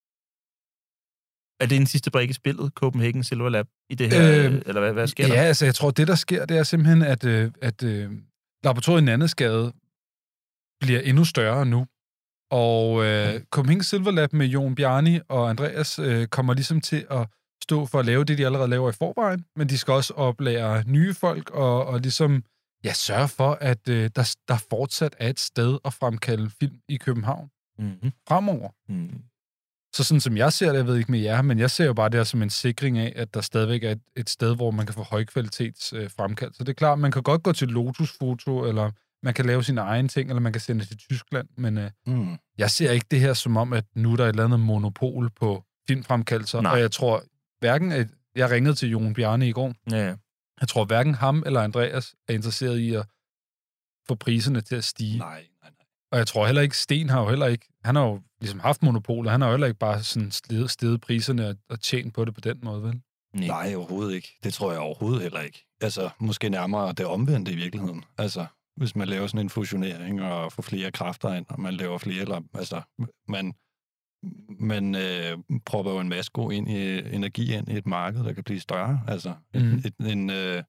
Er det en sidste brik i spillet, Copenhagen Silver Lab, i det her, øh, eller hvad, hvad sker ja, der? Ja, altså jeg tror, det der sker, det er simpelthen, at, øh, at øh, laboratoriet i Nanneskade bliver endnu større nu. Og øh, mm. Copenhagen Silver Lab med Jon Bjarni og Andreas øh, kommer ligesom til at stå for at lave det, de allerede laver i forvejen, men de skal også oplære nye folk og, og ligesom ja, sørge for, at øh, der, der fortsat er et sted at fremkalde film i København mm-hmm. fremover. Mm. Så sådan som jeg ser det, jeg ved ikke med jer, men jeg ser jo bare det her som en sikring af, at der stadigvæk er et, et sted, hvor man kan få højkvalitets øh, fremkald. Så det er klart, man kan godt gå til Lotus-foto, eller man kan lave sine egne ting, eller man kan sende det til Tyskland, men øh, mm. jeg ser ikke det her som om, at nu der er et eller andet monopol på filmfremkaldelser, og jeg tror hverken, at jeg ringede til Jon Bjarni i går, ja. Jeg tror hverken ham eller Andreas er interesseret i at få priserne til at stige. Nej, nej, nej. Og jeg tror heller ikke, Sten har jo heller ikke, han har jo ligesom haft monopol, og han har jo heller ikke bare sådan stedet, stedet priserne og, og tjent på det på den måde, vel? Nej. nej, overhovedet ikke. Det tror jeg overhovedet heller ikke. Altså, måske nærmere det omvendte i virkeligheden. Altså, hvis man laver sådan en fusionering og får flere kræfter ind, og man laver flere, eller, altså, man, man øh, propper jo en masse god ind i, energi ind i et marked, der kan blive større. Altså, mm. et, et, en, øh,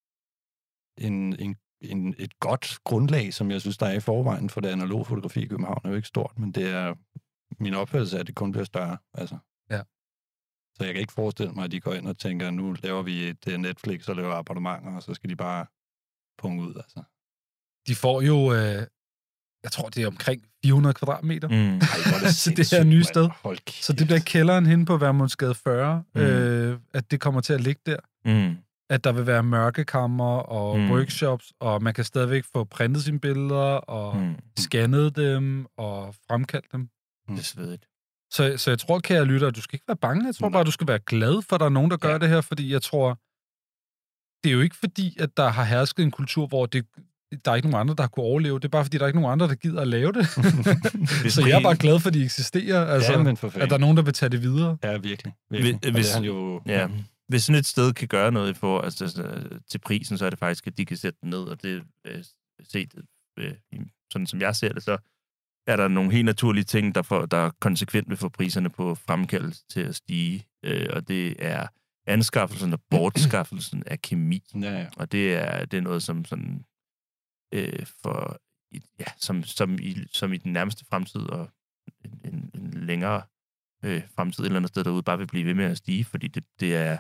en, en, en, et godt grundlag, som jeg synes, der er i forvejen for det analoge fotografi i København, er jo ikke stort, men det er min opfattelse af, at det kun bliver større. Altså. Ja. Så jeg kan ikke forestille mig, at de går ind og tænker, nu laver vi et Netflix og laver abonnementer, og så skal de bare punge ud. Altså. De får jo, øh, jeg tror, det er omkring fire hundrede kvadratmeter. Mm. Ej, hvor det så det her nye sted. Så det bliver kælderen henne på Værmundsgade fyrre, mm. øh, at det kommer til at ligge der. Mm. At der vil være mørkekammer og mm. workshops, og man kan stadigvæk få printet sine billeder, og mm. scannet dem, og fremkaldt dem. Mm. Det er svedigt. Så, så jeg tror, kære lytter, du skal ikke være bange. Jeg tror bare, du skal være glad for, at der er nogen, der gør ja. det her, fordi jeg tror, det er jo ikke fordi, at der har hersket en kultur, hvor det, der er ikke nogen andre, der har kunne overleve. Det er bare fordi, der er ikke nogen andre, der gider at lave det. Så jeg er bare glad for, at de eksisterer. Altså, ja, at der er nogen, der vil tage det videre. Ja, virkelig. virkelig. Hvis, det han jo... Ja. Hvis sådan et sted kan gøre noget for, altså, til prisen, så er det faktisk, at de kan sætte den ned, og det øh, set, øh, sådan som jeg ser det, så er der nogle helt naturlige ting, der, får, der konsekvent vil få priserne på fremkaldelse til at stige, øh, og det er anskaffelsen og bortskaffelsen af kemi. Ja, ja. Og det er, det er noget, som sådan, øh, for i, ja, som, som, i, som i den nærmeste fremtid og en, en, en længere øh, fremtid et eller andet sted derude bare vil blive ved med at stige, fordi det, det er...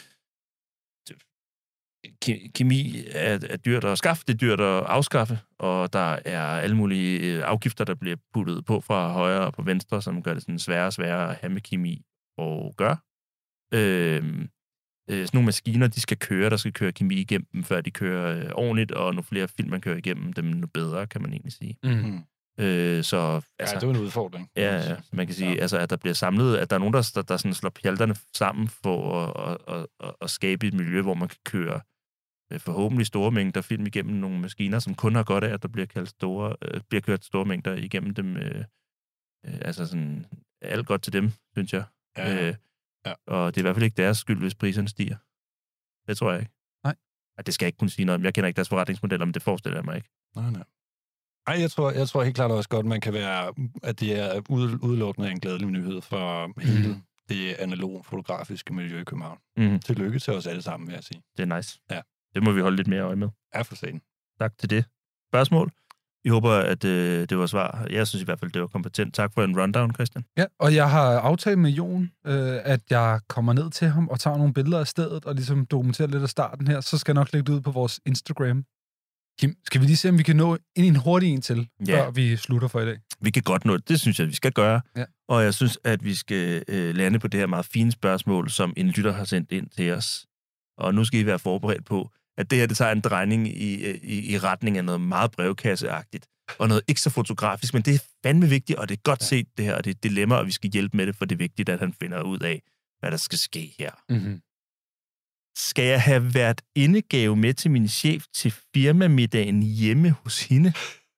Kemi er, er dyrt at skaffe, det er dyrt at afskaffe, og der er alle mulige afgifter, der bliver puttet på fra højre og på venstre, som gør det sådan sværere og sværere at have med kemi og gøre. Øh, øh, sådan nogle maskiner, de skal køre, der skal køre kemi igennem dem, før de kører øh, ordentligt, og nu flere film, man kører igennem, dem nu bedre, kan man egentlig sige. Mm. Øh, så, altså, ja, det er en udfordring. Ja, ja, man kan sige, ja. altså, at der bliver samlet, at der er nogen, der, der, der sådan slår pjalterne sammen for at, at, at, at skabe et miljø, hvor man kan køre forhåbentlig store mængder film igennem nogle maskiner, som kun har godt af, at der bliver, kaldt store, øh, bliver kørt store mængder igennem dem. Øh, øh, altså sådan, alt godt til dem, synes jeg. Ja, ja. Øh, ja. Og det er i hvert fald ikke deres skyld, hvis priserne stiger. Det tror jeg ikke. Nej. Ej, det skal jeg ikke kunne sige noget om. Jeg kender ikke deres forretningsmodeller, men det forestiller jeg mig ikke. Nej, nej. Ej, jeg tror, jeg tror helt klart også godt, man kan være, at det er udelukkende en glædelig nyhed for mm. hele det analoge fotografiske miljø i København. Mm. Tillykke til os alle sammen, vil jeg sige. Det er nice. Ja. Det må vi holde lidt mere øje med. Ja, for sent. Tak til det. Spørgsmål? Jeg håber, at øh, det var svar. Jeg synes i hvert fald, det var kompetent. Tak for en rundown, Christian. Ja, og jeg har aftalt med Jon, øh, at jeg kommer ned til ham og tager nogle billeder af stedet, og ligesom dokumenterer lidt af starten her. Så skal jeg nok lægge det ud på vores Instagram. Kim, skal vi lige se, om vi kan nå ind i en hurtig en til, ja. før vi slutter for i dag? Vi kan godt nå det. Det synes jeg, vi skal gøre. Ja. Og jeg synes, at vi skal øh, lande på det her meget fine spørgsmål, som en lytter har sendt ind til os. Og nu skal I være forberedt på, at det her, det tager en drejning i, i, i retning af noget meget brevkasseagtigt, og noget ikke så fotografisk, men det er fandme vigtigt, og det er godt ja. set det her, og det er et dilemma, og vi skal hjælpe med det, for det er vigtigt, at han finder ud af, hvad der skal ske her. Mm-hmm. Skal jeg have været indegave med til min chef til firmamiddagen hjemme hos hende?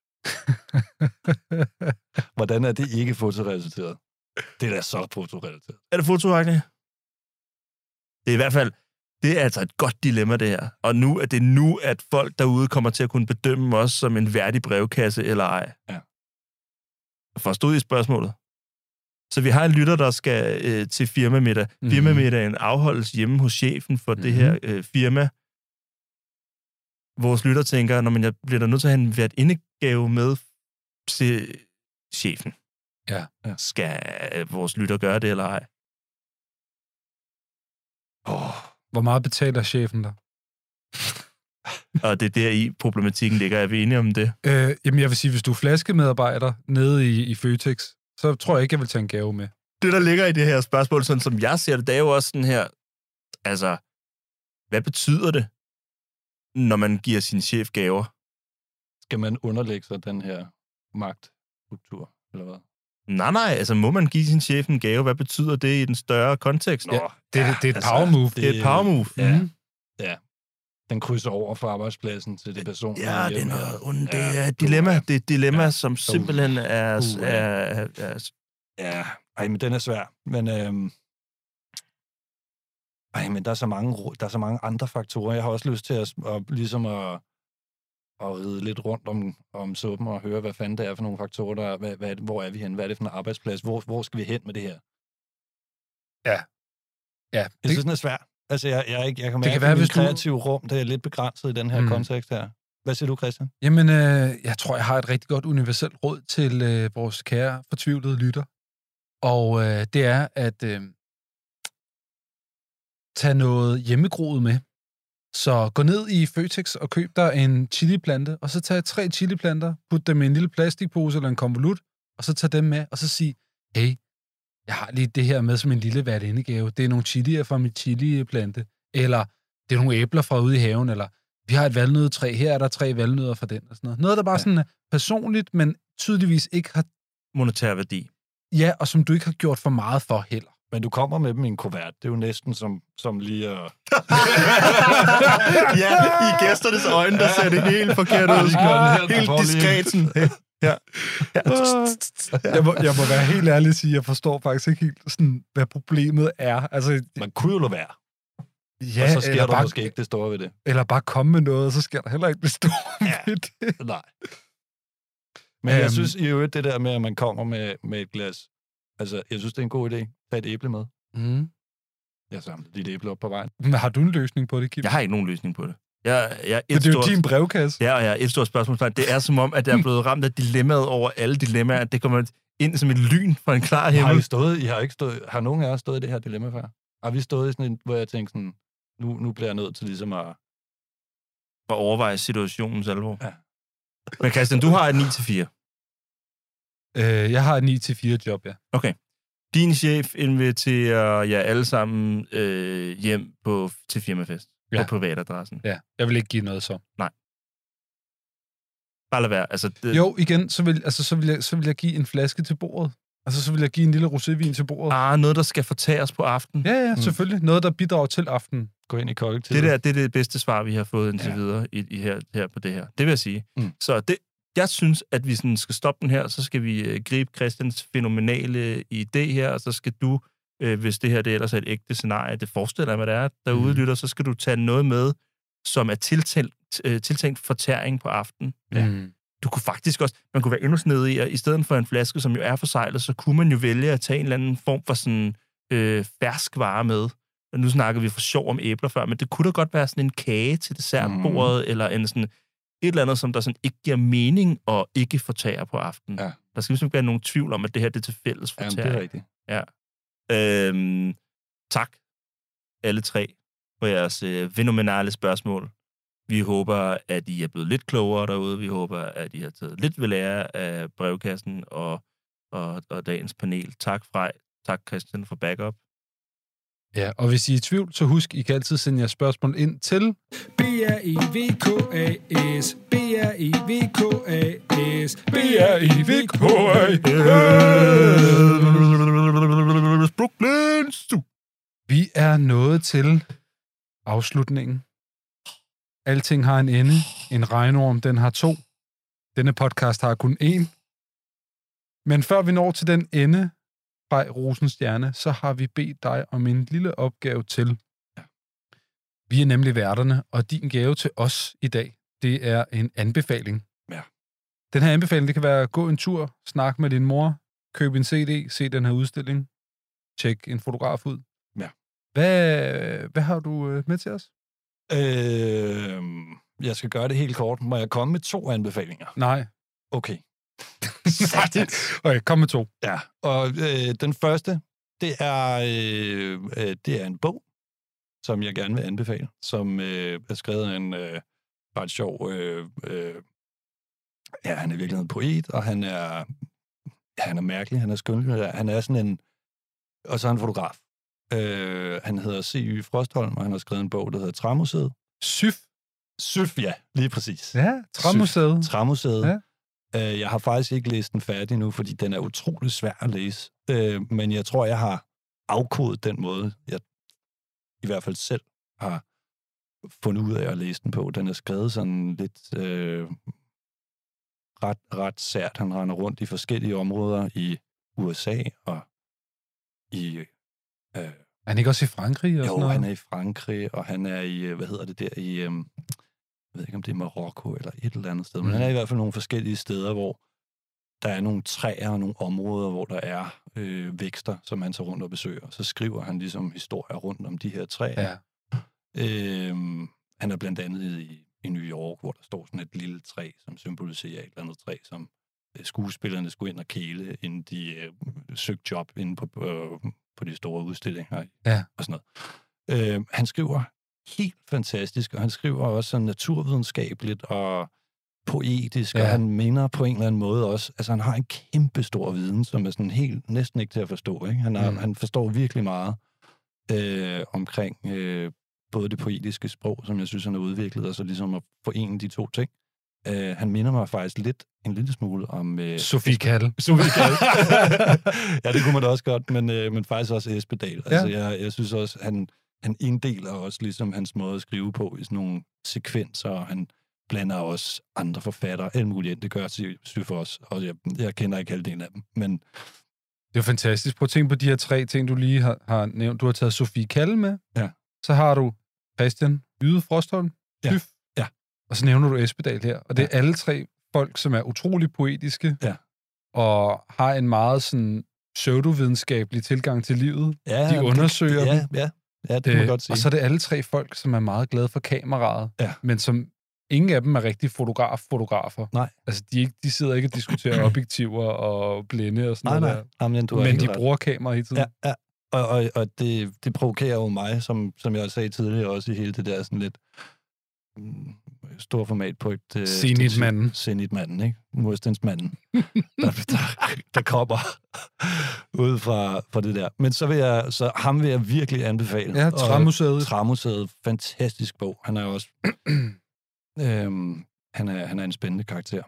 Hvordan er det ikke fotorelateret? Det er da så fotorelateret. Er det fotoagtigt? Det er i hvert fald, det er altså et godt dilemma, det her. Og nu er det nu, at folk derude kommer til at kunne bedømme os som en værdig brevkasse eller ej. Ja. Forstod I spørgsmålet? Så vi har en lytter, der skal øh, til firmamiddag. Mm-hmm. Firmamiddagen afholdes hjemme hos chefen for mm-hmm. det her øh, firma. Vores lytter tænker, når man jeg bliver der nødt til at have en hvert indegave med til chefen. Ja. ja. Skal øh, vores lytter gøre det eller ej? Oh. Hvor meget betaler chefen der? Og det er der i problematikken ligger. Er vi enige om det? Øh, jamen jeg vil sige, hvis du er flaskemedarbejder nede i, i Føtex, så tror jeg ikke, jeg vil tage en gave med. Det, der ligger i det her spørgsmål, sådan som jeg ser det, det er jo også sådan her, altså, hvad betyder det, når man giver sin chef gaver? Skal man underlægge sig den her magtstruktur, eller hvad? Nej, nej, altså må man give sin chef en gave? Hvad betyder det i den større kontekst? Ja, det, ja, det er et altså, power move. Det, det er et power move. Ja, mm. ja. Den krydser over fra arbejdspladsen til det person. Ja, det er noget ondt. Det er et dilemma. Det er et dilemma, ja. som simpelthen er... Uh, er, er, er ja, ej, men den er svær. Men, øhm, ej, men der er, så mange, der er så mange andre faktorer. Jeg har også lyst til at, at ligesom at, at ride lidt rundt om, om suppen og høre, hvad fanden det er for nogle faktorer, der er. Hvad, hvad, hvor er vi hen? Hvad er det for en arbejdsplads? Hvor, hvor skal vi hen med det her? Ja. Ja. Jeg synes, den er svær. Altså, jeg, jeg, jeg, jeg kan mærke, at mit kreative du... rum, det er lidt begrænset i den her mm. kontekst her. Hvad siger du, Christian? Jamen, øh, jeg tror, jeg har et rigtig godt universelt råd til øh, vores kære, fortvivlede lytter. Og øh, det er at øh, tage noget hjemmegroet med. Så gå ned i Føtex og køb dig en chiliplante, og så tag tre chiliplanter, put dem i en lille plastikpose eller en konvolut, og så tag dem med, og så sig, hey, jeg har lige det her med som en lille værtindegave. Det er nogle chilier fra mit chiliplante, eller det er nogle æbler fra ude i haven, eller vi har et valnødetræ, her er der tre valnødder fra den, og sådan noget. Noget, der bare ja. sådan er personligt, men tydeligvis ikke har... monetær værdi. Ja, og som du ikke har gjort for meget for heller. Men du kommer med dem i en kuvert. Det er jo næsten som, som lige at... ja, i gæsternes øjne, der ser det helt forkert ud. Helt, helt diskret. Ja. Ja. Jeg, må, jeg må være helt ærlig at sige, at jeg forstår faktisk ikke helt, sådan, hvad problemet er. Altså, man kunne jo lade være. Ja, og så sker der bare, måske ikke det store ved det. Eller bare komme med noget, og så sker der heller ikke det store ja. ved det. Nej. Men um, jeg synes i øvrigt, det der med, at man kommer med, med et glas, altså, jeg synes, det er en god idé. Tag et æble med. Mm. Jeg samler dit æble op på vejen. Men har du en løsning på det, Kim? Jeg har ikke nogen løsning på det. Jeg, jeg er et Men det er jo stort, din brevkasse. Ja, og jeg er et stort spørgsmål. Det er som om, at jeg er blevet ramt af dilemmaet over alle dilemmaer. Det kommer ind som et lyn fra en klar himmel. Har I stået, I har ikke stået, har nogen af jer stået i det her dilemma før? Har vi stået i sådan en, hvor jeg tænker sådan, nu, nu bliver jeg nødt til ligesom at... at overveje situationens alvor. Ja. Men Christian, du har et ni til fire. Øh, jeg har et ni til fire job, ja. Okay. Din chef inviterer jer alle sammen øh, hjem på, til firmafest. Ja. På privatadressen. Ja, jeg vil ikke give noget så. Nej. Bare lad være. Altså, det... Jo, igen, så vil, altså, så, vil jeg, så vil jeg give en flaske til bordet. Altså, så vil jeg give en lille rosévin til bordet. Ah, noget, der skal fortæres på aftenen. Ja, ja, selvfølgelig. Mm. Noget, der bidrager til aftenen. Gå ind i kollektivet. Det der, det er det bedste svar, vi har fået indtil ja. videre i, i her, her på det her. Det vil jeg sige. Mm. Så det, jeg synes, at vi sådan skal stoppe den her, så skal vi uh, gribe Christians fænomenale idé her, og så skal du, uh, hvis det her det ellers er et ægte scenarie, det forestiller mig, hvad det er, derude mm. lytter, så skal du tage noget med, som er tiltænkt, uh, tiltænkt fortæring på aftenen. Ja. Mm. Du kunne faktisk også, man kunne være endnu snedig i, at i stedet for en flaske, som jo er forsejlet, så kunne man jo vælge at tage en eller anden form for sådan øh, ferskvare med. Og nu snakker vi for sjov om æbler før, men det kunne da godt være sådan en kage til dessertbordet, mm. eller en sådan, et eller andet, som der sådan ikke giver mening og ikke fortærer på aftenen. Ja. Der skal ligesom ikke være nogen tvivl om, at det her det er til fælles fortæring. Jamen, det er rigtigt. Ja. Øhm, tak, alle tre, for jeres øh, fænomenale spørgsmål. Vi håber, at I er blevet lidt klogere derude. Vi håber, at I har taget lidt ved lære af brevkassen og, og, og dagens panel. Tak, Frej. Tak, Christian, for backup. Ja, og hvis I er i tvivl, så husk, I kan altid sende jeres spørgsmål ind til B R E V K A S B R E V K A S B R E V K A S Brooklyn. Vi er nået til afslutningen. Alting har en ende. En regnorm, den har to. Denne podcast har kun én. Men før vi når til den ende, Frej Rosenstjerne, så har vi bedt dig om en lille opgave til. Ja. Vi er nemlig værterne, og din gave til os i dag, det er en anbefaling. Ja. Den her anbefaling, det kan være at gå en tur, snakke med din mor, købe en C D, se den her udstilling, tjek en fotograf ud. Ja. Hvad, hvad har du med til os? Øh, jeg skal gøre det helt kort. Må jeg komme med to anbefalinger? Nej. Okay. Okay, kom med to. Ja, og øh, den første, det er, øh, øh, det er en bog, som jeg gerne vil anbefale, som øh, er skrevet af en øh, ret sjov... Øh, øh, ja, han er i virkeligheden poet, og han er, ja, han er mærkelig, han er skønlitterær. Han er sådan en... Og så er han fotograf. Øh, han hedder C Y Frostholm, og han har skrevet en bog, der hedder Træmuseet. Syf? Syf, ja, lige præcis. Ja, Træmuseet. Træmuseet. Ja. Øh, jeg har faktisk ikke læst den færdig nu, fordi den er utrolig svær at læse. Øh, men jeg tror, jeg har afkodet den måde, jeg i hvert fald selv har fundet ud af at læse den på. Den er skrevet sådan lidt øh, ret, ret sært. Han render rundt i forskellige områder i U S A og i... Øh, er han ikke også i Frankrig? Og jo, sådan noget? Han er i Frankrig, og han er i, hvad hedder det der, i, øh, jeg ved ikke, om det er Marokko eller et eller andet sted, men mm. han er i hvert fald nogle forskellige steder, hvor der er nogle træer og nogle områder, hvor der er øh, vækster, som han tager rundt og besøger. Så skriver han ligesom historier rundt om de her træer. Ja. Øh, han er blandt andet i, i New York, hvor der står sådan et lille træ, som symboliserer et eller andet træ, som øh, skuespillerne skulle ind og kæle, inden de øh, søgte job inde på, øh, på de store udstillinger ja. og sådan noget. Øh, han skriver helt fantastisk, og han skriver også sådan naturvidenskabeligt og poetisk, ja. Og han mener på en eller anden måde også, altså han har en kæmpe stor viden, som er sådan helt næsten ikke til at forstå, ikke? Han, har, mm. han forstår virkelig meget øh, omkring øh, både det poetiske sprog, som jeg synes, han har udviklet, og så ligesom at forene de to ting. Uh, han minder mig faktisk lidt, en lille smule om... Uh, Sofie Kalle. Sofie Kalle. Ja, det kunne man da også godt, men, uh, men faktisk også Espedal. Ja. Altså, jeg, jeg synes også, han, han inddeler også ligesom hans måde at skrive på i sådan nogle sekvenser, og han blander også andre forfattere, alt muligt. Det gør Syf også, og jeg, jeg kender ikke halvdelen af dem, men... Det er fantastisk. Prøv at tænke på de her tre ting, du lige har, har nævnt. Du har taget Sofie Kalle med. Ja. Så har du Christian Yde Frostholm. Ja. Ja. Og så nævner du Espedal her. Og det er ja. alle tre folk, som er utrolig poetiske. Ja. Og har en meget sådan pseudovidenskabelig tilgang til livet. Ja, de undersøger det, ja, ja. Ja, det kan man godt sige. Og så er det alle tre folk, som er meget glade for kameraet, ja. men som ingen af dem er rigtig fotograf-fotografer. Nej. Altså, de, ikke, de sidder ikke og diskuterer objektiver og blinde og sådan nej, noget nej. der. Jamen, du men de ret. bruger kamera hele tiden. Ja, ja. Og, og, og det, det provokerer jo mig, som, som jeg sagde tidligere også i hele det der sådan lidt mm, stor format på et... Uh, Zenit-manden. Zenit-manden, ikke? Murstensmanden. der, der, der kommer ud fra, fra det der. Men så vil jeg, så ham vil jeg virkelig anbefale. Ja, Træmuseet. Træmuseet. Fantastisk bog. Han er også... øhm, han, er, han er en spændende karakter.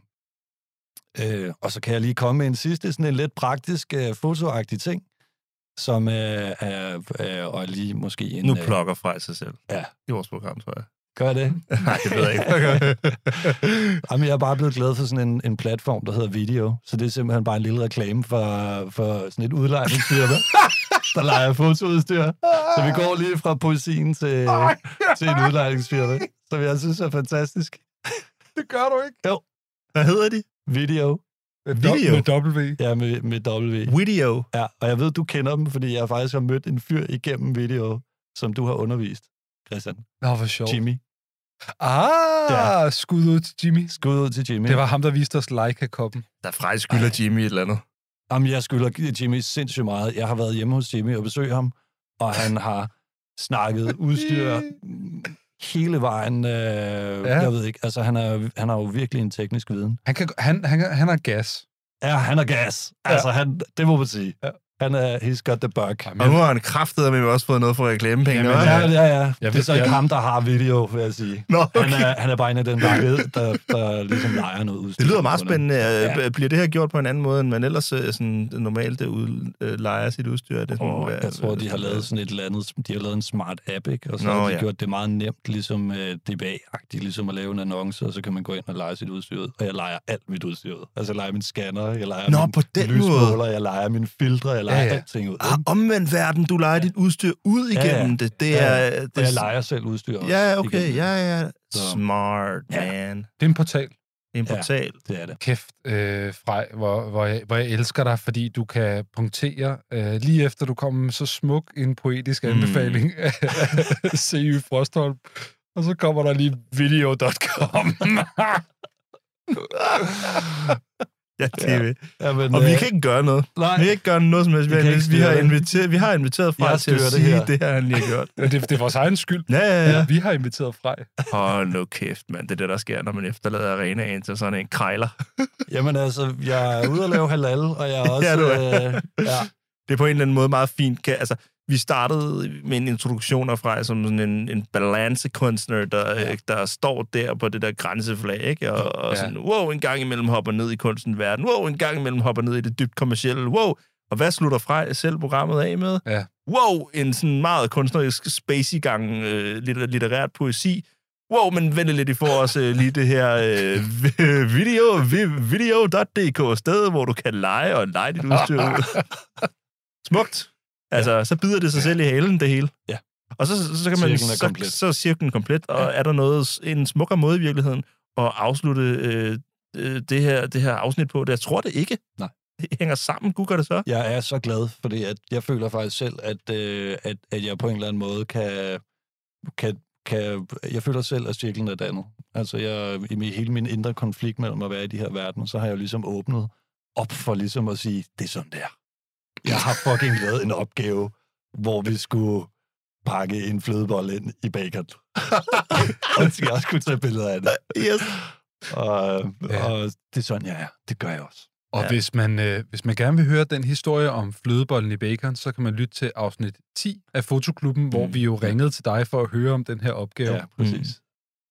Øh, og så kan jeg lige komme med en sidste, sådan en lidt praktisk, uh, fotoagtig ting, som er, er, er og lige måske en... Nu plukker Frej sig selv. Ja. I vores program, tror jeg. Gør det? Nej, det ved jeg ikke. Jamen, jeg er bare blevet glad for sådan en, en platform, der hedder Video. Så det er simpelthen bare en lille reklame for, for sådan et udlejningsfirma, der lejer fotoudstyr. Så vi går lige fra poesien til, til en udlejningsfirma, som jeg synes er fantastisk. Det gør du ikke. Jo. Hvad hedder de? Video. Video? Med W. Ja, med, med W. Video? Ja, og jeg ved, du kender dem, fordi jeg faktisk har mødt en fyr igennem Video, som du har undervist, Christian. Nå, hvor sjovt. Jimmy. Ah, ja. Skud ud til Jimmy. Skud ud til Jimmy. Det var ham, der viste os Leica-koppen. Der Frej skylder Jimmy et eller andet. Jamen, jeg skylder Jimmy sindssygt meget. Jeg har været hjemme hos Jimmy og besøgt ham, og han har snakket udstyr hele vejen. Øh, ja. Jeg ved ikke, altså han, er, han har jo virkelig en teknisk viden. Han, kan, han, han, han har gas. Ja, han har gas. Altså, ja. han, det må man sige. Ja. Han er, he's got the bug. Jamen, og nu har han kraftet, men vi har også fået noget for reklamepenge. Ja, ja, ja. ja. Jeg det er så ikke jeg... ham, der har video, vil jeg sige. Nå, okay. han, er, han er bare en af den, der ved, der, der ligesom leger noget udstyr. Det lyder meget spændende. Ja. Bliver det her gjort på en anden måde, end man ellers sådan, normalt ud, øh, leger sit udstyr? Det sådan, oh, hvad, jeg tror, de har lavet sådan et eller andet, de har lavet en smart app, ikke? Og så Nå, har de ja. gjort det meget nemt, ligesom uh, D B A-agtigt, ligesom at lave en annonce, og så kan man gå ind og lege sit udstyr ud. Og jeg leger alt mit udstyr ud. Altså, jeg leger min scanner, jeg leger Nå, min på den lysmåler, måde. jeg leger mine filtre, jeg leger ja, ja. alting ud. Ah, omvendt verden, du leger dit udstyr ud igennem ja, ja. det. Det ja, er... ja. Det... Og jeg leger selv udstyr også. Ja, okay. Igennem. Ja, ja. Så. Smart, man. Ja. Det er en portal. En portal. Ja, det er det. Kæft, øh, Frej, hvor, hvor, jeg, hvor jeg elsker dig, fordi du kan punktere øh, lige efter du kommer med så smuk en poetisk anbefaling af mm. C Y Frostholm. Og så kommer der lige video punktum com. Ja, T V. Ja, men, og vi øh, kan ikke gøre noget. Nej. Vi kan ikke gøre noget som helst. Vi, vi, vi, har inviteret, vi har inviteret Frej til at det sige her. det her, han lige har gjort. Ja, det, det er vores egen skyld. Ja, ja, ja. ja vi har inviteret Frej. Åh, oh, no kæft, mand. Det er det, der sker, når man efterlader arenaen til sådan en krejler. Jamen altså, jeg er ude at lave halal, og jeg er også... ja, du er. Øh, ja. Det er på en eller anden måde meget fint. Altså, vi startede med en introduktion af Frej som sådan en, en balancekunstner, der, ja. der står der på det der grænseflag, ikke? Og, og sådan, wow, en gang imellem hopper ned i kunstens verden. Wow, en gang imellem hopper ned i det dybt kommercielle. Wow, og hvad slutter Frej selv programmet af med? Ja. Wow, en sådan meget kunstnerisk spacey-gang øh, litterært poesi. Wow, men vent lidt, I får også øh, lige det her øh, video, video punktum d k sted, hvor du kan lege og lege dit udstyr ud. Smukt. Altså, ja. Så bider det sig selv i halen, det hele. Ja. Og så, så, så kan man... Så, så er cirklen komplet, og ja. Er der noget, en smukkere måde i virkeligheden at afslutte øh, det, her, det her afsnit på? Det, jeg tror det ikke. Nej. Det hænger sammen. Gud gør det så. Jeg er så glad, fordi at jeg føler faktisk selv, at, øh, at, at jeg på en eller anden måde kan... kan Kan, jeg føler selv, at cirklen er dannet. Altså, jeg, i hele min indre konflikt mellem at være i de her verdener, så har jeg jo ligesom åbnet op for ligesom at sige, det er sådan der. Jeg har fucking lavet en opgave, hvor vi skulle pakke en flødebold ind i bacon. Og jeg også kunne tage billeder af det. Yes. Og, ja. og det er sådan, jeg er. Det gør jeg også. Og ja. hvis, man, øh, hvis man gerne vil høre den historie om flødebollen i bacon, så kan man lytte til afsnit ti af Fotoklubben, mm. hvor vi jo ringede til dig for at høre om den her opgave. Ja, præcis. Mm.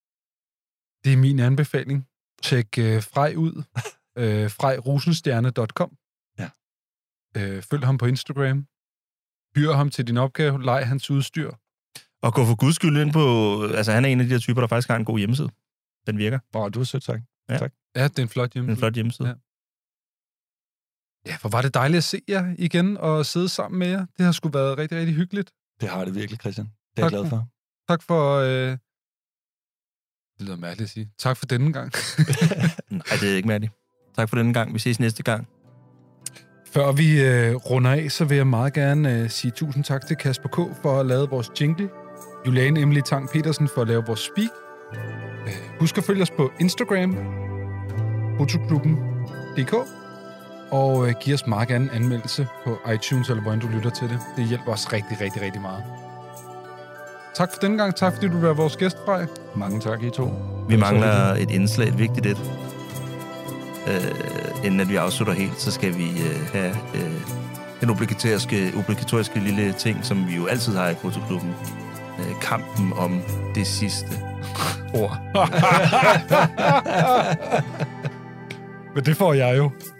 Det er min anbefaling. Tjek øh, Frej ud. øh, frej rosenstjerne punktum com. Ja. Øh, følg ham på Instagram. Hyr ham til din opgave. Leg hans udstyr. Og gå for guds skyld ind på... Altså, han er en af de her typer, der faktisk har en god hjemmeside. Den virker. Åh, du er sødt, tak. Ja. tak. Ja, det er en flot hjemmeside. En flot hjemmeside. Ja. Ja, for var det dejligt at se jer igen og sidde sammen med jer. Det har sgu været rigtig, rigtig hyggeligt. Det har det virkelig, Christian. Det er jeg glad for. Tak for... Øh... Det lyder mærkeligt at sige. Tak for denne gang. Nej, det er ikke mærkeligt. Tak for denne gang. Vi ses næste gang. Før vi øh, runder af, så vil jeg meget gerne øh, sige tusind tak til Kasper K. for at have lavet vores jingle. Juliane Emily Tang Petersen for at lave vores speak. Øh, husk at følge os på Instagram, fotoklubben punktum d k, og øh, giv os meget gerne en anmeldelse på iTunes, eller hvordan du lytter til det. Det hjælper os rigtig, rigtig, rigtig meget. Tak for denne gang. Tak fordi du vil være vores gæst, Frej. Mange tak, I to. Vi mangler et indslag, et vigtigt et. Øh, inden at vi afslutter helt, så skal vi øh, have øh, den obligatoriske, obligatoriske lille ting, som vi jo altid har i fotoklubben. Øh, kampen om det sidste ord. Men det får jeg jo.